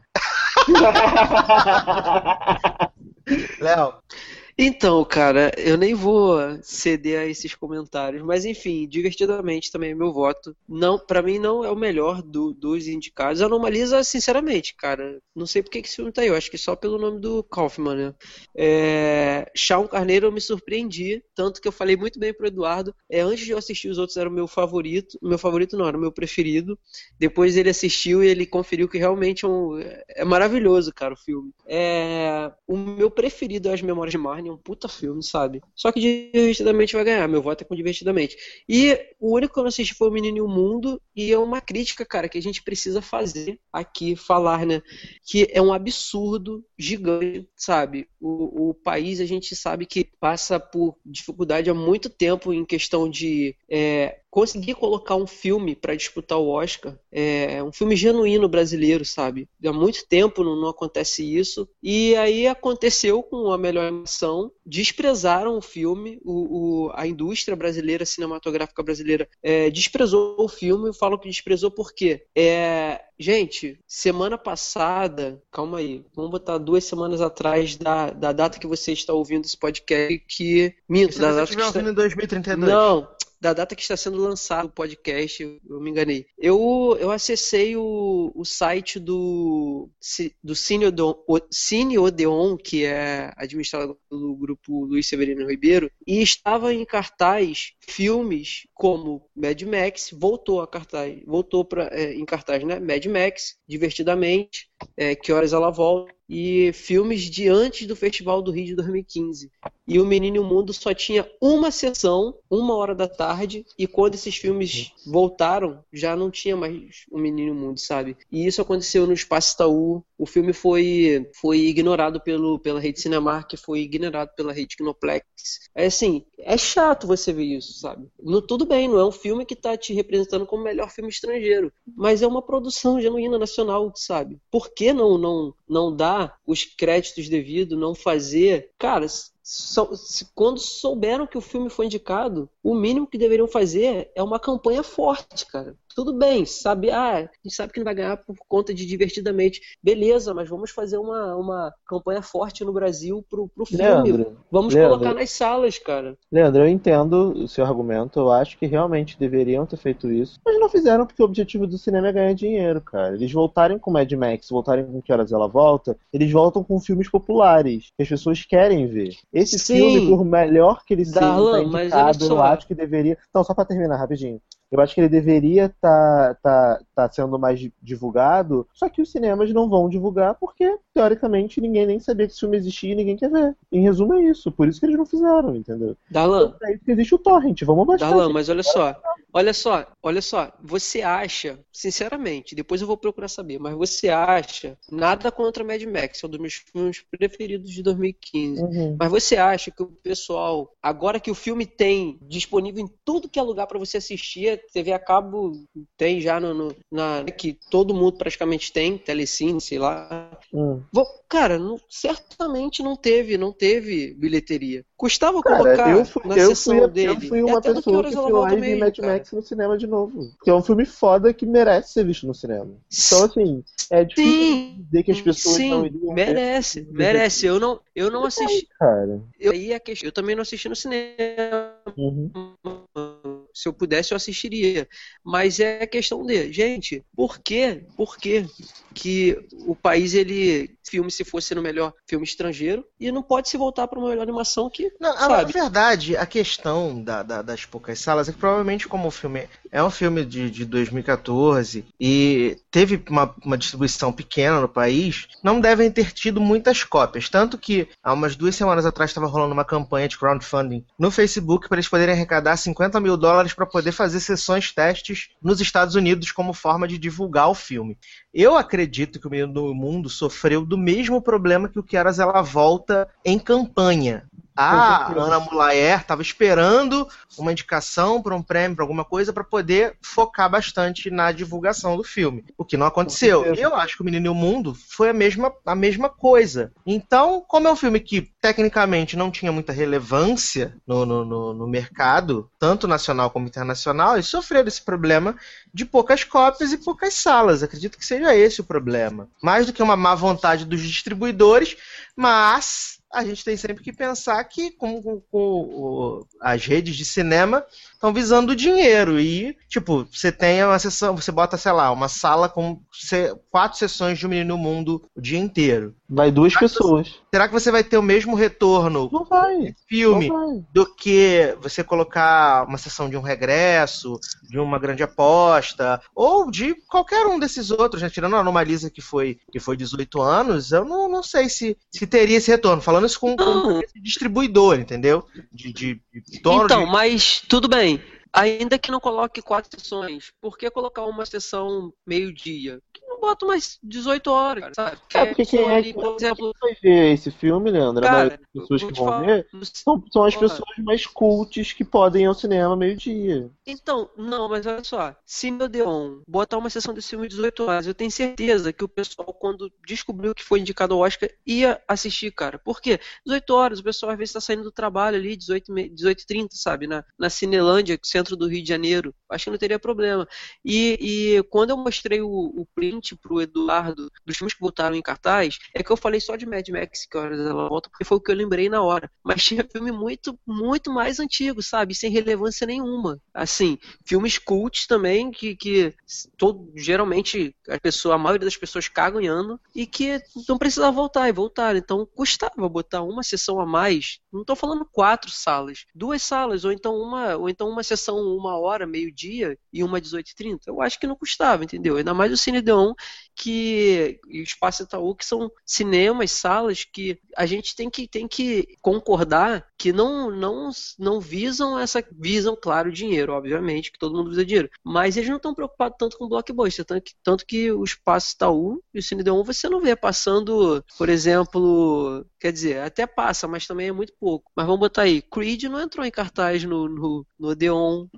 Léo.
Então, cara, eu nem vou ceder a esses comentários, mas enfim, Divertidamente também é meu voto. Não, para mim não é o melhor do- dos indicados. Anomalisa, sinceramente, cara, não sei por que que esse filme tá aí. Eu acho que só pelo nome do Kaufman, né? É... Sean Carneiro eu me surpreendi, tanto que eu falei muito bem pro Eduardo. É, antes de eu assistir os outros era o meu favorito, meu favorito não, era o meu preferido. Depois ele assistiu e ele conferiu que realmente é, um- é maravilhoso, cara, o filme. É... O meu preferido é As Memórias de Marnie, é um puta filme, sabe? Só que Divertidamente vai ganhar, meu voto é com Divertidamente. E o único que eu não assisti foi O Menino e o Mundo, e é uma crítica, cara, que a gente precisa fazer aqui, falar, né? Que é um absurdo gigante, sabe? O, o país, a gente sabe que passa por dificuldade há muito tempo em questão de é, conseguir colocar um filme para disputar o Oscar, é um filme genuíno brasileiro, sabe? Há muito tempo não, não acontece isso, e aí aconteceu com A Melhor Animação, desprezaram o filme, o, o, a indústria brasileira, cinematográfica brasileira, é, desprezou o filme. Eu falo que desprezou porque é, gente, semana passada, calma aí, vamos botar duas semanas atrás da, da data que você está ouvindo esse podcast, que minto,
Se
da
você
data
estiver
que está...
ouvindo em dois mil e trinta e dois.
Não, da data que está sendo lançado o podcast, eu, eu me enganei. Eu, eu acessei o, o site do, do Cine Odeon, Cine Odeon, que é administrado pelo grupo Luiz Severino Ribeiro, e estava em cartaz filmes como Mad Max, voltou a cartaz, voltou pra, é, em cartaz, né? Mad Max, Divertidamente, é, Que Horas Ela Volta, e filmes de antes do Festival do Rio de dois mil e quinze. E O Menino e o Mundo só tinha uma sessão, uma hora da tarde, e quando esses filmes voltaram, já não tinha mais O Menino e o Mundo, sabe? E isso aconteceu no Espaço Itaú. O filme foi, foi ignorado pelo, pela rede Cinemark, foi ignorado pela rede Kinoplex. É assim, é chato você ver isso, sabe? No, tudo bem, não é um filme que tá te representando como o melhor filme estrangeiro, mas é uma produção genuína nacional, sabe? Por que não, não, não dar os créditos devidos, não fazer... Cara, so, se, quando souberam que o filme foi indicado, o mínimo que deveriam fazer é uma campanha forte, cara. Tudo bem, sabe, ah, a gente sabe que não vai ganhar por conta de Divertidamente. Beleza, mas vamos fazer uma, uma campanha forte no Brasil pro, pro filme.
Leandro,
vamos
Leandro,
colocar nas salas, cara.
Leandro, eu entendo o seu argumento. Eu acho que realmente deveriam ter feito isso, mas não fizeram porque o objetivo do cinema é ganhar dinheiro, cara. Eles voltarem com Mad Max, voltarem com Que Horas Ela Volta, eles voltam com filmes populares, que as pessoas querem ver. Esse
Sim.
filme, por melhor que ele seja,
Darlan,
tá
mas olha
indicado, eu
só.
acho que deveria... Então, só pra terminar rapidinho. Eu acho que ele deveria estar tá, tá, tá sendo mais divulgado, só que os cinemas não vão divulgar porque, teoricamente, ninguém nem sabia que esse filme existia e ninguém quer ver. Em resumo é isso, por isso que eles não fizeram, entendeu?
Darlan,
Então, é isso que existe o torrent, vamos baixar.
Darlan, mas olha só, olha só, olha só, você acha, sinceramente, depois eu vou procurar saber, mas você acha, nada contra Mad Max, é um dos meus filmes preferidos de dois mil e quinze,
Uhum.
mas você acha que o pessoal, agora que o filme tem disponível em tudo que é lugar pra você assistir, T V a cabo tem já no, no na que todo mundo praticamente tem, Telecine, sei lá.
Hum.
Vou, cara, não, certamente não teve, não teve bilheteria. Custava
Cara,
colocar
eu fui,
na
eu
sessão
fui,
dele.
eu fui
E
uma
até do Que
pessoa
Horas
que
Ela
fui lá
Volta
e vi
mesmo,
Mad
cara.
Max no cinema de novo. Porque é um filme foda que merece ser visto no cinema. Então, assim, é difícil
Sim,
dizer que as pessoas
sim,
não iriam ver,
merece, merece. Eu não, eu não assisti.
cara.
Eu, aí a questão, eu também não assisti no cinema.
Uhum.
Se eu pudesse, eu assistiria. Mas é a questão de, gente, por quê? Por quê que o país, ele, filme se fosse no melhor filme estrangeiro, e não pode se voltar para uma melhor animação que,
Não, a,
sabe?
a verdade, a questão da, da- das poucas salas é que provavelmente como o filme é um filme de, de dois mil e quatorze e teve uma, uma distribuição pequena no país, não devem ter tido muitas cópias. Tanto que há umas duas semanas atrás estava rolando uma campanha de crowdfunding no Facebook para eles poderem arrecadar cinquenta mil dólares para poder fazer sessões testes nos Estados Unidos como forma de divulgar o filme. Eu acredito que o Menino do Mundo sofreu do mesmo problema que o Que Horas Ela Volta em campanha. A Ana Mulaer estava esperando uma indicação para um prêmio, para alguma coisa, para poder focar bastante na divulgação do filme. O que não aconteceu. Eu acho que O Menino e o Mundo foi a mesma, a mesma coisa. Então, como é um filme que tecnicamente não tinha muita relevância no, no, no, no mercado, tanto nacional como internacional, eles sofreram esse problema de poucas cópias e poucas salas. Acredito que seja esse o problema. Mais do que uma má vontade dos distribuidores, mas a gente tem sempre que pensar que com, com, com o, as redes de cinema estão visando o dinheiro. E, tipo, você tem uma sessão, você bota, sei lá, uma sala com se, quatro sessões de O Menino e o Mundo o dia inteiro.
Vai duas pessoas.
Será que você vai ter o mesmo retorno
Não vai.
filme
Não vai.
do que você colocar uma sessão de um regresso, de uma grande aposta, ou de qualquer um desses outros, né? Tirando a Anomalisa que foi, que foi dezoito anos, eu não, não sei se, se teria esse retorno. Falando isso com, com esse distribuidor, entendeu? De, de, de dono
Então,
de...
mas tudo bem. Ainda que não coloque quatro sessões, por que colocar uma sessão meio-dia? Não bota umas dezoito horas, sabe?
É, porque quem é
ali,
que
por exemplo,
vai ver esse filme, Leandro? A
Cara,
maioria das pessoas
vou
que
te
vão
falar,
ver
no-
são, são as
Porra.
pessoas mais cultes que podem ir ao cinema meio-dia.
Então, não, mas olha só, Cine Odeon, botar uma sessão desse filme dezoito horas, eu tenho certeza que o pessoal, quando descobriu que foi indicado ao Oscar, ia assistir, cara. Por quê? dezoito horas, o pessoal às vezes tá saindo do trabalho ali, dezoito e trinta, sabe? Na, na Cinelândia, centro do Rio de Janeiro. Acho que não teria problema. E, e quando eu mostrei o, o print pro Eduardo dos filmes que voltaram em cartaz, é que eu falei só de Mad Max, que horas ela volta, porque foi o que eu lembrei na hora. Mas tinha filme muito, muito mais antigo, sabe? Sem relevância nenhuma. Assim, filmes cults também, que, que todo, geralmente a, pessoa, a maioria das pessoas cagam em ano, e que não precisava voltar, e voltaram. Então custava botar uma sessão a mais. Não tô falando quatro salas, duas salas, ou então uma, ou então uma sessão uma hora, meio-dia, e uma dezoito e trinta. Eu acho que não custava, entendeu? Ainda mais o Cine Odeon, que, e o Espaço Itaú, que são cinemas, salas que a gente tem que, tem que concordar que não, não, não visam essa, visam, claro, dinheiro, obviamente, que todo mundo visa dinheiro, mas eles não estão preocupados tanto com o blockbuster, tanto que, tanto que o Espaço Itaú e o Cine Odeon você não vê passando, por exemplo, quer dizer, até passa, mas também é muito pouco. Mas vamos botar aí, Creed não entrou em cartaz no, no, no Odeon,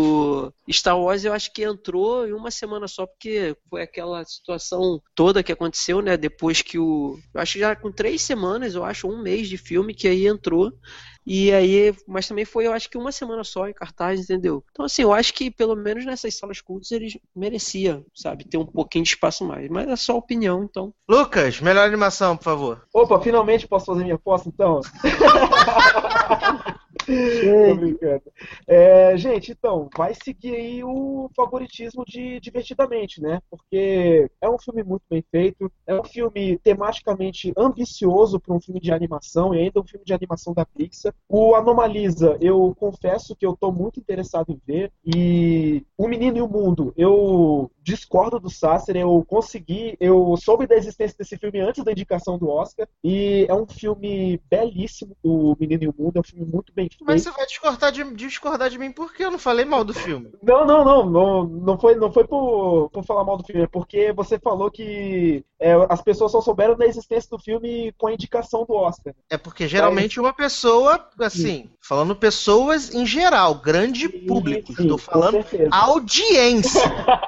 no Star Wars eu acho que entrou em uma semana só, porque foi aquela situação toda que aconteceu, né, depois que o, eu acho que já com três semanas, eu acho, um mês de filme que aí entrou. E aí, mas também foi, eu acho que uma semana só em cartaz, entendeu? Então, assim, eu acho que pelo menos nessas salas cultas eles mereciam, sabe, ter um pouquinho de espaço mais. Mas é só opinião, então.
Lucas, melhor animação, por favor.
Opa, finalmente posso fazer minha aposta, então? Tô brincando. É, gente, então, vai seguir aí o favoritismo de Divertidamente, né? Porque é um filme muito bem feito, é um filme tematicamente ambicioso para um filme de animação, e ainda um filme de animação da Pixar. O Anomalisa, eu confesso que eu tô muito interessado em ver, e O Menino e o Mundo, eu discordo do Sasser, eu consegui, eu soube da existência desse filme antes da indicação do Oscar, e é um filme belíssimo, O Menino e o Mundo, é um filme muito bem feito.
Mas você vai discordar de, discordar de mim porque eu não falei mal do filme.
Não, não, não, não, não foi, não foi por, por falar mal do filme, é porque você falou que é, as pessoas só souberam da existência do filme com a indicação do Oscar.
É porque geralmente uma pessoa, assim, falando pessoas em geral, grande público,
sim,
estou
com
falando
certeza.
audiência.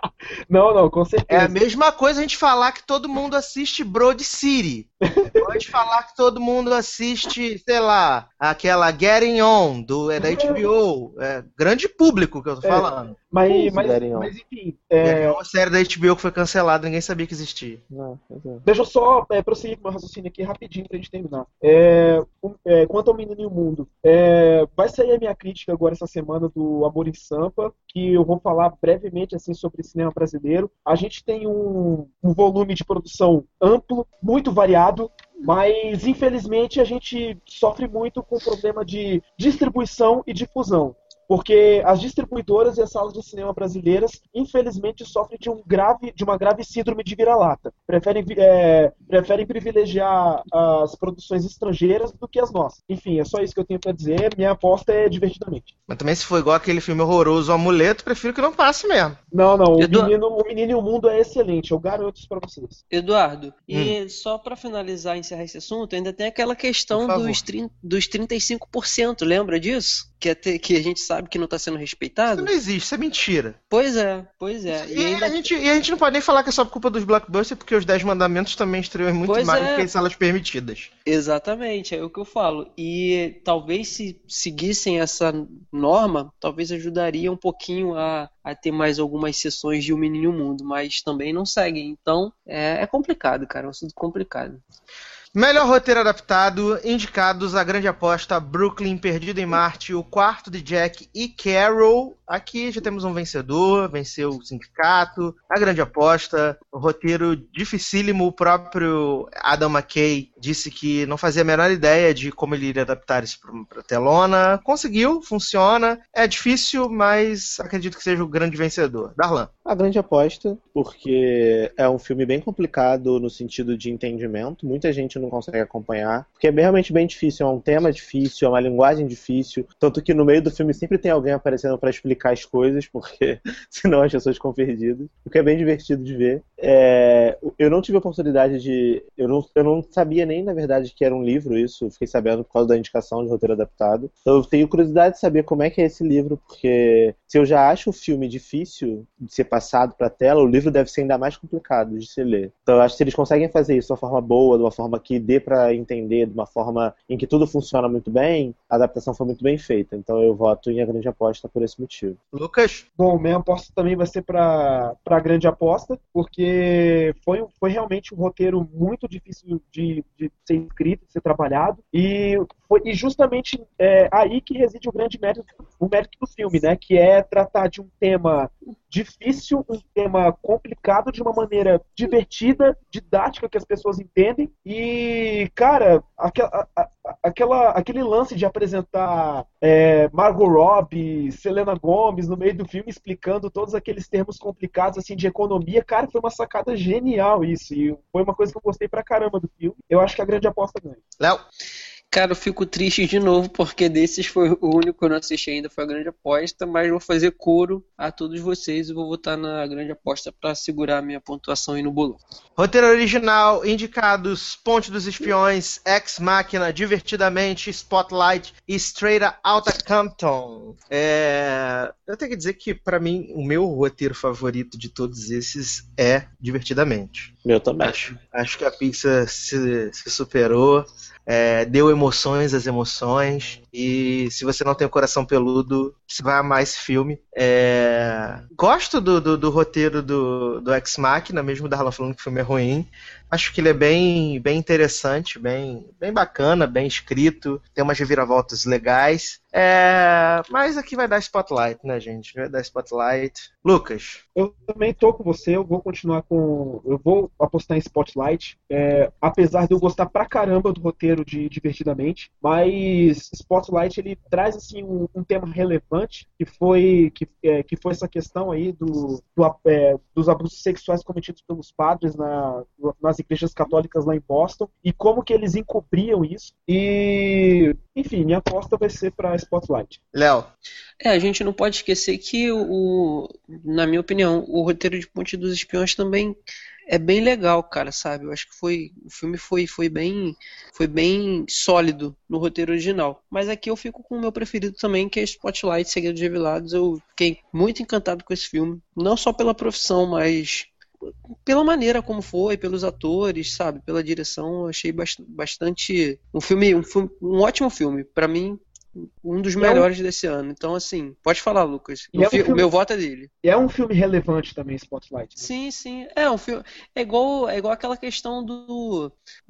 Não, não, com
É
certeza.
a mesma coisa a gente falar que todo mundo assiste Broad City. Pode falar que todo mundo assiste, sei lá, aquela Getting On, do, é da H B O. É grande público que eu tô
É.
falando.
Mas,
isso,
mas,
Getting On?
mas enfim,
Getting
é,
On é uma série da H B O que foi cancelada, ninguém sabia que existia.
Não, pois é.
deixa eu só é, prosseguir com o meu raciocínio aqui rapidinho pra gente terminar. É, um, é, quanto ao Menino e o Mundo, é, vai sair a minha crítica agora essa semana do Amor em Sampa, que eu vou falar brevemente assim sobre cinema brasileiro. A gente tem um, um volume de produção amplo, muito variado, mas infelizmente a gente sofre muito com o problema de distribuição e difusão. Porque as distribuidoras e as salas de cinema brasileiras, infelizmente, sofrem de, um grave, de uma grave síndrome de vira-lata. Preferem, é, preferem privilegiar as produções estrangeiras do que as nossas. Enfim, é só isso que eu tenho pra dizer. Minha aposta é Divertidamente.
Mas também se for igual aquele filme horroroso, O Amuleto, prefiro que não passe mesmo.
Não, não. O
Edu-
menino, o menino e o Mundo é excelente. Eu garanto isso pra vocês.
Eduardo, e só pra finalizar e encerrar esse assunto, ainda tem aquela questão
Por favor.
dos, trinta, dos trinta e cinco por cento, lembra disso? Que, é ter- que a gente sabe que não está sendo
Isso
respeitado?
não existe, isso é mentira.
Pois é, pois é.
E,
E ainda
a gente, e a gente não pode nem falar que é só por culpa dos blockbusters, porque os Dez Mandamentos também estream muito
Pois
mais
é.
do que em salas permitidas.
Exatamente, é o que eu falo. E talvez se seguissem essa norma, talvez ajudaria um pouquinho a, a ter mais algumas sessões de O Menino e o Mundo, mas também não seguem. Então é, é complicado, cara, é um assunto complicado.
Melhor roteiro adaptado, indicados A Grande Aposta, Brooklyn, Perdido em Marte, O Quarto de Jack e Carol. Aqui já temos um vencedor, venceu o Sindicato, A Grande Aposta, o roteiro dificílimo. O próprio Adam McKay disse que não fazia a menor ideia de como ele iria adaptar isso para telona. Conseguiu, funciona, é difícil, mas acredito que seja o grande vencedor. Darlan.
A Grande Aposta, porque é um filme bem complicado no sentido de entendimento, muita gente não consegue acompanhar, porque é realmente bem difícil, é um tema difícil, é uma linguagem difícil, tanto que no meio do filme sempre tem alguém aparecendo para explicar as coisas, porque senão as pessoas ficam perdidas, o que é bem divertido de ver. É, eu não tive a oportunidade de... Eu não, eu não sabia nem, na verdade, que era um livro isso, fiquei sabendo por causa da indicação de roteiro adaptado, então eu tenho curiosidade de saber como é que é esse livro, porque se eu já acho o filme difícil de ser passado para a tela, o livro deve ser ainda mais complicado de se ler. Então eu acho que se eles conseguem fazer isso de uma forma boa, de uma forma que dê para entender, de uma forma em que tudo funciona muito bem, a adaptação foi muito bem feita. Então eu voto em A Grande Aposta por esse motivo.
Lucas?
Bom, minha aposta também vai ser para a Grande Aposta, porque foi, foi realmente um roteiro muito difícil de, de ser escrito, de ser trabalhado, e foi e justamente é, aí que reside o grande mérito, o mérito do filme, né? Que é tratar de um tema difícil, um tema complicado de uma maneira divertida, didática, que as pessoas entendem. E, cara, aquela, aquela, aquele lance de apresentar é, Margot Robbie, Selena Gomez no meio do filme explicando todos aqueles termos complicados assim de economia, cara, foi uma sacada genial isso. E foi uma coisa que eu gostei pra caramba do filme. Eu acho que a Grande Aposta ganha.
Léo?
Cara, eu fico triste de novo, porque desses foi o único que eu não assisti ainda, foi A Grande Aposta, mas vou fazer coro a todos vocês e vou votar na Grande Aposta para segurar a minha pontuação aí no bolão.
Roteiro original, indicados Ponte dos Espiões, Ex Machina, Divertidamente, Spotlight e Straight Outta Compton. É... Eu tenho que dizer que, pra mim, o meu roteiro favorito de todos esses é Divertidamente.
Meu também.
Acho, acho que a Pixar se, se superou. É, deu emoções às emoções, e se você não tem o coração peludo, você vai amar esse filme. É, gosto do, do, do roteiro do, do Ex Machina, mesmo o Darlan falando que o filme é ruim. Acho que ele é bem, bem interessante, bem, bem bacana, bem escrito, tem umas reviravoltas legais. É, mas aqui vai dar Spotlight, né, gente? Vai dar Spotlight. Lucas?
Eu também tô com você, eu vou continuar com... Eu vou apostar em Spotlight, é, apesar de eu gostar pra caramba do roteiro de Divertidamente, mas Spotlight, ele traz, assim, um, um tema relevante, que foi, que, é, que foi essa questão aí do, do, é, dos abusos sexuais cometidos pelos padres na, nas igrejas católicas lá em Boston, e como que eles encobriam isso, e... Enfim, minha aposta vai ser pra Spotlight.
Léo?
É, a gente não pode esquecer que, o, na minha opinião, o roteiro de Ponte dos Espiões também é bem legal, cara, sabe? Eu acho que foi, o filme foi, foi, bem, foi bem sólido no roteiro original. Mas aqui eu fico com o meu preferido também, que é Spotlight, Segredos Revelados. Eu fiquei muito encantado com esse filme, não só pela profissão, mas pela maneira como foi, pelos atores, sabe? Pela direção, eu achei bastante... Um filme, um, filme, um ótimo filme. Pra mim, um dos melhores é um... desse ano. Então, assim, pode falar, Lucas. O,
é um
fi...
filme...
o meu voto é dele.
É um filme relevante também, Spotlight. Né?
Sim, sim. É um filme. É igual, é igual aquela questão do,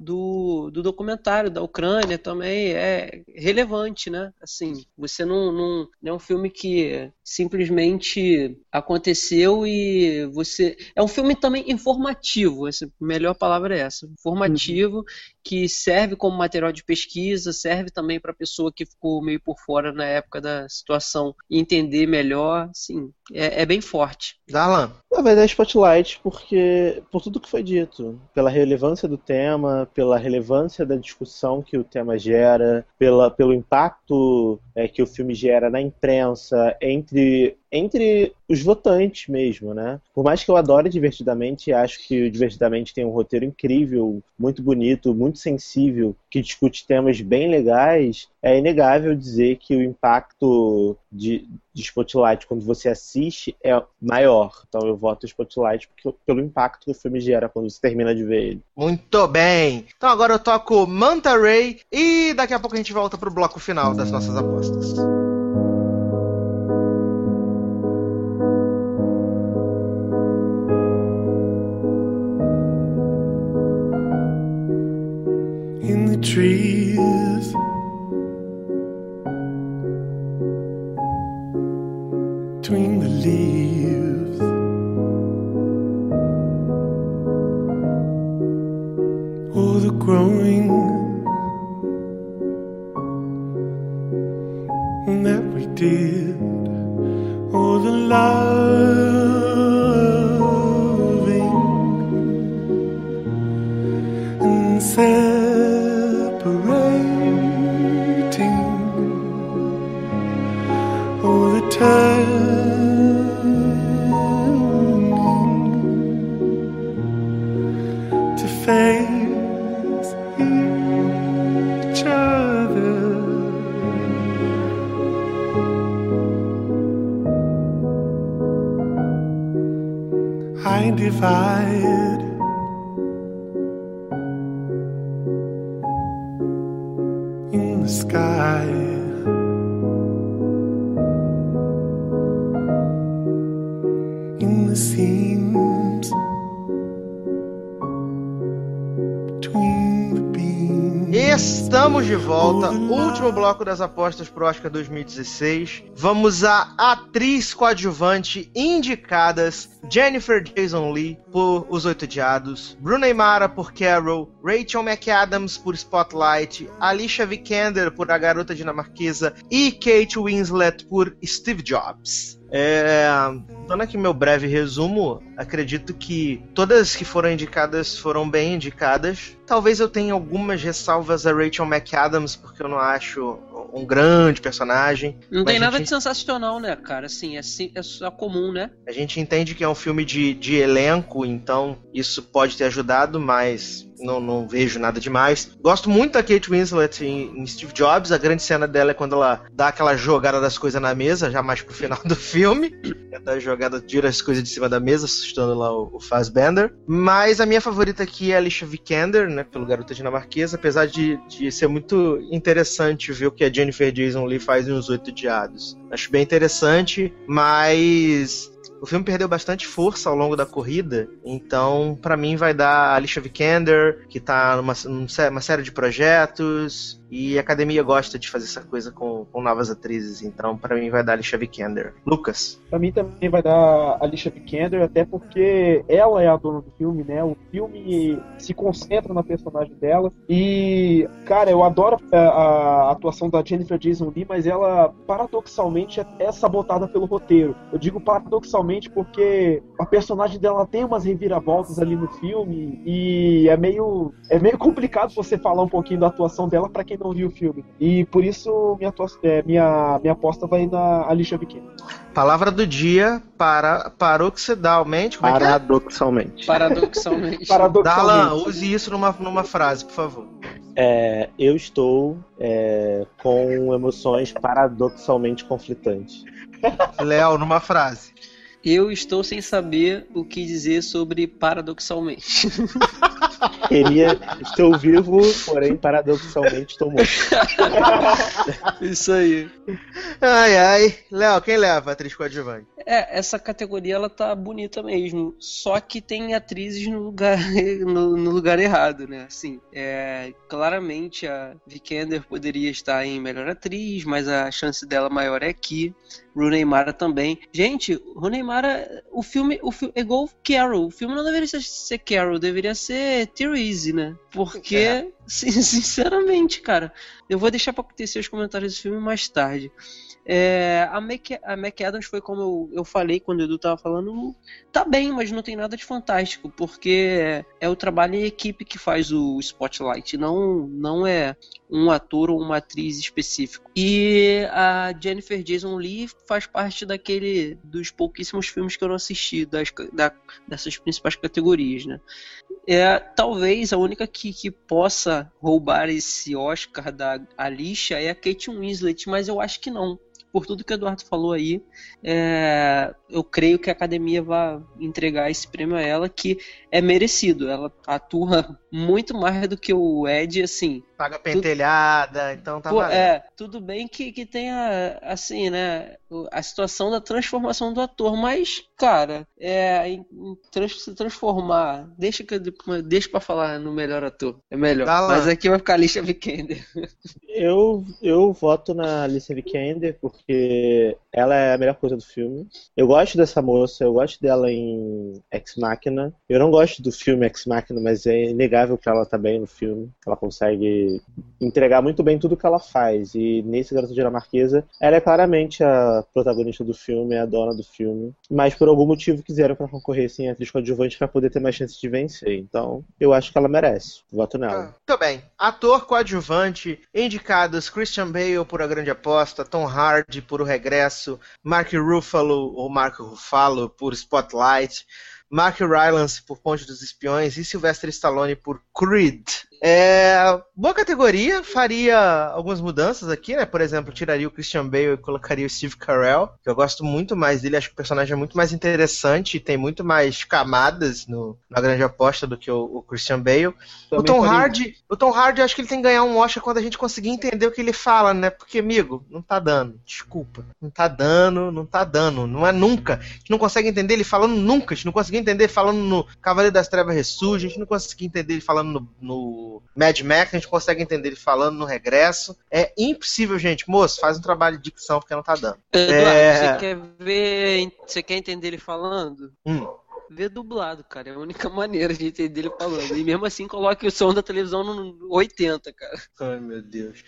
do, do documentário da Ucrânia também. É relevante, né? Assim, você não, não, não é um filme que simplesmente aconteceu e você... É um filme também informativo. Essa, a melhor palavra é essa. Informativo, uhum. Que serve como material de pesquisa, serve também para a pessoa que ficou meio por fora na época da situação entender melhor. Sim, é, é bem forte.
Darlan?
Na verdade, Spotlight, porque por tudo que foi dito, pela relevância do tema, pela relevância da discussão que o tema gera, pela, pelo impacto é, que o filme gera na imprensa, entre, entre os votantes mesmo, né? Por mais que eu adore Divertidamente, acho que o Divertidamente tem um roteiro incrível, muito bonito, muito sensível, que discute temas bem legais, é inegável dizer que o impacto de, de Spotlight quando você assiste é maior. Então eu voto Spotlight porque, pelo impacto que o filme gera quando você termina de ver ele.
Muito bem! Então agora eu toco Manta Ray e daqui a pouco a gente volta pro bloco final das nossas apostas.
trees. Between the leaves. Oh, the growing that we did. Oh, the loving and separating. Oh, the turning to face each other. I divide in the sky. In the seams between the beams.
Estamos de volta, último bloco das apostas pro Oscar dois mil e dezesseis. Vamos à atriz coadjuvante indicadas: Jennifer Jason Leigh por Os Oito Odiados, Rooney Mara por Carol, Rachel McAdams por Spotlight, Alicia Vikander por A Garota Dinamarquesa e Kate Winslet por Steve Jobs. É, dando aqui meu breve resumo, acredito que todas que foram indicadas foram bem indicadas. Talvez eu tenha algumas ressalvas a Rachel McAdams, porque eu não acho um grande personagem.
Não tem nada
gente...
de sensacional, né, cara? Assim, é, é só comum, né?
A gente entende que é um filme de, de elenco, então isso pode ter ajudado, mas não, não vejo nada demais. Gosto muito da Kate Winslet em, em Steve Jobs. A grande cena dela é quando ela dá aquela jogada das coisas na mesa, já mais pro final do filme. Ela jogada, tira as coisas de cima da mesa, assustando lá o, o Fassbender. Mas a minha favorita aqui é a Alicia Vikander, né, pelo Garota Dinamarquesa, apesar de, de ser muito interessante ver o que a Jennifer Jason Leigh faz em Os Oito Odiados. Acho bem interessante, mas o filme perdeu bastante força ao longo da corrida, então pra mim vai dar a Alicia Vikander, que tá numa, numa série de projetos, e a academia gosta de fazer essa coisa com, com novas atrizes, então pra mim vai dar a Alicia Vikander. Lucas?
Pra mim também vai dar a Alicia Vikander, até porque ela é a dona do filme, né? O filme se concentra na personagem dela, e, cara, eu adoro a, a atuação da Jennifer Jason Leigh, mas ela, paradoxalmente, é sabotada pelo roteiro. Eu digo paradoxalmente porque a personagem dela tem umas reviravoltas ali no filme e é meio, é meio complicado você falar um pouquinho da atuação dela pra quem não viu o filme. E por isso minha, atuação, é, minha, minha aposta vai na Alicia Vikander.
Palavra do dia para paroxidalmente. Como é que é?
Paradoxalmente.
Paradoxalmente.
Paradoxalmente.
Darlan, use isso numa, numa frase, por favor.
É, eu estou é, com emoções paradoxalmente conflitantes.
Léo, numa frase.
Eu estou sem saber o que dizer sobre paradoxalmente.
Queria, estou vivo, porém paradoxalmente estou morto.
Isso aí.
Ai, ai. Léo, quem leva a atriz coadjuvante?
É, essa categoria ela tá bonita mesmo. Só que tem atrizes no lugar, no, no lugar errado, né? Assim, é, claramente a Vikander poderia estar em melhor atriz, mas a chance dela maior é aqui. Rooney Mara também. Gente, Rooney Mara, o filme, o filme é igual Carol. O filme não deveria ser, ser Carol, deveria ser Therese, né? Porque, é. sinceramente, cara, eu vou deixar pra acontecer os comentários do filme mais tarde. É, a, Mac, a McAdams foi como eu, eu falei quando o Edu tava falando, tá bem, mas não tem nada de fantástico, porque é o trabalho em equipe que faz o Spotlight, não, não é um ator ou uma atriz específico. E a Jennifer Jason Leigh faz parte daquele dos pouquíssimos filmes que eu não assisti das, da, dessas principais categorias, né? É, talvez a única que, que possa roubar esse Oscar da Alicia é a Kate Winslet, mas eu acho que não. por tudo que o Eduardo falou aí, é, eu creio que a academia vai entregar esse prêmio a ela, que é merecido. Ela atua muito mais do que o Ed, assim.
Paga pentelhada, tu... então tá
Pô,
valendo.
É, tudo bem que, que tenha, assim, né, a situação da transformação do ator, mas, cara, é, em, em trans, se transformar, deixa, que, eu- deixa pra falar no melhor ator, é melhor.
Dá lá.
Mas aqui vai ficar a Alicia Vikander.
Eu, eu voto na Alicia Vikander porque ela é a melhor coisa do filme. Eu gosto dessa moça, eu gosto dela em Ex Machina. Eu não gosto do filme Ex Machina, mas é inegável que ela tá bem no filme. Ela consegue entregar muito bem tudo que ela faz. E nesse Garota Dinamarquesa, ela é claramente a protagonista do filme, é a dona do filme. Mas por algum motivo quiseram que ela concorresse em atriz coadjuvante pra poder ter mais chance de vencer. Então, eu acho que ela merece. Voto nela.
Muito bem. Ator coadjuvante, indicados Christian Bale por A Grande Aposta, Tom Hardy por O Regresso, Mark Ruffalo ou Mark Ruffalo por Spotlight, Mark Rylance por Ponte dos Espiões e Sylvester Stallone por Creed. É, boa categoria, faria algumas mudanças aqui, né? Por exemplo, tiraria o Christian Bale e colocaria o Steve Carell, que eu gosto muito mais dele, acho que o personagem é muito mais interessante e tem muito mais camadas no, na Grande Aposta do que o, o Christian Bale. O
Também
Tom
faria.
Hardy, o Tom Hardy, acho que ele tem que ganhar um Oscar quando a gente conseguir entender o que ele fala, né? Porque, amigo, não tá dando, desculpa. Não tá dando, não tá dando, não é nunca. A gente não consegue entender ele falando nunca, a gente não conseguiu entender ele falando no Cavaleiro das Trevas Ressurge, a gente não conseguiu entender ele falando no, no Mad Max, a gente consegue entender ele falando no Regresso. É impossível, gente. Moço, faz um trabalho de dicção porque não tá dando.
Eduardo,
É.
você quer ver, você quer entender ele falando?
Hum.
Vê dublado, cara, é a única maneira de entender ele falando. E mesmo assim, coloque o som da televisão no oitenta, cara.
Ai, meu Deus.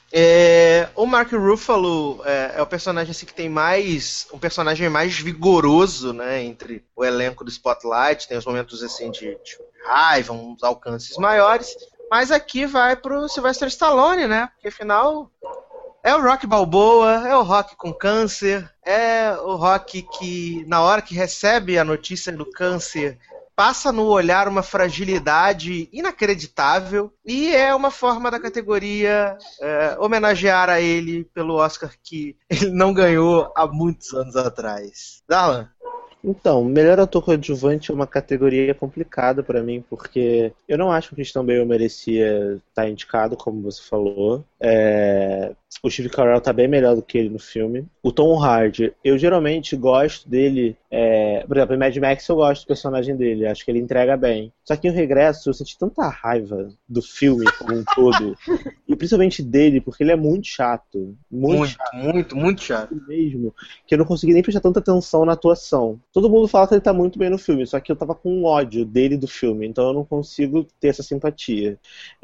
É, o Mark Ruffalo é, é o personagem assim, que tem mais. Um personagem mais vigoroso, né? Entre o elenco do Spotlight. Tem os momentos assim de, de raiva, uns alcances maiores. Mas aqui vai pro Sylvester Stallone, né? Porque afinal. É o Rock Balboa, é o Rock com câncer, é o Rock que, na hora que recebe a notícia do câncer, passa no olhar uma fragilidade inacreditável e é uma forma da categoria é, homenagear a ele pelo Oscar que ele não ganhou há muitos anos atrás. Darlan?
Então, melhor ator coadjuvante é uma categoria complicada pra mim, porque eu não acho que o Christian Bale merecia estar indicado, como você falou. É... O Steve Carell tá bem melhor do que ele no filme. O Tom Hardy, eu geralmente gosto dele. É... Por exemplo, em Mad Max eu gosto do personagem dele, acho que ele entrega bem. Só que em O Regresso eu senti tanta raiva do filme como um todo, e principalmente dele, porque ele é muito chato. Muito,
Muito,
chato
muito, muito chato.
mesmo, que eu não consegui nem prestar tanta atenção na atuação. Todo mundo fala que ele tá muito bem no filme, só que eu tava com ódio dele do filme, então eu não consigo ter essa simpatia.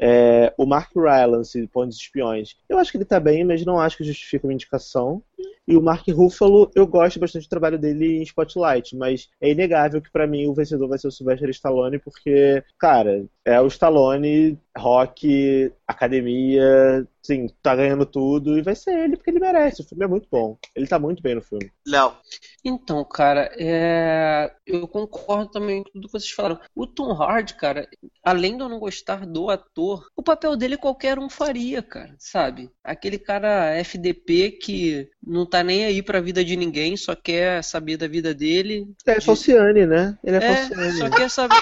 É, o Mark Rylance, Ponte dos Espiões, eu acho que ele tá bem, mas não acho que justifica uma indicação. E o Mark Ruffalo, eu gosto bastante do trabalho dele em Spotlight, mas é inegável que pra mim o vencedor vai ser o Sylvester Stallone, porque, cara, é o Stallone, rock, academia, sim, tá ganhando tudo, e vai ser ele porque ele merece, o filme é muito bom. Ele tá muito bem no filme.
Léo.
Então, cara, é... eu concordo também com tudo que vocês falaram. O Tom Hardy, cara, além de eu não gostar do ator, o papel dele qualquer um faria, cara, sabe? Aquele cara F D P que não tá nem aí pra vida de ninguém, só quer saber da vida dele.
É
de...
Falciane, né? Ele é,
É,
Falciane.
só quer saber,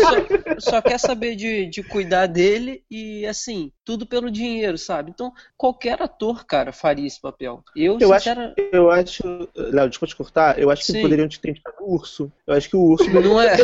só, só quer saber de, de cuidar dele e, assim, tudo pelo dinheiro, sabe? Então, qualquer ator, cara, faria esse papel. Eu,
Eu acho,
sincera...
eu acho, Léo, desculpa te cortar, eu acho que
Sim.
poderiam ter indicado o Urso. Eu acho que o Urso
Não é?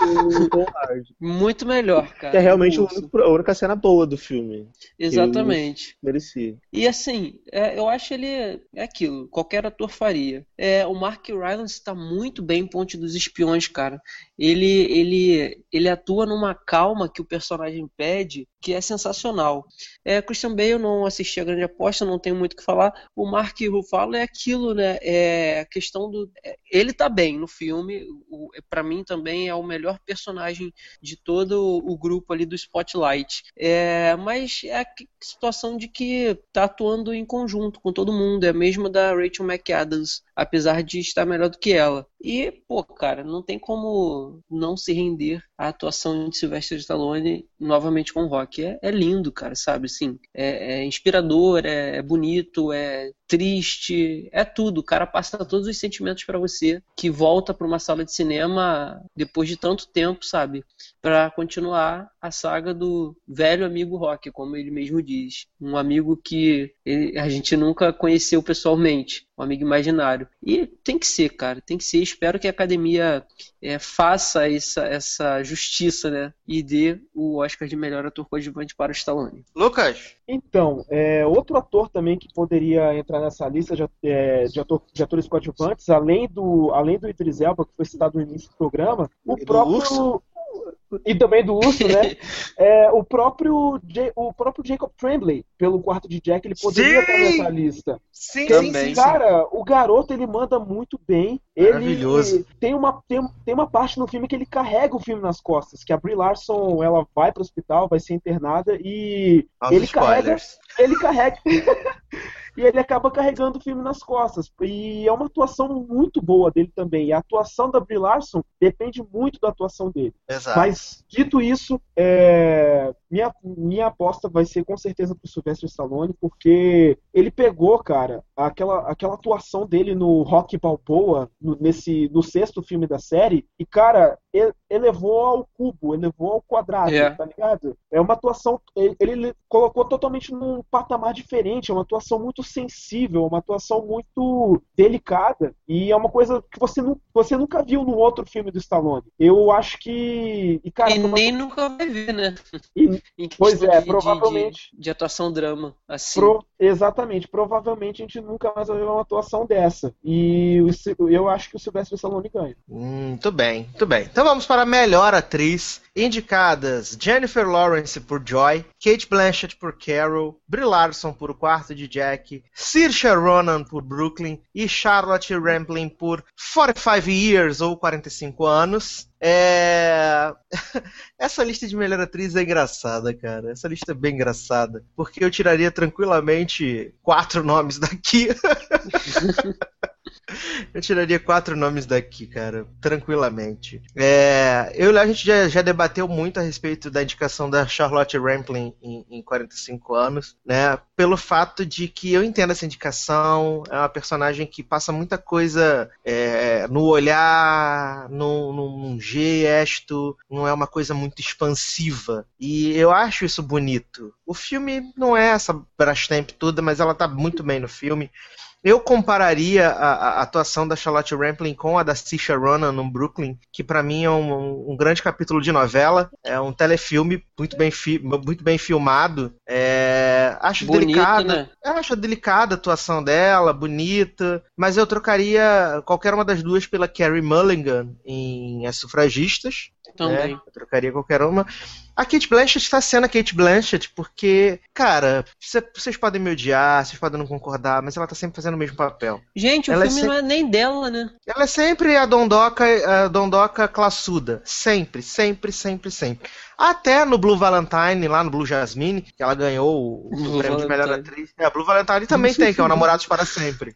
o Tom Hardy.
Muito melhor, cara.
Que é realmente
o
o
urso.
único- a única cena boa do filme.
Exatamente.
Merecia.
E assim, é, eu acho ele é aquilo, qualquer ator faria. É, o Mark Rylance está muito bem em Ponte dos Espiões, cara. Ele, ele, ele atua numa calma que o personagem pede, que é sensacional. É, Christian Bale, eu não assisti A Grande Aposta, não tenho muito o que falar. O Mark Ruffalo é aquilo, né? É a questão do... é, ele tá bem no filme, o, pra mim também é o melhor personagem de todo o grupo ali do Spotlight. É, mas é a que- situação de que tá atuando em conjunto com todo mundo, é a mesma da Rachel McAdams, apesar de estar melhor do que ela. E, pô, cara, não tem como não se render à atuação de Sylvester Stallone novamente com o Rock. rock. É, é lindo, cara, sabe? Assim, é, é inspirador, é, é bonito, é triste, é tudo. O cara passa todos os sentimentos pra você, que volta pra uma sala de cinema depois de tanto tempo, sabe? Pra continuar a saga do velho amigo rock, como ele mesmo diz. Um amigo que ele, a gente nunca conheceu pessoalmente, um amigo imaginário. E tem que ser, cara, tem que ser. Espero que a academia é, faça essa, essa justiça, né? E dê o Oscar de melhor ator coadjuvante para o Stallone.
Lucas?
Então, é, outro ator também que poderia entrar nessa lista de, é, de, ator, de atores coadjuvantes, além do, além do Idris Elba, que foi citado no início do programa, o
E do
próprio...
Urso?
E também do Urso, né? É, o, próprio, Ja- o próprio Jacob Tremblay, pelo quarto de Jack, ele poderia
Sim!
estar nessa lista.
Sim,
Porque,
sim, sim, sim.
cara, o garoto, ele manda muito bem.
Maravilhoso.
Ele tem uma, tem, tem uma parte no filme que ele carrega o filme nas costas, que a Brie Larson, ela vai pro hospital, vai ser internada e
Aos
ele carrega,
spoilers.
ele carrega e ele acaba carregando o filme nas costas. E é uma atuação muito boa dele também. E a atuação da Brie Larson depende muito da atuação dele.
Exato.
Mas, dito isso, é, minha, minha aposta vai ser com certeza pro Sylvester Stallone, porque ele pegou, cara, aquela, aquela atuação dele no Rocky Balboa, no, nesse, no sexto filme da série, e, cara, ele elevou ao cubo, elevou ao quadrado,
É.
tá ligado? É uma atuação, ele, ele colocou totalmente num patamar diferente, é uma atuação muito sensível, uma atuação muito delicada, e é uma coisa que você, nu, você nunca viu num outro filme do Stallone. Eu acho que... E, cara,
E
foi uma-
nem nunca vai ver, né?
e-
Em
Pois
questão
é,
de- de-
provavelmente.
De, de atuação drama, assim.
Pro- exatamente, provavelmente a gente nunca mais vai ver uma atuação dessa. E o Sil- eu acho que o Sylvester Stallone ganha.
Hum, Muito bem, muito bem. Então vamos para a melhor atriz. Indicadas Jennifer Lawrence por Joy, Kate Blanchett por Carol, Brie Larson por O Quarto de Jack, Saoirse Ronan por Brooklyn e Charlotte Rampling por quarenta e cinco Years ou quarenta e cinco anos. É... Essa lista de melhor atriz é engraçada, cara. Essa lista é bem engraçada. Porque eu tiraria tranquilamente quatro nomes daqui. Eu tiraria quatro nomes daqui, cara, tranquilamente. É, eu a gente já, já debateu muito a respeito da indicação da Charlotte Rampling em, em quarenta e cinco anos, né? Pelo fato de que eu entendo essa indicação, é uma personagem que passa muita coisa é, no olhar, no, num gesto, não é uma coisa muito expansiva. E eu acho isso bonito. O filme não é essa Brastemp toda, mas ela tá muito bem no filme. Eu compararia a, a atuação da Charlotte Rampling com a da Saoirse Ronan no Brooklyn, que pra mim é um, um grande capítulo de novela, é um telefilme muito bem, fi, muito bem filmado. É, acho
Bonito,
delicada,
né?
eu acho delicada a atuação dela, bonita, mas eu trocaria qualquer uma das duas pela Carey Mulligan em As Sufragistas.
Também.
Né? Eu trocaria qualquer uma. A Kate Blanchett está sendo a Kate Blanchett porque, cara, cê- vocês podem me odiar, vocês podem não concordar, mas ela tá sempre fazendo o mesmo papel.
Gente, o
Ela é
filme
se-
não é nem dela, né?
Ela é sempre a dondoca, a dondoca classuda. Sempre, sempre, sempre, sempre. Até no Blue Valentine, lá no Blue Jasmine, que ela ganhou o, o
Blue
prêmio de melhor
Valentine.
atriz. É, a Blue Valentine também tem, que é o Namorados para Sempre.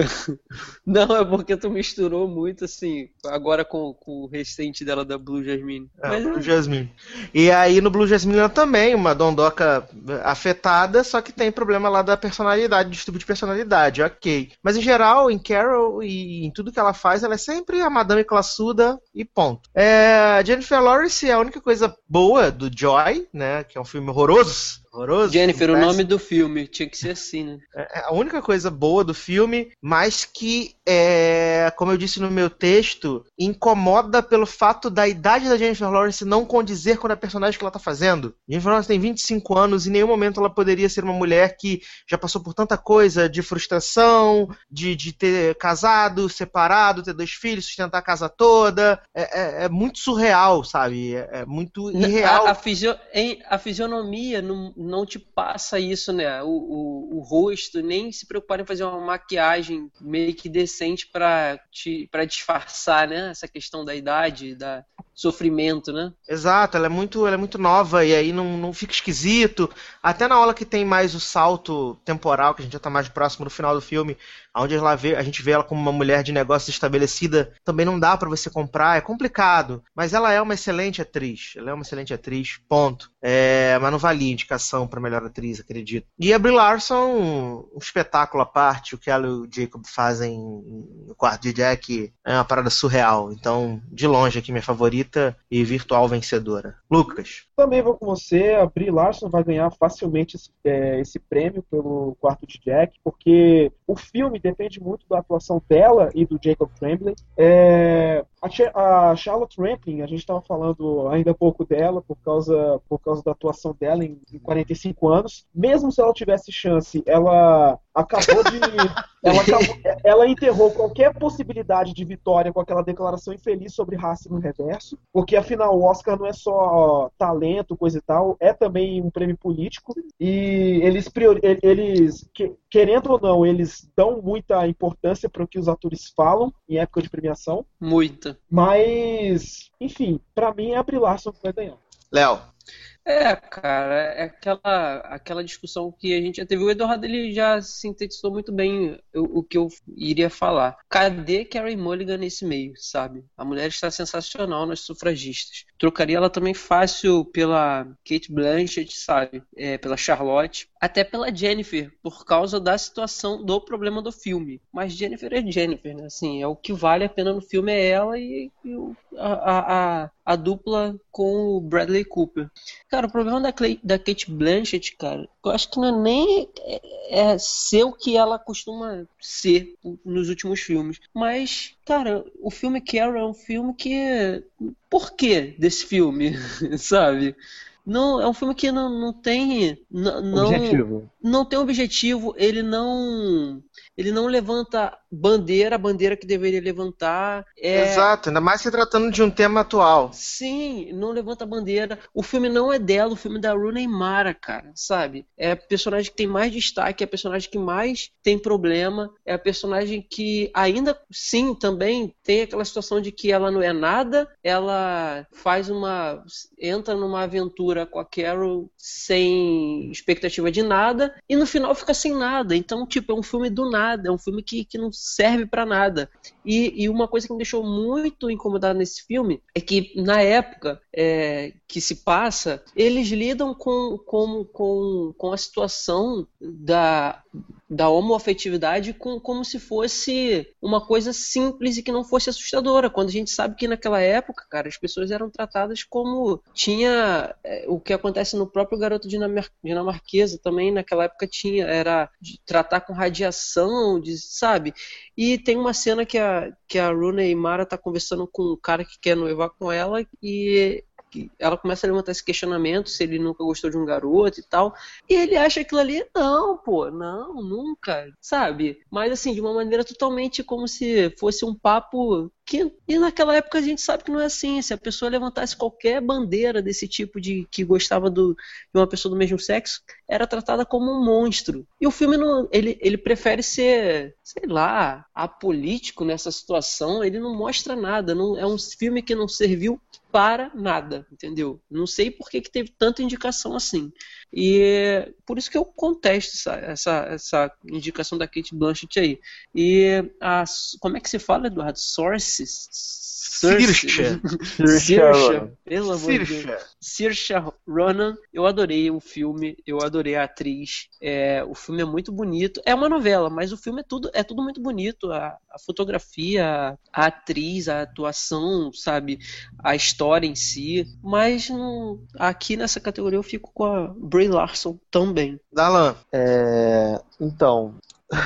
Não, é porque tu misturou muito, assim, agora com, com o recente dela da Blue Jasmine.
É,
Mas
Blue
é,
Jasmine. E aí no Blue Jasmine ela também, uma dondoca afetada, só que tem problema lá da personalidade, do tipo de personalidade, ok. Mas em geral, em Carol e em tudo que ela faz, ela é sempre a madame classuda e ponto. É, Jennifer Lawrence é a única coisa boa do Joy, né, que é um filme horroroso. Horroroso,
Jennifer, o
péssimo.
nome do filme tinha que ser assim, né?
É a única coisa boa do filme, mas que, é, como eu disse no meu texto, incomoda pelo fato da idade da Jennifer Lawrence não condizer com a personagem que ela tá fazendo. Jennifer Lawrence tem vinte e cinco anos e em nenhum momento ela poderia ser uma mulher que já passou por tanta coisa de frustração, de, de ter casado, separado, ter dois filhos, sustentar a casa toda. É, é- é muito surreal, sabe? É, é muito irreal.
A, a, fisio- em- a fisionomia não, não te passa isso, né? O, o, o rosto, nem se preocupar em fazer uma maquiagem meio que decente pra, te, pra disfarçar, né? Essa questão da idade, da sofrimento, né?
Exato, ela é muito, ela é muito nova e aí não, não fica esquisito. Até na hora que tem mais o salto temporal, que a gente já tá mais próximo do final do filme, onde ela vê, a gente vê ela como uma mulher de negócios estabelecida, também não dá pra você comprar, é complicado. Mas ela é uma excelente atriz, ela é uma excelente atriz, ponto. É, mas não valia indicação pra melhor atriz, acredito. E a Brie Larson, um, um espetáculo à parte, o que ela e o Jacob fazem no quarto de Jack é uma parada surreal. Então, de longe aqui, minha favorita e virtual vencedora. Lucas.
Também vou com você, a Brie Larson vai ganhar facilmente esse, é, esse prêmio pelo quarto de Jack, porque o filme depende muito da atuação dela e do Jacob Tremblay. É, a, a Charlotte Rampling, a gente estava falando ainda há pouco dela, por causa, por causa da atuação dela em, em quarenta e cinco anos. Mesmo se ela tivesse chance, ela acabou de... ela, acabou, ela enterrou qualquer possibilidade de vitória com aquela declaração infeliz sobre raça no reverso, porque afinal o Oscar não é só talento, coisa e tal, é também um prêmio político, e eles, priori- eles que, querendo ou não, eles dão muita importância para o que os atores falam em época de premiação.
Muita.
Mas, enfim, pra mim é a Brie Larson que vai ganhar.
Léo.
É, cara, é aquela, aquela discussão que a gente já teve. O Eduardo, ele já sintetizou muito bem o, o que eu iria falar. Cadê Carey Mulligan nesse meio, sabe? A mulher está sensacional nas sufragistas. Trocaria ela também fácil pela Cate Blanchett, sabe? É, pela Charlotte. Até pela Jennifer, por causa da situação, do problema do filme. Mas Jennifer é Jennifer, né? Assim, é o que vale a pena no filme é ela e, e o, a, a, a, a dupla com o Bradley Cooper. Cara, o problema da, Clay, da Cate Blanchett, cara, eu acho que não é nem é, é ser o que ela costuma ser nos últimos filmes. Mas, cara, o filme Carol é um filme que... Por que desse filme, sabe? Não, é um filme que não, não tem... Não, não,
Objetivo.
Não tem objetivo, ele não... Ele não levanta bandeira, a bandeira que deveria levantar. É...
Exato, ainda mais se tratando de um tema atual.
Sim, não levanta bandeira. O filme não é dela, o filme é da Rooney Mara, cara, sabe? É a personagem que tem mais destaque, é a personagem que mais tem problema, é a personagem que ainda, sim, também tem aquela situação de que ela não é nada, ela faz uma... entra numa aventura com a Carol sem expectativa de nada, e no final fica sem nada. Então, tipo, é um filme do nada. É um filme que, que não serve pra nada. E, e uma coisa que me deixou muito incomodado nesse filme é que, na época é, que se passa, eles lidam com, com, com, com a situação da, da homoafetividade com, como se fosse uma coisa simples e que não fosse assustadora. Quando a gente sabe que naquela época, cara, as pessoas eram tratadas como... Tinha é, o que acontece no próprio Garoto Dinamar- Dinamarquesa também, naquela época tinha, era de tratar com radiação, de, sabe? E tem uma cena que a, que a Rooney Mara tá conversando com um cara que quer noivar com ela e ela começa a levantar esse questionamento se ele nunca gostou de um garoto e tal, e ele acha aquilo ali, não, pô, não, nunca, sabe? Mas assim, de uma maneira totalmente como se fosse um papo que, e naquela época a gente sabe que não é assim. Se a pessoa levantasse qualquer bandeira desse tipo de que gostava do, de uma pessoa do mesmo sexo, era tratada como um monstro. E o filme não, ele, ele prefere ser, sei lá, apolítico nessa situação. Ele não mostra nada, não, é um filme que não serviu para nada, entendeu? Não sei por que, que teve tanta indicação assim. E por isso que eu contesto essa, essa, essa indicação da Cate Blanchett aí. E a, como é que se fala, Eduardo? Sources?
Saoirse.
Saoirse. Pelo amor de
Saoirse.
Deus. Saoirse Ronan. Eu adorei o filme, eu adorei a atriz. É, o filme é muito bonito. É uma novela, mas o filme é tudo, é tudo muito bonito. A, a fotografia, a atriz, a atuação, sabe? A história em si. Mas não, aqui nessa categoria eu fico com a Brie Larson também.
Dalan.
É... Então...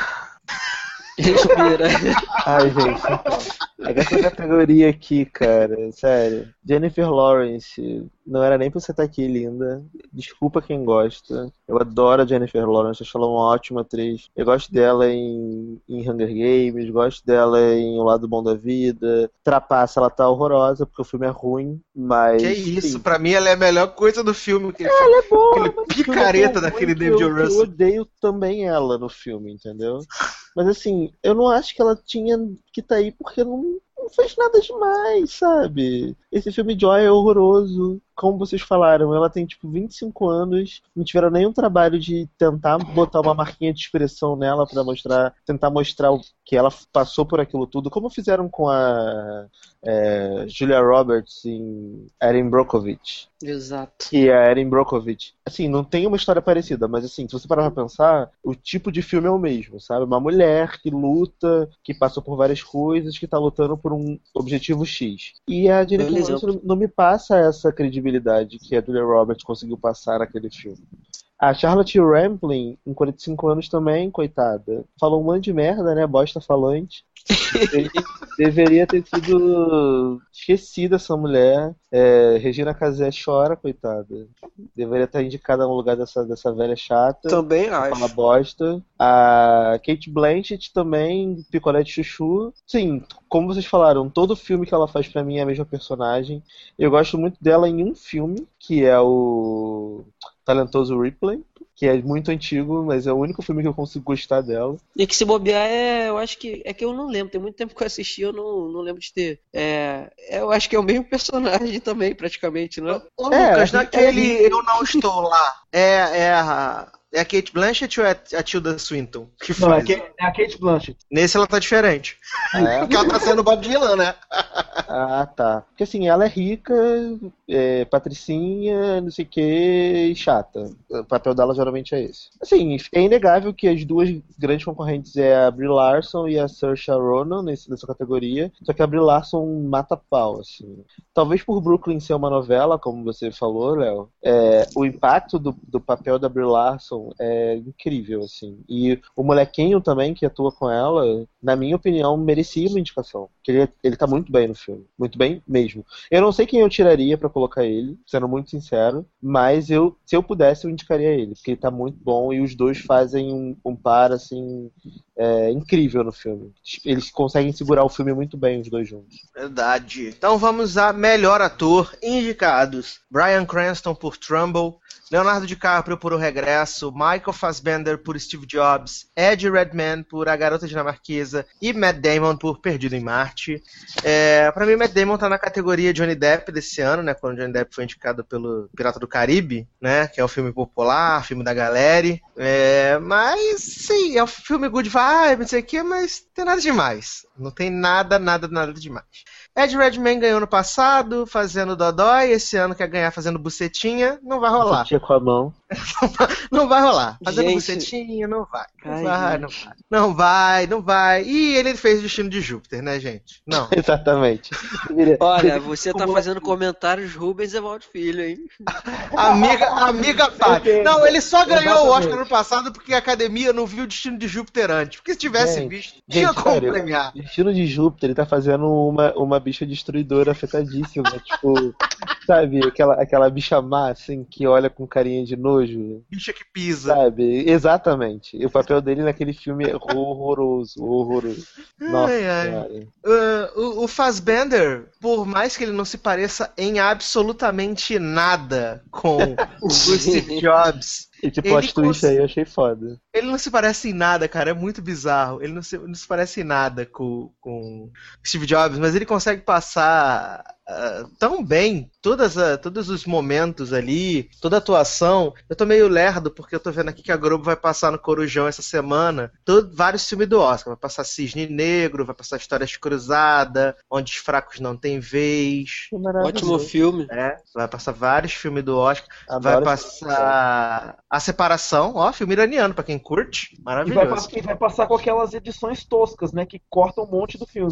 Respira.
Ai, gente. É que essa categoria aqui, cara, sério. Jennifer Lawrence não era nem pra você estar aqui, linda. Desculpa quem gosta. Eu adoro a Jennifer Lawrence, acho ela uma ótima atriz. Eu gosto dela em, em Hunger Games, gosto dela em O Lado Bom da Vida. Trapaça, ela tá horrorosa, porque o filme é ruim, mas...
Que isso,
sim.
pra mim ela é a melhor coisa do filme. Que
Ela é boa,
aquele
mas
picareta
o filme é
daquele
muito-
David
eu, eu
Russell.
odeio também ela no filme, entendeu? Mas assim, eu não acho que ela tinha que estar aí porque não, não fez nada demais, sabe? Esse filme Joy é horroroso. como vocês falaram, ela tem tipo vinte e cinco anos, não tiveram nenhum trabalho de tentar botar uma marquinha de expressão nela pra mostrar, tentar mostrar o que ela passou por aquilo tudo, como fizeram com a é, Julia Roberts em Erin Brockovich.
Exato.
Que é a Erin Brockovich. Assim, não tem uma história parecida, mas assim, se você parar pra pensar, o tipo de filme é o mesmo, sabe? Uma mulher que luta, que passou por várias coisas, que tá lutando por um objetivo X. E a Jennifer Lawrence não, não me passa essa credibilidade que a Julia Roberts conseguiu passar naquele filme. A Charlotte Rampling, em quarenta e cinco anos também, coitada, falou um monte de merda, né? Bosta falante. Deveria, deveria ter sido esquecida essa mulher. É, Regina Casé chora, coitada. Deveria estar indicada no lugar dessa, dessa velha chata.
Também acho.
Fala bosta. A Kate Blanchett também, picolé de chuchu. Sim, como vocês falaram, todo filme que ela faz pra mim é a mesma personagem. Eu gosto muito dela em um filme, que é o Talentoso Ripley, que é muito antigo, mas é o único filme que eu consigo gostar dela.
E que se bobear é, eu acho que, é que eu não lembro, tem muito tempo que eu assisti, eu não, não lembro de ter. É, eu acho que é o mesmo personagem também, praticamente, não é?
Ô,
É,
Lucas,
é-
naquele Eu Não Estou Lá, é, é a... É a Kate Blanchett ou é a Tilda Swinton que
Não, é
faz?
a Kate- é a Kate Blanchett.
Nesse ela tá diferente.
É?
Porque ela tá sendo Bob Dylan, né?
Ah, tá. Porque assim, ela é rica, é, patricinha, não sei o que, e chata. O papel dela geralmente é esse. Assim, é inegável que as duas grandes concorrentes é a Brie Larson e a Saoirse Ronan nesse, nessa categoria. Só que a Brie Larson mata pau, assim. Talvez por Brooklyn ser uma novela, como você falou, Léo, é, o impacto do, do papel da Brie Larson é incrível, assim. E o molequinho também, que atua com ela, na minha opinião, merecia uma indicação. Porque ele, ele tá muito bem no filme. Muito bem mesmo. Eu não sei quem eu tiraria pra colocar ele, sendo muito sincero, mas eu, se eu pudesse, eu indicaria ele, porque ele tá muito bom e os dois fazem um, um par, assim, é, incrível no filme. Eles conseguem segurar o filme muito bem, os dois juntos.
Verdade. Então vamos a melhor ator indicados. Bryan Cranston por Trumbo, Leonardo DiCaprio por O Regresso, Michael Fassbender por Steve Jobs, Ed Redmayne por A Garota Dinamarquesa e Matt Damon por Perdido em Marte. É, pra mim, Matt Damon tá na categoria Johnny Depp desse ano, né? Quando Johnny Depp foi indicado pelo Pirata do Caribe, né? Que é um filme popular, filme da galera. É, mas, sim, é um filme good vibe, não sei o que, mas não tem nada demais. Não tem nada, nada, nada demais. Ed Redmayne ganhou no passado, fazendo Dodói. Esse ano quer ganhar fazendo bucetinha. Não vai rolar.
Bucetinha com a mão.
Não vai rolar. Fazendo
Gente.
bucetinha, não vai. Não
Ai,
vai,
gente.
não vai. Não vai, não vai. E ele fez Destino de Júpiter, né, gente? Não.
Exatamente.
Olha, você tá fazendo comentários Rubens Evaldo Filho, hein?
Amiga, amiga Paty. Não, ele só ganhou o
Exatamente.
Oscar no passado porque a academia não viu Destino de Júpiter antes. Porque se tivesse
Gente,
visto, tinha
gente,
como
sério.
premiar.
Destino de Júpiter, ele tá fazendo uma, uma bicha destruidora afetadíssima. Tipo, sabe, aquela, aquela bicha má, assim, que olha com carinha de nojo.
Bicha que pisa.
Sabe? Exatamente. E o papel dele naquele filme é horroroso, horroroso. Nossa
Ai, ai.
senhora.
Uh, o, o Fassbender, por mais que ele não se pareça em absolutamente nada com o Steve Jobs,
Esse
Ele
plot twist
cons-
aí eu achei foda.
ele não se parece em nada, cara. É muito bizarro. Ele não se, não se parece em nada com, com Steve Jobs, mas ele consegue passar uh, tão bem todas a, todos os momentos ali, toda a atuação. Eu tô meio lerdo porque eu tô vendo aqui que a Globo vai passar no Corujão essa semana todo, vários filmes do Oscar. Vai passar Cisne Negro, vai passar Histórias Cruzadas, Onde os Fracos Não Têm Vez.
Que maravilhoso.
Ótimo filme.
É, vai passar vários filmes do Oscar.
Adoro
Vai
esse
passar A Separação, ó, filme iraniano, pra quem curte.
E vai,
Maravilhoso.
passar, e vai passar com aquelas edições toscas, né? Que cortam um monte do filme.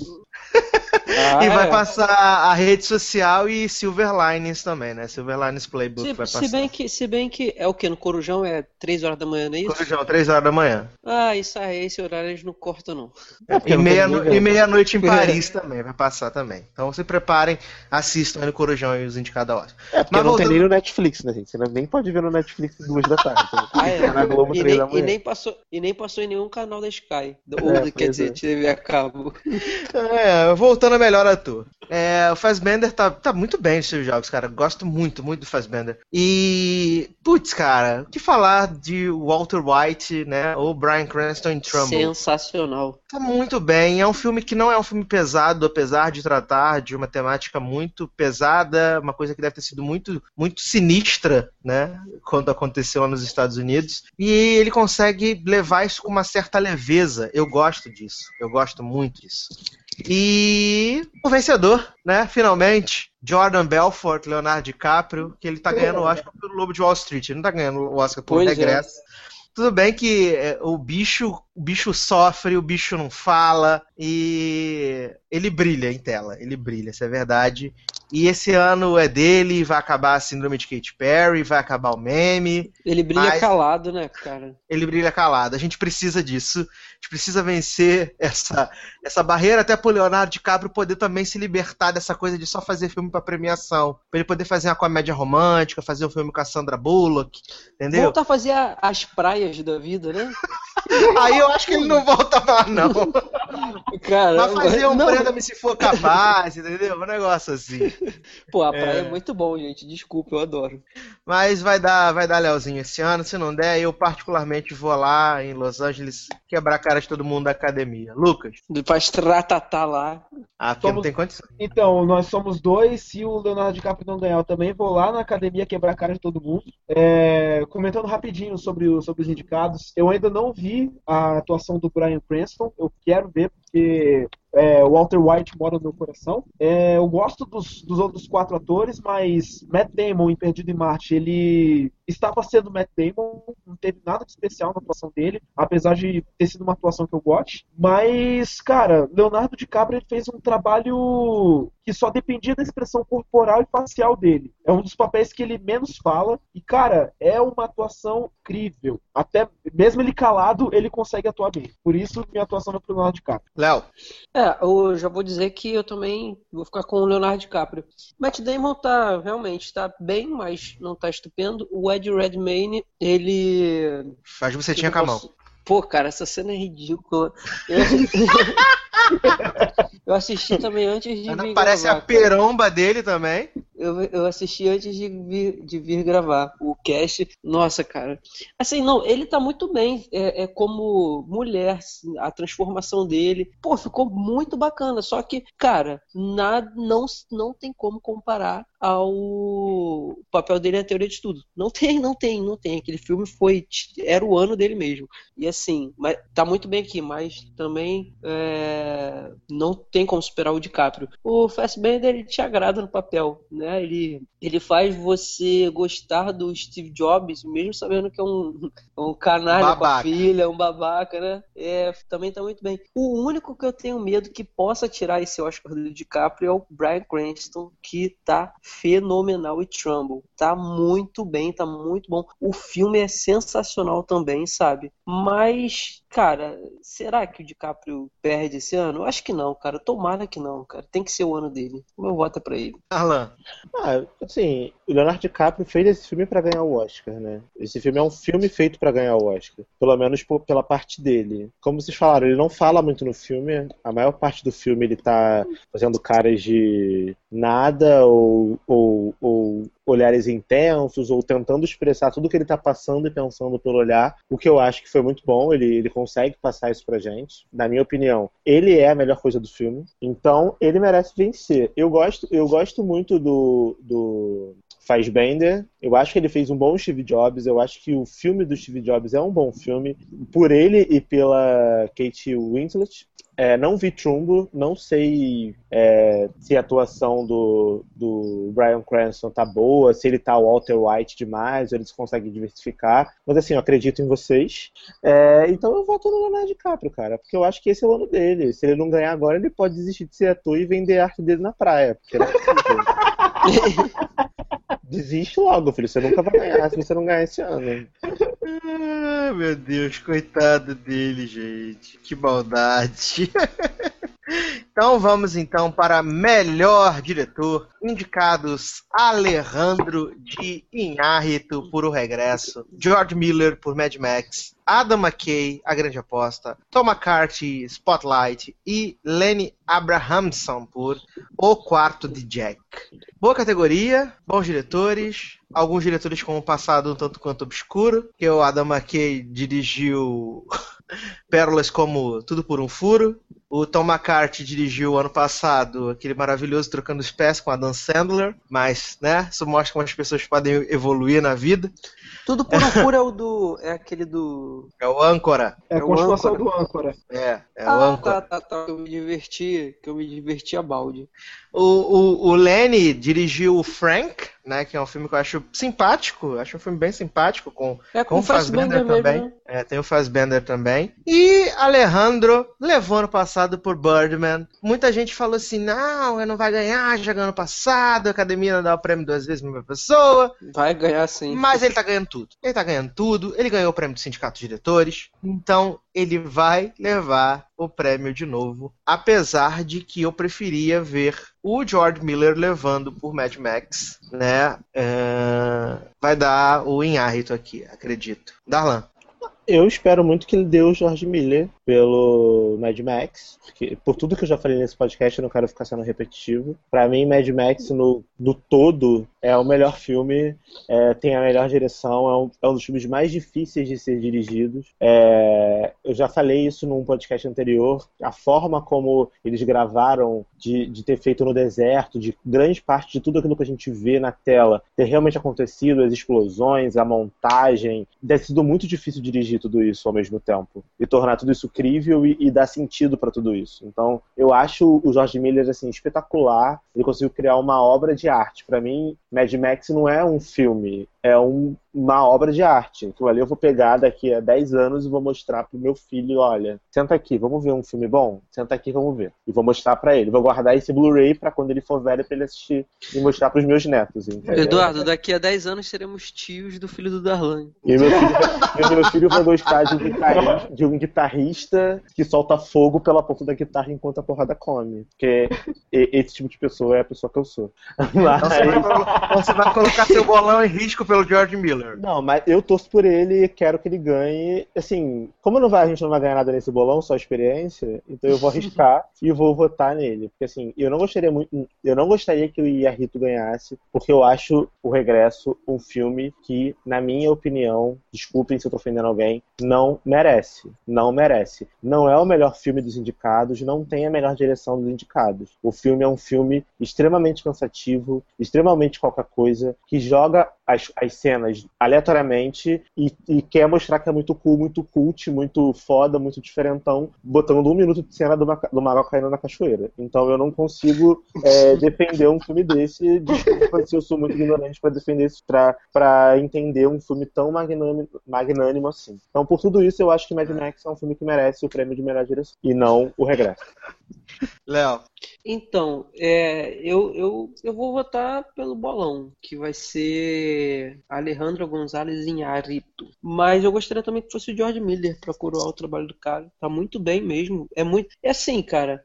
Ah,
E vai
é.
passar a rede social e Silver Linings também, né? Silver Linings Playbook
Se,
vai
se
passar.
bem que, se bem que é o que? No Corujão é três horas da manhã, não é isso?
Corujão, três horas da manhã.
Ah, isso aí, esse horário eles não cortam, não.
É, porque
E
não tem
meia-
ninguém
e
vendo.
meia-noite em Paris também, vai passar também. Então se preparem, assistam aí no Corujão e os indicados ao Oscar.
É, porque
Mas
não tem
voltando-
nem no Netflix, né, gente? Você nem pode ver no Netflix duas da tarde.
Ah, é.
Na Globo,
E
três
nem,
da manhã.
e, nem passou, e nem passou em nenhum canal da Sky. Ou,
É,
quer
pois
dizer,
é.
T V a cabo.
É, voltando a melhor ator. É, o Fassbender tá, tá muito bem nos seus jogos, cara. Gosto muito, muito do Fassbender. E, putz, cara, o que falar de Walter White, né? Ou Bryan Cranston em Trumbo?
Sensacional.
Tá muito bem. É um filme que não é um filme pesado, apesar de tratar de uma temática muito pesada, uma coisa que deve ter sido muito, muito sinistra, né? Quando aconteceu lá nos Estados Unidos. E ele consegue levar isso com uma certa leveza. Eu gosto disso. Eu gosto muito disso. E o vencedor, né? Finalmente, Jordan Belfort, Leonardo DiCaprio, que ele tá ganhando o Oscar pelo Lobo de Wall Street. Ele não tá ganhando o Oscar por
Pois é.
regresso. Tudo bem que é, o bicho, o bicho sofre, o bicho não fala e ele brilha em tela, ele brilha, isso é verdade. E esse ano é dele, vai acabar a síndrome de Katy Perry, vai acabar o meme.
Ele brilha
mas
calado, né, cara?
Ele brilha calado. A gente precisa disso. A gente precisa vencer essa, essa barreira até pro Leonardo DiCaprio poder também se libertar dessa coisa de só fazer filme pra premiação. Pra ele poder fazer uma comédia romântica, fazer um filme com a Sandra Bullock, entendeu?
Voltar a fazer a- as praias da vida, né?
Aí eu acho que ele não volta mais, não.
Cara,
Vai fazer um
não.
Prenda-me se for capaz, entendeu? Um negócio assim.
Pô, a praia é. muito bom, gente. Desculpa, eu adoro.
Mas vai dar, vai dar Leozinho esse ano. Se não der, eu particularmente vou lá em Los Angeles quebrar a cara de todo mundo da academia. Lucas?
Faz tratatá lá.
Ah, porque não
Somos-
tem condição.
Então, nós somos dois. Se o Leonardo DiCaprio não ganhar, eu também vou lá na academia quebrar a cara de todo mundo. É, comentando rapidinho sobre, o- sobre os indicados, eu ainda não vi a atuação do Bryan Cranston. Eu quero ver, porque é, o Walter White mora no meu coração. É, eu gosto dos, dos outros quatro atores, mas Matt Damon em Perdido em Marte, ele estava sendo Matt Damon, não teve nada de especial na atuação dele, apesar de ter sido uma atuação que eu goste. Mas, cara, Leonardo DiCaprio ele fez um trabalho que só dependia da expressão corporal e facial dele. É um dos papéis que ele menos fala e, cara, é uma atuação incrível. Até mesmo ele calado, ele consegue atuar bem. Por isso, minha atuação é pro Leonardo DiCaprio.
Léo?
É, eu já vou dizer que eu também vou ficar com o Leonardo DiCaprio. Matt Damon tá, realmente, tá bem, mas não tá estupendo. O Ed Redmayne, ele...
Faz você tinha com a mão.
Pô, cara, essa cena é ridícula. Eu, eu assisti também antes de vir
Parece
gravar,
a peromba dele também.
Eu, eu assisti antes de vir, de vir gravar o cast. Nossa, cara. Assim, não, ele tá muito bem. É, é como mulher, a transformação dele. Pô, ficou muito bacana. Só que, cara, nada, não, não tem como comparar ao papel dele na Teoria de Tudo. Não tem, não tem, não tem. Aquele filme foi. Era o ano dele mesmo. E assim, mas, tá muito bem aqui, mas também é, não tem como superar o DiCaprio. O Fassbender, ele te agrada no papel, né? Ele, ele faz você gostar do Steve Jobs, mesmo sabendo que é um, um canalha com a
Babaca.
filha, um babaca, né? É, também tá muito bem. O único que eu tenho medo que possa tirar esse Oscar do DiCaprio é o Bryan Cranston, que tá fenomenal, e Trumbo. Tá muito bem, tá muito bom. O filme é sensacional também, sabe? Mas, cara, será que o DiCaprio perde esse ano? Eu acho que não, cara. Tomara que não, cara. Tem que ser o ano dele. O meu voto é pra ele.
Arlan?
Ah, assim, o Leonardo DiCaprio fez esse filme pra ganhar o Oscar, né? Esse filme é um filme feito pra ganhar o Oscar. Pelo menos por- pela parte dele. Como vocês falaram, ele não fala muito no filme. A maior parte do filme ele tá fazendo caras de nada ou, ou, ou olhares intensos ou tentando expressar tudo que ele tá passando e pensando pelo olhar. O que eu acho que foi muito bom. Ele, ele consegue passar isso pra gente. Na minha opinião, ele é a melhor coisa do filme. Então, ele merece vencer. Eu gosto, eu gosto muito do, do Fassbender. Eu acho que ele fez um bom Steve Jobs. Eu acho que o filme do Steve Jobs é um bom filme. Por ele e pela Kate Winslet. É, não vi Trumbo, não sei é, se a atuação do, do Bryan Cranston tá boa, se ele tá Walter White demais, ou eles conseguem diversificar. Mas assim, eu acredito em vocês. É, então eu voto no Leonardo DiCaprio, cara, porque eu acho que esse é o ano dele. Se ele não ganhar agora, ele pode desistir de ser ator e vender a arte dele na praia. Porque não é possível. Desiste logo, filho. Você nunca vai ganhar se você não ganhar esse ano.
Ah, meu Deus, coitado dele, gente. Que maldade. Então vamos então para melhor diretor. Indicados Alejandro de Iñárritu por O Regresso, George Miller por Mad Max, Adam McKay, A Grande Aposta, Tom McCarthy, Spotlight e Lenny Abrahamson por O Quarto de Jack. Boa categoria, bons diretores, alguns diretores com um passado um tanto quanto obscuro, que o Adam McKay dirigiu pérolas como Tudo por um Furo, o Tom McCarthy dirigiu ano passado aquele maravilhoso Trocando os Pés com Adam Sandler, mas, né, isso mostra como as pessoas podem evoluir na vida.
Tudo por um Furo é o do... é aquele do...
É o Âncora.
É a continuação do Âncora.
É, é
ah,
o Âncora.
tá, tá, tá. Eu me diverti, que eu me diverti a balde.
O, o, o Lenny dirigiu o Frank, né, que é um filme que eu acho simpático, acho um filme bem simpático, com,
é,
com,
com
o Fassbender
mesmo,
também.
né?
É, tem o Fassbender também. E Alejandro levou ano passado por Birdman. Muita gente falou assim, não, ele não vai ganhar, já ganhou ano passado, a academia não dá o prêmio duas vezes pra uma pessoa.
Vai ganhar sim.
Mas ele tá ganhando tudo. Ele tá ganhando tudo, ele ganhou o prêmio do Sindicato de Diretores, então ele vai levar o prêmio de novo, apesar de que eu preferia ver o George Miller levando por Mad Max, né? Uh, vai dar o Iñárritu aqui, acredito. Darlan.
Eu espero muito que ele dê o George Miller pelo Mad Max, porque por tudo que eu já falei nesse podcast, eu não quero ficar sendo repetitivo. Pra mim, Mad Max, no, no todo, é o melhor filme, é, tem a melhor direção, é um, é um dos filmes mais difíceis de ser dirigidos. É, eu já falei isso num podcast anterior, a forma como eles gravaram, de, de ter feito no deserto, de grande parte de tudo aquilo que a gente vê na tela ter realmente acontecido, as explosões, a montagem, deve ter sido muito difícil dirigir tudo isso ao mesmo tempo e tornar tudo isso crível e, e dar sentido para tudo isso. Então, eu acho o George Miller assim espetacular. Ele conseguiu criar uma obra de arte. Para mim, Mad Max não é um filme, é um, uma obra de arte. Aquilo ali eu vou pegar daqui a dez anos e vou mostrar pro meu filho, olha, senta aqui, vamos ver um filme bom? Senta aqui, vamos ver. E vou mostrar para ele. Vou guardar esse Blu-ray para quando ele for velho para ele assistir e mostrar pros meus netos. Entendeu?
Eduardo, daqui a dez anos seremos tios do filho do Darlan.
E meu filho, meu filho vai gostar de um, guitarrista, de um guitarrista que solta fogo pela ponta da guitarra enquanto a porrada come. Porque esse tipo de pessoa é a pessoa que eu sou. Mas...
Então você, vai, você vai colocar seu bolão em risco pelo George Miller.
Não, mas eu torço por ele e quero que ele ganhe. Assim, como não vai, a gente não vai ganhar nada nesse bolão, só experiência, então eu vou arriscar e vou votar nele. Porque assim, eu não gostaria muito. Eu não gostaria que o Iñárritu ganhasse, porque eu acho O Regresso um filme que, na minha opinião, desculpem se eu tô ofendendo alguém, não merece. Não merece. Não é o melhor filme dos indicados, não tem a melhor direção dos indicados. O filme é um filme extremamente cansativo, extremamente qualquer coisa, que joga as, as cenas aleatoriamente e, e quer mostrar que é muito cool, muito cult, muito foda, muito diferentão, botando um minuto de cena do, maca, do macaco caindo na cachoeira. Então eu não consigo é, defender um filme desse. Desculpa se eu sou muito ignorante pra defender isso, pra, pra entender um filme tão magnânimo, magnânimo assim. Então por tudo isso eu acho que Mad Max é um filme que merece o prêmio de melhor direção e não O Regresso.
Léo.
Então, é, eu, eu, eu vou votar pelo bolão, que vai ser Alejandro González Iñárritu. Mas eu gostaria também que fosse o George Miller pra coroar o trabalho do cara. Tá muito bem mesmo. É muito. É assim, cara.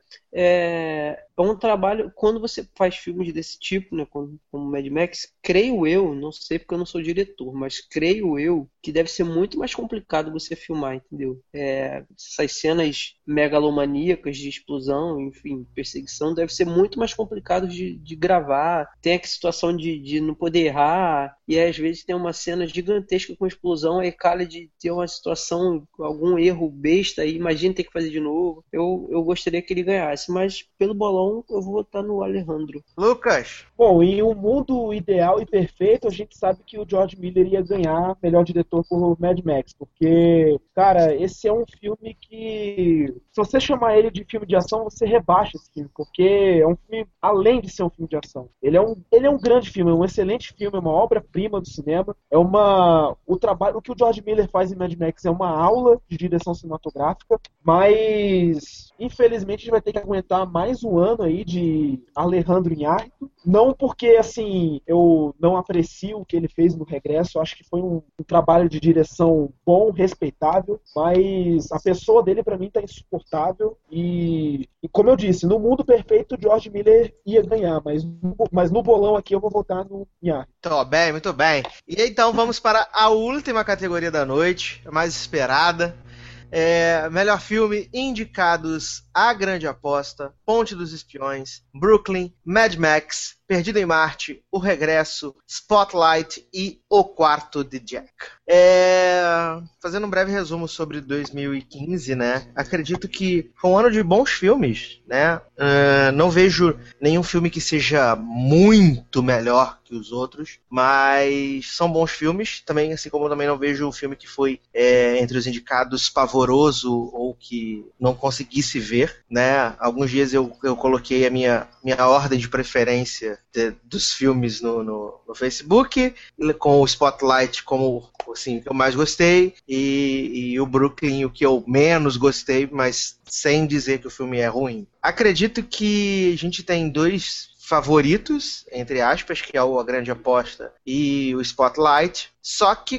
É, é um trabalho. Quando você faz filmes desse tipo, né? Como, como Mad Max, creio eu, não sei porque eu não sou diretor, mas creio eu que deve ser muito mais complicado você filmar, entendeu? É, essas cenas megalomaníacas de explosão, enfim, perseguição, deve ser muito mais complicado de, de gravar. Tem a situação de, de não poder errar, e às vezes tem uma cena gigantesca com explosão, aí calha de ter uma situação, algum erro besta, aí imagina ter que fazer de novo. Eu, eu gostaria que ele ganhasse, mas pelo bolão eu vou votar no Alejandro.
Lucas?
Bom, em um mundo ideal e perfeito, a gente sabe que o George Miller ia ganhar melhor diretor por Mad Max, porque, cara, esse é um filme que, se você chamar ele de filme de ação, você rebaixa esse filme, porque é um filme, além de ser um filme de ação, ele é um, ele é um grande filme, é um excelente filme, é uma obra-prima do cinema, é uma, o trabalho, o que o George Miller faz em Mad Max é uma aula de direção cinematográfica, mas, infelizmente, a gente vai ter que aguentar mais um ano aí de Alejandro Iñárritu, Não porque, assim, eu não aprecio o que ele fez no Regresso, eu acho que foi um, um trabalho de direção bom, respeitável, mas a pessoa dele, pra mim, tá insuportável. E, e como eu disse, no mundo perfeito, o George Miller ia ganhar, mas, mas no bolão aqui eu vou votar no Miyagi.
Muito bem, muito bem. E então vamos para a última categoria da noite, a mais esperada. É, melhor filme, indicados A Grande Aposta, Ponte dos Espiões, Brooklyn, Mad Max, Perdido em Marte, O Regresso, Spotlight e O Quarto de Jack. É, fazendo um breve resumo sobre dois mil e quinze, né? Acredito que foi um ano de bons filmes, né? Uh, não vejo nenhum filme que seja muito melhor que os outros, mas são bons filmes. Também, assim como eu também não vejo um filme que foi é, entre os indicados pavoroso ou que não conseguisse ver, né? Alguns dias eu, eu coloquei a minha, minha ordem de preferência de, dos filmes no, no, no Facebook, com o Spotlight como assim, que eu mais gostei, e, e o Brooklyn o que eu menos gostei, mas sem dizer que o filme é ruim. Acredito que a gente tem dois favoritos, entre aspas, que é o A Grande Aposta e o Spotlight, só que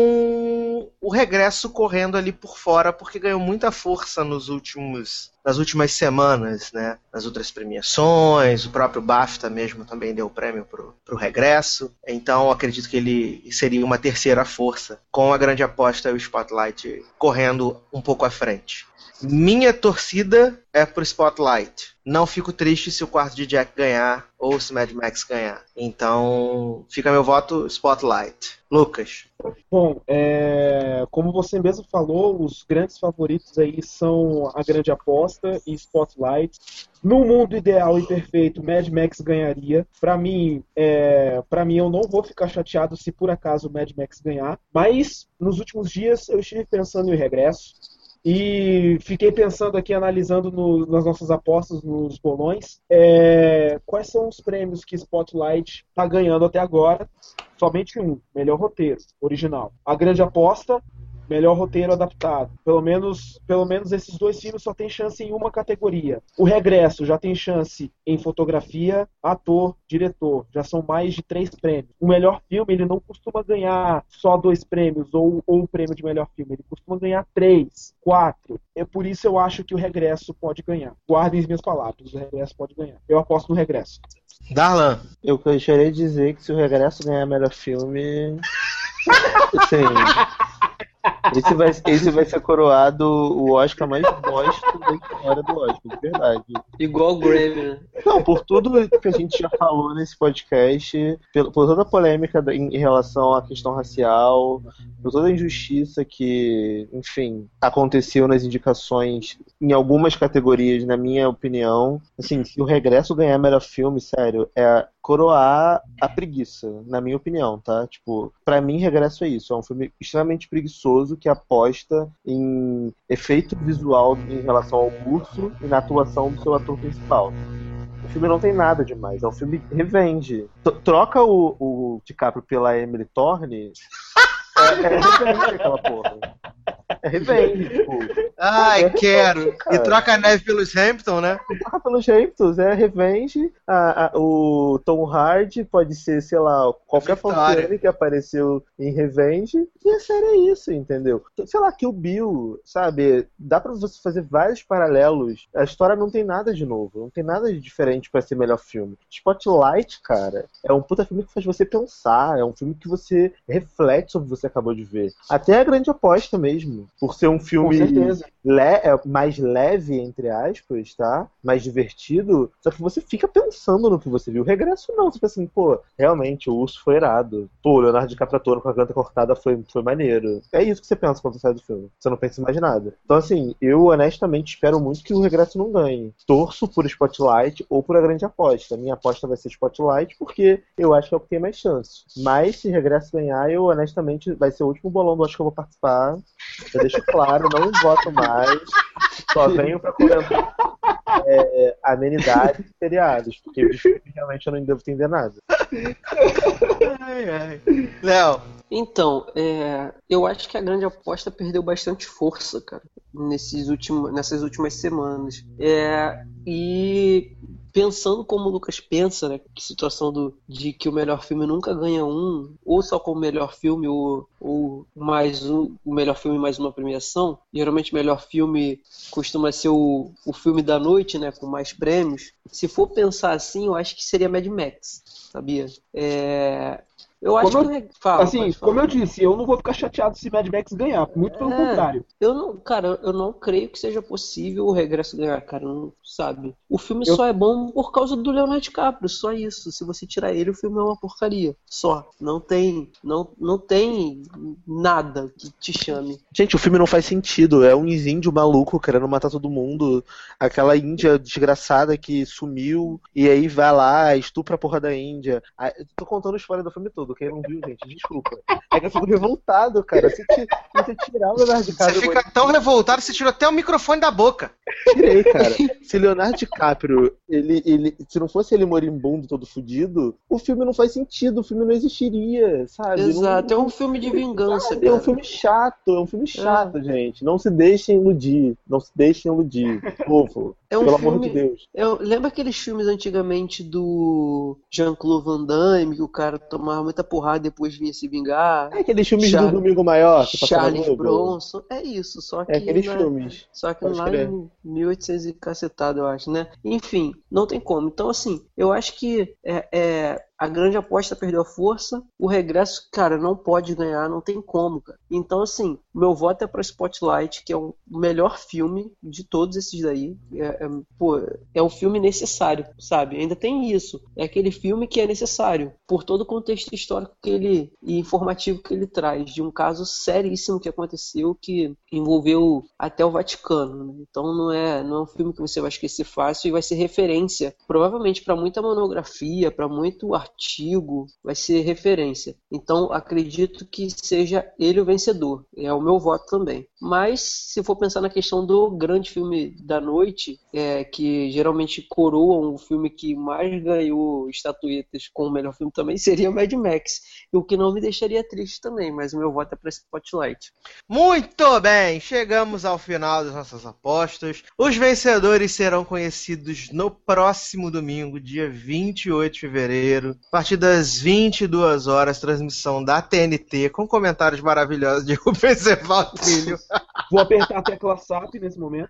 com o Regresso correndo ali por fora, porque ganhou muita força nos últimos, nas últimas semanas, né? Nas outras premiações, o próprio BAFTA mesmo também deu o prêmio pro, pro Regresso, então acredito que ele seria uma terceira força, com A Grande Aposta e o Spotlight correndo um pouco à frente. Minha torcida é pro Spotlight. Não fico triste se o Quarto de Jack ganhar ou se Mad Max ganhar. Então, fica meu voto Spotlight. Lucas.
Bom, é, como você mesmo falou, os grandes favoritos aí são A Grande Aposta e Spotlight. No mundo ideal e perfeito, Mad Max ganharia. Pra mim, é, pra mim, eu não vou ficar chateado se por acaso o Mad Max ganhar. Mas, nos últimos dias, eu estive pensando em Regresso. E fiquei pensando aqui, analisando no, nas nossas apostas, nos bolões, é, quais são os prêmios que Spotlight está ganhando até agora. Somente um, melhor roteiro, original. A Grande Aposta, melhor roteiro adaptado. Pelo menos, pelo menos esses dois filmes só tem chance em uma categoria. O Regresso já tem chance em fotografia, ator, diretor. Já são mais de três prêmios. O melhor filme, ele não costuma ganhar só dois prêmios ou, ou o prêmio de melhor filme. Ele costuma ganhar três, quatro. É por isso eu acho que o Regresso pode ganhar. Guardem as minhas palavras, o Regresso pode ganhar. Eu aposto no Regresso.
Darlan.
Eu gostaria de dizer que se o Regresso ganhar melhor filme... Assim... Esse vai, esse vai ser coroado o Oscar mais bosta da história do Oscar, de verdade.
Igual o Grammy, né?
Não, por tudo que a gente já falou nesse podcast, por toda a polêmica em relação à questão racial, por toda a injustiça que, enfim, aconteceu nas indicações em algumas categorias, na minha opinião. Assim, se o Regresso ganhar melhor filme, sério, é coroar a preguiça, na minha opinião, tá? Tipo, pra mim, Regresso é isso. É um filme extremamente preguiçoso que aposta em efeito visual em relação ao urso e na atuação do seu ator principal. O filme não tem nada demais, é um filme revenge. T- troca o, o DiCaprio pela Emily Thorne, é, é revenge aquela porra. É revenge, tipo.
Ai,
é
quero.
revenge,
E troca a neve pelos Hampton, né?
Troca pelos Hamptons, é revenge. A, a, o Tom Hardy pode ser, sei lá, qualquer falciane que apareceu em Revenge. E a série é isso, entendeu? Sei lá, Kill Bill, sabe? Dá pra você fazer vários paralelos. A história não tem nada de novo, não tem nada de diferente pra ser melhor filme. Spotlight, cara, é um puta filme que faz você pensar, é um filme que você reflete sobre o que você acabou de ver. Até A Grande Aposta mesmo, por ser um filme le- é, mais leve, entre aspas, tá? Mais divertido, só que você fica pensando no que você viu. O Regresso não, você fica assim, pô, realmente, o urso foi irado. Pô, o Leonardo DiCaprio com a garganta cortada foi, foi maneiro. É isso que você pensa quando você sai do filme. Você não pensa em mais nada. Então, assim, eu honestamente espero muito que o Regresso não ganhe. Torço por Spotlight ou por A Grande Aposta. A minha aposta vai ser Spotlight porque eu acho que é o que tem mais chance. Mas se Regresso ganhar, eu honestamente vai ser o último bolão do Acho que eu vou participar. Eu deixo claro, não voto mais. Só venho pra comentar é, amenidades e feriados, porque de filme realmente eu não devo entender nada.
Ai, ai. Léo.
Então, é, eu acho que A Grande Aposta perdeu bastante força, cara, nesses últimos, nessas últimas semanas. É, e pensando como o Lucas pensa, né? Que situação do, de que o melhor filme nunca ganha um, ou só como melhor filme, ou, ou mais um, o melhor filme mais uma premiação. Geralmente o melhor filme costuma ser o, o filme da noite, né? Com mais prêmios. Se for pensar assim, eu acho que seria Mad Max, sabia? É... Eu acho
como
que...
Eu,
Fala,
assim, como eu disse, eu não vou ficar chateado se Mad Max ganhar, muito pelo
É,
contrário.
Eu não, cara, eu não creio que seja possível o Regresso ganhar, cara, não sabe. O filme
Eu-
só é bom por causa do Leonardo DiCaprio, só isso. Se você tirar ele, o filme é uma porcaria. Só. Não tem, não, não tem nada que te chame.
Gente, o filme não faz sentido. É um índio maluco querendo matar todo mundo. Aquela índia desgraçada que sumiu e aí vai lá, estupra a porra da Índia. Ah, eu tô contando a história do filme todo. Quem não viu, gente, desculpa. É que eu fico revoltado, cara. Se ti- você tirar o Leonardo
Você
DiCaprio...
fica tão revoltado, você tirou até o microfone da boca.
Tirei, cara. Se Leonardo DiCaprio, ele, ele, se não fosse ele moribundo, todo fudido, o filme não faz sentido, o filme não existiria, sabe?
Exato,
não,
é um filme de vingança,
sabe? É um
cara.
filme chato, é um filme chato, gente. Não se deixem iludir, não se deixem iludir, povo.
É um
Pelo
filme...
amor de Deus.
Eu lembro aqueles filmes antigamente do Jean-Claude Van Damme, que o cara tomava muita porrada e depois vinha se vingar.
É aqueles filmes
Char-
do Domingo Maior que passavam no
Charles
Globo.
Bronson, é isso, só que
É aqueles
na-
filmes.
Só que
Pode
lá
crer.
em mil e oitocentos e cacetado, eu acho, né? Enfim, não tem como. Então, assim, eu acho que é, é, a grande aposta perdeu a força. O Regresso, cara, não pode ganhar, não tem como, cara. Então, assim, meu voto é pra Spotlight, que é o melhor filme de todos esses daí. É, é, pô, é um filme necessário, sabe? Ainda tem isso. É aquele filme que é necessário, por todo o contexto histórico que ele, e informativo que ele traz, de um caso seríssimo que aconteceu, que envolveu até o Vaticano, né? Então não é, não é um filme que você vai esquecer fácil e vai ser referência, provavelmente para muita monografia, para muito artigo, vai ser referência. Então acredito que seja ele o vencedor. É o meu voto também. Mas se for pensar na questão do grande filme da noite, é, que geralmente coroam o filme que mais ganhou estatuetas com o melhor filme também, seria Mad Max. O que não me deixaria triste também, mas o meu voto é para Spotlight.
Muito bem, chegamos ao final das nossas apostas. Os vencedores serão conhecidos no próximo domingo, dia vinte e oito de fevereiro, a partir das vinte e duas horas, transmissão da T N T, com comentários maravilhosos de Rubens Evaldo Filho.
Vou apertar a tecla S A P nesse momento.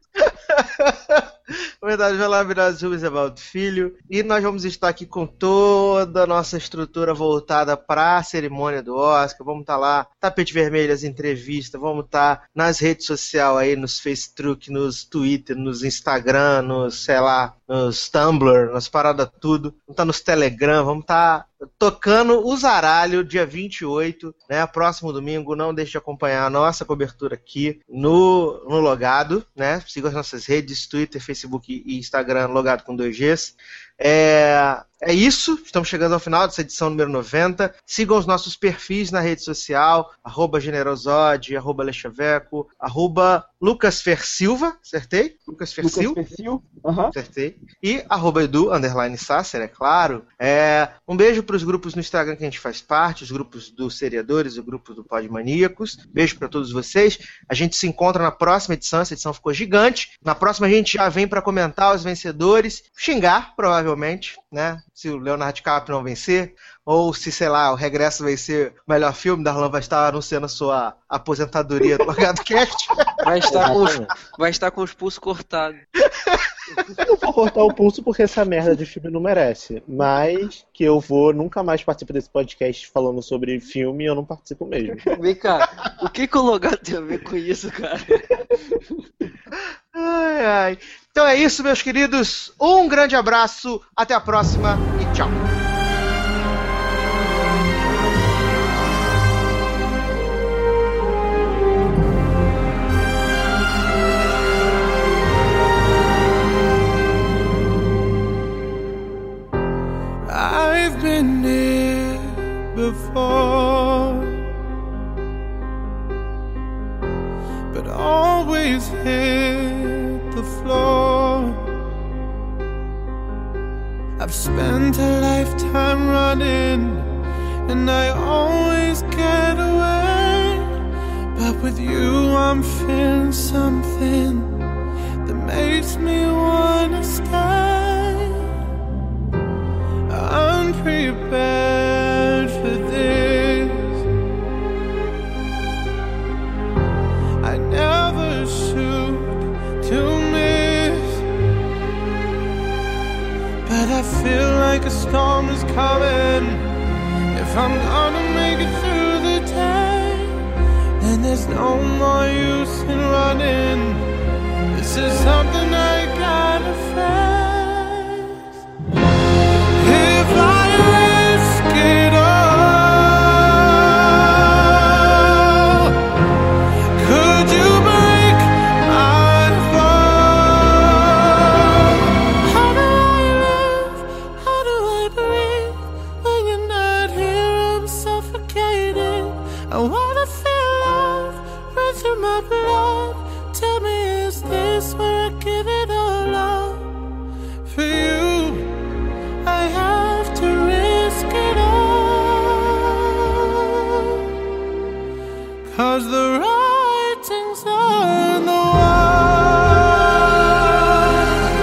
Comentários maravilhosos de Rubens Evaldo Filho. E nós vamos estar aqui com toda a nossa estrutura voltada para a cerimônia do Oscar. Vamos estar lá, tapete vermelho, as entrevistas. Vamos estar nas redes sociais aí, nos Facebook, nos Twitter, nos Instagram, nos, sei lá, nos Tumblr, nas paradas tudo. Vamos estar nos Telegram, vamos estar tocando o zaralho dia vinte e oito, né? Próximo domingo. Não deixe de acompanhar a nossa cobertura aqui no, no Logado, né? Siga as nossas redes, Twitter, Facebook e Instagram, Logado com dois Gs. É, é isso, estamos chegando ao final dessa edição número noventa. Sigam os nossos perfis na rede social, arroba Generosode, arroba Lechaveco, arroba Lucas Fersilva, acertei? Lucas Fersil?
Lucas Perfil. Aham.
Acertei. E arroba Edu, underline Sasser, é claro. É, um beijo para os grupos no Instagram que a gente faz parte, os grupos dos seriadores, o grupo do Podmaníacos. Beijo para todos vocês. A gente se encontra na próxima edição, essa edição ficou gigante. Na próxima a gente já vem para comentar os vencedores, xingar, provavelmente, né? Se o Leonardo DiCaprio não vencer, ou se, sei lá, o Regresso vai ser o melhor filme, Darlan vai estar anunciando a sua aposentadoria do Logado Cast.
Vai estar com os, vai estar com os pulsos cortados.
Eu não vou cortar o pulso porque essa merda de filme não merece. Mas que eu vou nunca mais participar desse podcast falando sobre filme, eu não participo mesmo.
Vem cá, o que, que o Logado tem a ver com isso, cara?
Ai, ai. Então é isso, meus queridos. Um grande abraço, até a próxima e tchau.
I've been here before, but always hit the floor. I've spent a lifetime running, and I always get away. But with you I'm feeling something that makes me wanna stay. I feel like a storm is coming. If I'm gonna make it through the day, then there's no more use in running. This is something I gotta face. If I risk it all, could you break my fall? How do I live? How do I breathe? When you're not here, I'm suffocating. I wanna feel love run through my blood. Tell me, is this where I give it all up? For you, I have to risk it all. 'Cause the writing's on the wall.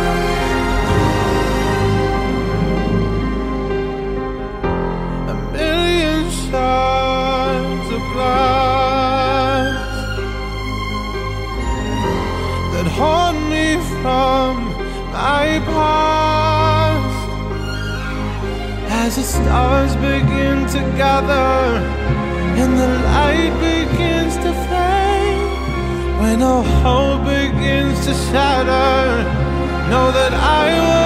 A million shards of glass that haunt me from my past. As the stars begin to gather and the light begins to fade, when all hope begins to shatter, know that I will